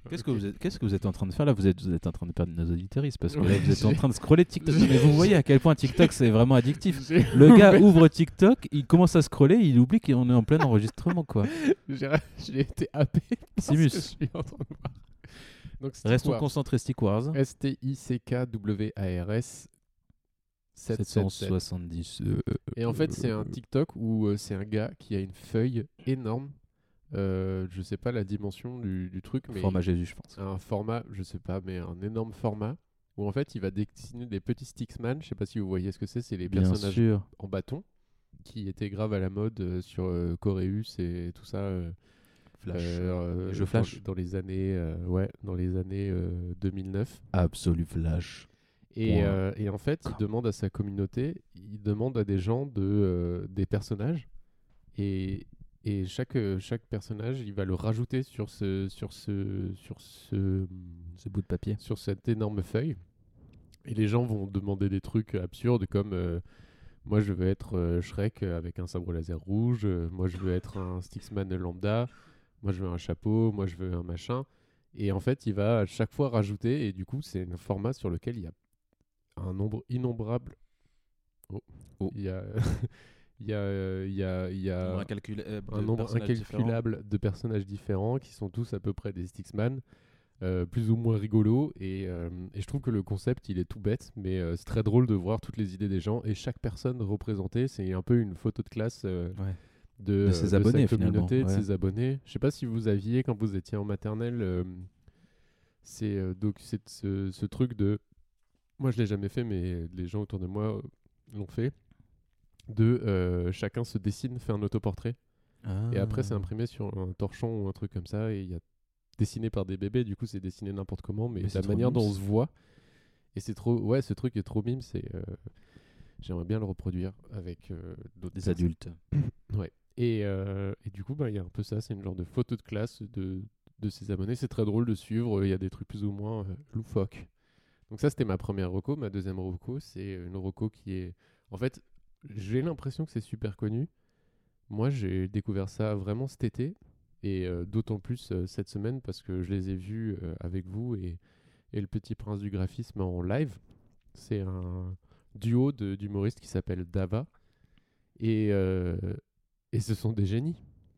Speaker 5: Qu'est-ce que vous êtes, qu'est-ce que vous êtes en train de faire là? Vous êtes, vous êtes en train de perdre nos auditeuristes parce que là, vous êtes en train de scroller TikTok. Mais vous voyez à quel point TikTok c'est vraiment addictif.
Speaker 4: J'ai-
Speaker 5: Le gars ouvre TikTok, il commence à scroller, il oublie qu'on est en plein enregistrement quoi.
Speaker 4: J'ai j'ai été happé. par ce
Speaker 5: Simus.
Speaker 4: que je suis en train de voir. Donc, Stick
Speaker 5: Restons
Speaker 4: Wars.
Speaker 5: concentrés Stick Wars.
Speaker 4: S T I C K W A R S sept cent soixante-sept.
Speaker 5: sept cent soixante-dix. euh,
Speaker 4: Et en fait, c'est un TikTok où euh, c'est un gars qui a une feuille énorme. Euh, je sais pas la dimension du, du truc, mais
Speaker 5: Format Jésus, je pense.
Speaker 4: un format, je sais pas, mais un énorme format où en fait il va dessiner des petits sticksman. Je sais pas si vous voyez ce que c'est, c'est les
Speaker 5: Bien
Speaker 4: personnages
Speaker 5: sûr.
Speaker 4: en bâton qui étaient grave à la mode euh, sur euh, Coréus et tout ça. euh,
Speaker 5: Flash.
Speaker 4: euh,
Speaker 5: Les jeux
Speaker 4: dans-
Speaker 5: Flash.
Speaker 4: dans, les années, euh, ouais, dans les années euh, deux mille neuf.
Speaker 5: Absolu Flash.
Speaker 4: Et,
Speaker 5: Point.
Speaker 4: euh, et en fait, il
Speaker 5: Com.
Speaker 4: demande à sa communauté, il demande à des gens de, euh, des personnages. Et, et chaque, euh, chaque personnage, il va le rajouter sur, ce, sur, ce, sur, ce,
Speaker 5: Ce bout de papier.
Speaker 4: sur cette énorme feuille. Et les gens vont demander des trucs absurdes comme euh, moi je veux être euh, Shrek avec un sabre laser rouge, euh, moi je veux être un Sticksman lambda, moi je veux un chapeau, moi je veux un machin. Et en fait, il va à chaque fois rajouter, et du coup, c'est un format sur lequel il y a un nombre innombrable. Oh.
Speaker 5: Oh.
Speaker 4: Il y a, il y a, euh, il y a, il y a
Speaker 5: Nombre incalcula- euh,
Speaker 4: un
Speaker 5: de
Speaker 4: nombre
Speaker 5: personnages différents.
Speaker 4: incalculable de personnages différents qui sont tous à peu près des Sticksman, euh, plus ou moins rigolos. Et, euh, et je trouve que le concept, il est tout bête, mais euh, c'est très drôle de voir toutes les idées des gens et chaque personne représentée. C'est un peu une photo de classe euh,
Speaker 5: Ouais.
Speaker 4: de,
Speaker 5: De ses
Speaker 4: euh, sa
Speaker 5: abonnés,
Speaker 4: communauté,
Speaker 5: finalement,
Speaker 4: de
Speaker 5: ouais.
Speaker 4: ses abonnés. Je sais pas si vous aviez, quand vous étiez en maternelle, euh, c'est euh, donc c'est ce, ce truc de. Moi, je l'ai jamais fait, mais les gens autour de moi euh, l'ont fait. De euh, chacun se dessine, fait un autoportrait. Et après, c'est
Speaker 5: Ah.
Speaker 4: imprimé sur un torchon ou un truc comme ça. Et il y a dessiné par des bébés. Du coup, c'est dessiné n'importe comment. Mais,
Speaker 5: Mais c'est
Speaker 4: la
Speaker 5: trop
Speaker 4: manière dont on
Speaker 5: mimes.
Speaker 4: se voit. Et c'est trop. Ouais, ce truc est trop mime. C'est. euh, J'aimerais bien le reproduire avec euh, d'autres
Speaker 5: Des
Speaker 4: personnes.
Speaker 5: adultes.
Speaker 4: Ouais. Et, euh, et du coup, bah, il y a un peu ça. C'est une genre de photo de classe de, de ses abonnés. C'est très drôle de suivre. Il y a des trucs plus ou moins euh, loufoques. Donc ça, c'était ma première reco. Ma deuxième reco, c'est une reco qui est... En fait, j'ai l'impression que c'est super connu. Moi, j'ai découvert ça vraiment cet été. Et euh, d'autant plus euh, cette semaine parce que je les ai vus euh, avec vous et, et le petit prince du graphisme en live. C'est un duo de- d'humoristes qui s'appelle Dava. Et, euh, et ce sont des génies.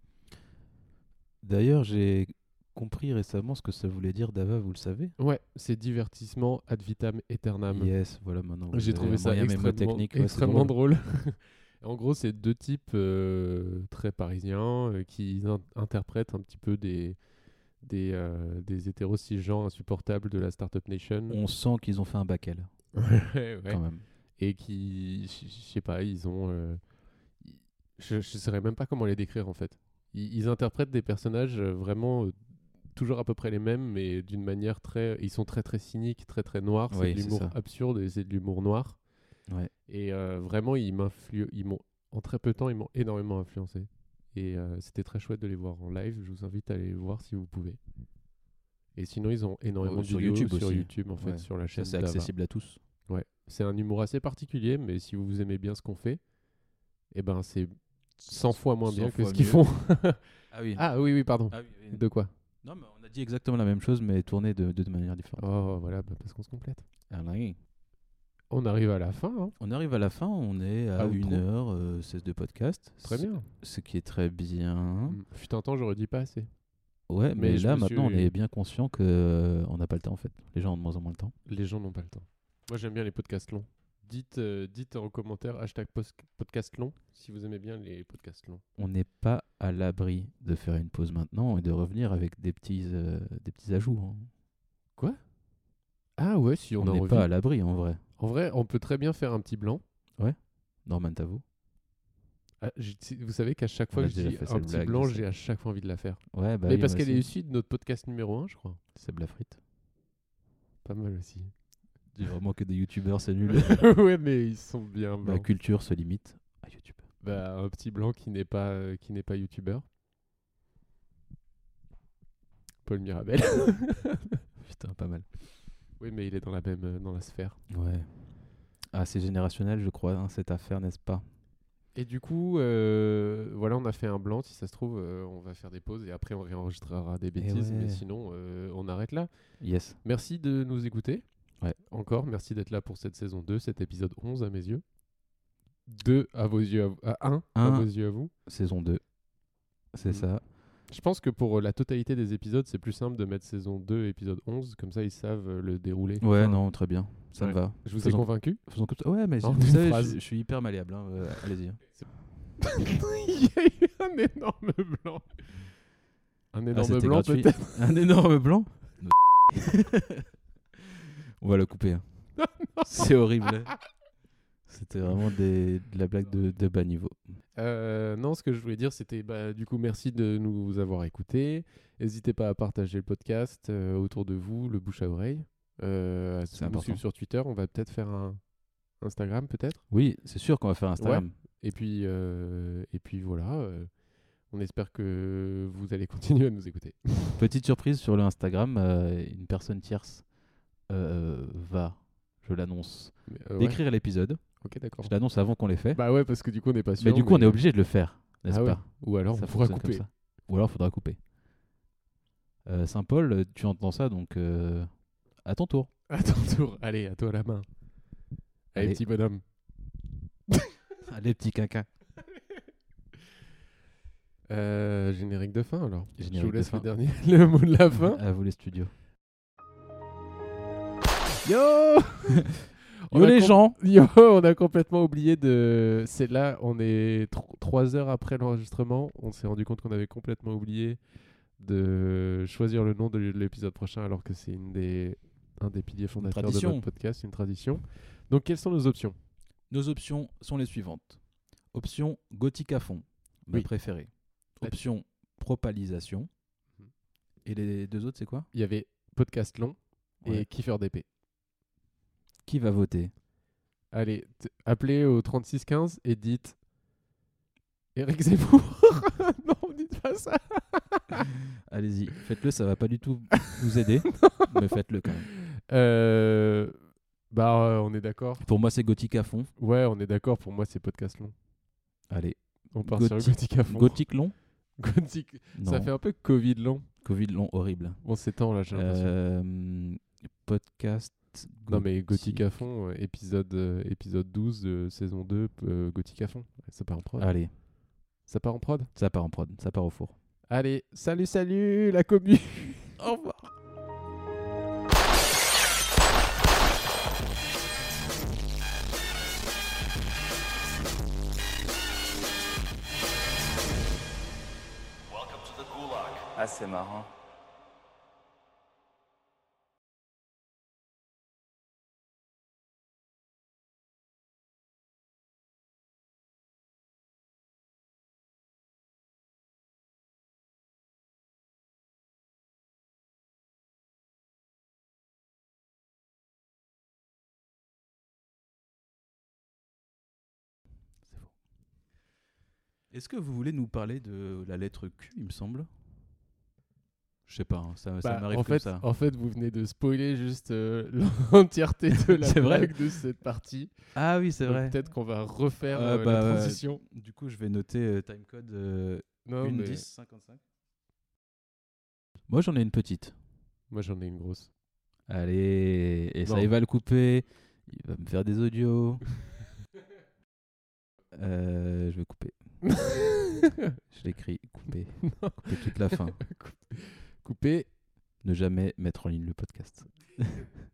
Speaker 5: D'ailleurs, j'ai compris récemment ce que ça voulait dire, Dava, vous le savez?
Speaker 4: Ouais, c'est divertissement ad vitam aeternam.
Speaker 5: Yes, voilà, maintenant. vous
Speaker 4: J'ai
Speaker 5: avez
Speaker 4: trouvé
Speaker 5: un
Speaker 4: ça
Speaker 5: moyen
Speaker 4: extrêmement,
Speaker 5: mémotechnique, ouais, c'est
Speaker 4: extrêmement drôle. En gros, c'est deux types euh, très parisiens euh, qui in- interprètent un petit peu des, des, euh, des hétéros cisgenres insupportables de la Startup Nation.
Speaker 5: On sent qu'ils ont fait un bac L,
Speaker 4: Ouais, ouais.
Speaker 5: quand même.
Speaker 4: Et qui, je je sais pas, ils ont... euh, ils- je ne saurais même pas comment les décrire en fait. Ils, ils interprètent des personnages euh, vraiment euh, toujours à peu près les mêmes, mais d'une manière très... Ils sont très très cyniques, très très noirs. C'est
Speaker 5: Oui,
Speaker 4: de
Speaker 5: c'est
Speaker 4: l'humour
Speaker 5: ça.
Speaker 4: absurde et c'est de l'humour noir.
Speaker 5: Ouais.
Speaker 4: Et euh, vraiment, ils m'influ- ils m'ont, en très peu de temps, ils m'ont énormément influencé. Et euh, c'était très chouette de les voir en live. Je vous invite à aller voir si vous pouvez. Et sinon, ils ont énormément
Speaker 5: Oh,
Speaker 4: de
Speaker 5: sur
Speaker 4: vidéos
Speaker 5: YouTube
Speaker 4: sur
Speaker 5: aussi.
Speaker 4: YouTube, en fait,
Speaker 5: Ouais.
Speaker 4: sur la
Speaker 5: Ça,
Speaker 4: chaîne
Speaker 5: c'est
Speaker 4: Dava.
Speaker 5: accessible à tous.
Speaker 4: Ouais. C'est un humour assez particulier, mais si vous aimez bien ce qu'on fait, eh ben, c'est cent fois moins
Speaker 5: cent
Speaker 4: bien que
Speaker 5: fois
Speaker 4: ce qu'ils
Speaker 5: mieux.
Speaker 4: font.
Speaker 5: Ah oui.
Speaker 4: Ah oui, oui, pardon.
Speaker 5: Ah oui, oui.
Speaker 4: De quoi?
Speaker 5: Non, mais on a dit exactement la même chose, mais tourné de, de, de manière différente.
Speaker 4: Oh, voilà, bah, parce qu'on se complète.
Speaker 5: Alain.
Speaker 4: On arrive à la fin. Hein.
Speaker 5: On arrive à la fin, on est à
Speaker 4: Ah,
Speaker 5: une
Speaker 4: trop.
Speaker 5: heure seize de podcast.
Speaker 4: Très
Speaker 5: Ce-
Speaker 4: bien.
Speaker 5: Ce qui est très bien.
Speaker 4: Mm. Fut un temps, j'aurais dit pas assez.
Speaker 5: Ouais, mais,
Speaker 4: Mais je
Speaker 5: là,
Speaker 4: me
Speaker 5: maintenant,
Speaker 4: suis-
Speaker 5: on est bien conscient que euh, on n'a pas le temps, en fait. Les gens ont de moins en moins le temps.
Speaker 4: Les gens n'ont pas le temps. Moi, j'aime bien les podcasts longs. Dites, euh, dites en commentaire hashtag post- podcast long si vous aimez bien les podcasts longs.
Speaker 5: On n'est pas à l'abri de faire une pause maintenant et de revenir avec des petits, euh, des petits ajouts. hein.
Speaker 4: Ah ouais, si on,
Speaker 5: On
Speaker 4: a
Speaker 5: n'est
Speaker 4: envie.
Speaker 5: pas à l'abri, en vrai.
Speaker 4: En vrai, on peut très bien faire un petit blanc.
Speaker 5: Norman Tavo.
Speaker 4: Ah, j'ai- si- vous savez qu'à chaque
Speaker 5: On
Speaker 4: fois
Speaker 5: a
Speaker 4: que je
Speaker 5: déjà
Speaker 4: dis
Speaker 5: fait
Speaker 4: un
Speaker 5: cette
Speaker 4: petit
Speaker 5: blague,
Speaker 4: blanc,
Speaker 5: je sais.
Speaker 4: j'ai à chaque fois envie de la faire.
Speaker 5: Ouais, bah
Speaker 4: Mais
Speaker 5: oui,
Speaker 4: parce
Speaker 5: moi
Speaker 4: qu'elle est
Speaker 5: aussi.
Speaker 4: issue de notre podcast numéro un, je crois.
Speaker 5: C'est Blafrit.
Speaker 4: Pas mal aussi.
Speaker 5: Dis vraiment que des youtubeurs, c'est nul.
Speaker 4: Ouais, mais ils sont bien
Speaker 5: La
Speaker 4: blancs.
Speaker 5: culture se limite à YouTube.
Speaker 4: Bah, un petit blanc qui n'est pas, euh, qui n'est pas youtubeur. Paul Mirabel.
Speaker 5: Putain, pas mal.
Speaker 4: Oui, mais il est dans la même, euh, dans la sphère.
Speaker 5: Ouais. Ah, c'est générationnel, je crois, hein, cette affaire, n'est-ce pas?
Speaker 4: Et du coup, euh, voilà, on a fait un blanc. Si ça se trouve, euh, on va faire des pauses et après on réenregistrera des bêtises.
Speaker 5: ouais.
Speaker 4: Mais sinon, euh, on arrête là.
Speaker 5: Yes.
Speaker 4: Merci de nous écouter.
Speaker 5: Ouais.
Speaker 4: Encore, merci d'être là pour cette saison deux, cet épisode onze à mes yeux. deux à vos yeux, à, vous- à un, à
Speaker 5: Un.
Speaker 4: vos yeux à vous.
Speaker 5: Saison deux. C'est
Speaker 4: Mm.
Speaker 5: ça.
Speaker 4: Je pense que pour euh, la totalité des épisodes, c'est plus simple de mettre saison deux, épisode onze. Comme ça, ils savent euh, le dérouler.
Speaker 5: Ouais,
Speaker 4: Enfin,
Speaker 5: non, très bien. Ça
Speaker 4: ouais.
Speaker 5: me va.
Speaker 4: Je vous ai
Speaker 5: Faisons-
Speaker 4: convaincu.
Speaker 5: Faisons comme ça. Ouais, mais
Speaker 4: En
Speaker 5: vous
Speaker 4: une
Speaker 5: savez,
Speaker 4: phrase.
Speaker 5: je, je suis hyper malléable. Hein. euh, allez-y. hein.
Speaker 4: Il y a eu un énorme blanc. Un
Speaker 5: Ah,
Speaker 4: énorme
Speaker 5: c'était
Speaker 4: blanc
Speaker 5: gratuit.
Speaker 4: peut-être.
Speaker 5: Un énorme blanc. On va le couper. hein. C'est horrible. C'était vraiment des, de la blague de, de bas niveau.
Speaker 4: Euh, non, ce que je voulais dire, c'était bah, du coup merci de nous avoir écoutés. N'hésitez pas à partager le podcast euh, autour de vous, le bouche à oreille. Euh, à
Speaker 5: C'est
Speaker 4: nous
Speaker 5: important.
Speaker 4: suivre sur Twitter. On va peut-être faire un Instagram, peut-être.
Speaker 5: Oui, c'est sûr qu'on va faire Instagram.
Speaker 4: Et puis, euh, et puis voilà. euh, on espère que vous allez continuer à nous écouter.
Speaker 5: Petite surprise sur le Instagram, euh, une personne tierce euh, va, je l'annonce,
Speaker 4: Mais, euh, ouais.
Speaker 5: décrire l'épisode.
Speaker 4: Ok, d'accord.
Speaker 5: Je l'annonce avant qu'on l'ait fait.
Speaker 4: Bah ouais, parce que du coup, on n'est pas sûr.
Speaker 5: mais du coup, on est obligé de le faire, n'est-ce
Speaker 4: Ah ouais.
Speaker 5: pas?
Speaker 4: Ou alors,
Speaker 5: Ça
Speaker 4: on pourra
Speaker 5: fonctionne comme
Speaker 4: couper.
Speaker 5: ça. Ou alors, il faudra couper. Euh, Saint-Paul, tu entends ça, donc euh, à ton tour.
Speaker 4: À ton tour. Allez, à toi la main. Allez,
Speaker 5: Allez.
Speaker 4: petit bonhomme.
Speaker 5: Allez, petit quinquin.
Speaker 4: Euh, générique de fin alors.
Speaker 5: Générique
Speaker 4: Je vous
Speaker 5: de
Speaker 4: laisse
Speaker 5: fin.
Speaker 4: le dernier, le mot de la fin.
Speaker 5: À vous les studios.
Speaker 4: Yo On
Speaker 5: Yo
Speaker 4: a
Speaker 5: les
Speaker 4: com-
Speaker 5: gens.
Speaker 4: Yo, on a complètement oublié de. C'est là, on est tro- trois heures après l'enregistrement. On s'est rendu compte qu'on avait complètement oublié de choisir le nom de l'épisode prochain, alors que c'est une des un des piliers fondateurs de
Speaker 5: tradition.
Speaker 4: notre podcast, une tradition. Donc, quelles sont nos options?
Speaker 5: Nos options sont les suivantes. Option gothique à fond, ma
Speaker 4: Oui.
Speaker 5: préférée.
Speaker 4: La-
Speaker 5: Option propalisation.
Speaker 4: Mhm.
Speaker 5: Et les deux autres, c'est quoi?
Speaker 4: Il y avait podcast long et
Speaker 5: Ouais.
Speaker 4: kiffer d'épée.
Speaker 5: Qui va voter?
Speaker 4: Allez, t- appelez au trente-six quinze et dites Éric Zemmour. Non, dites pas ça.
Speaker 5: Allez-y, faites-le, ça va pas du tout vous aider, mais faites-le quand même.
Speaker 4: Euh, bah, euh, on est d'accord.
Speaker 5: Pour moi, c'est gothique à fond.
Speaker 4: Ouais, on est d'accord. Pour moi, c'est podcast long.
Speaker 5: Allez,
Speaker 4: On part sur le
Speaker 5: Gothique-
Speaker 4: gothique à fond.
Speaker 5: gothique long?
Speaker 4: Gothique.
Speaker 5: Non.
Speaker 4: Ça fait un peu Covid long.
Speaker 5: Covid long, horrible.
Speaker 4: Bon, c'est temps là, j'ai l'impression.
Speaker 5: Euh, podcast.
Speaker 4: Non, mais gothique à fond, euh, épisode, euh, épisode douze de saison deux, euh, gothique à fond. Ça part en prod.
Speaker 5: Allez,
Speaker 4: Ça part en prod.
Speaker 5: ça part en prod, ça part au four.
Speaker 4: Allez, salut, salut, la commu. Au revoir.
Speaker 6: Ah, c'est marrant.
Speaker 5: C'est faux. Est-ce que vous voulez nous parler de la lettre Q, il me semble? Je sais pas, hein, ça, ça
Speaker 4: Bah,
Speaker 5: m'arrive
Speaker 4: en
Speaker 5: comme
Speaker 4: fait,
Speaker 5: ça.
Speaker 4: en fait, vous venez de spoiler juste euh, l'entièreté de la
Speaker 5: C'est vrai.
Speaker 4: blague de cette partie.
Speaker 5: Ah oui, c'est
Speaker 4: Donc
Speaker 5: vrai.
Speaker 4: peut-être qu'on va refaire
Speaker 5: Euh,
Speaker 4: euh,
Speaker 5: bah,
Speaker 4: la
Speaker 5: ouais.
Speaker 4: transition.
Speaker 5: Du coup, je vais noter euh, timecode euh,
Speaker 4: Non,
Speaker 5: un
Speaker 4: mais
Speaker 5: dix cinquante-cinq. Moi, j'en ai une petite.
Speaker 4: moi j'en ai une grosse.
Speaker 5: Allez, et ça,
Speaker 4: Non.
Speaker 5: il va le couper. Il va me faire des audios. Euh, je vais couper. Je l'écris, couper. Couper toute la fin.
Speaker 4: Coupé.
Speaker 5: Ne jamais mettre en ligne le podcast.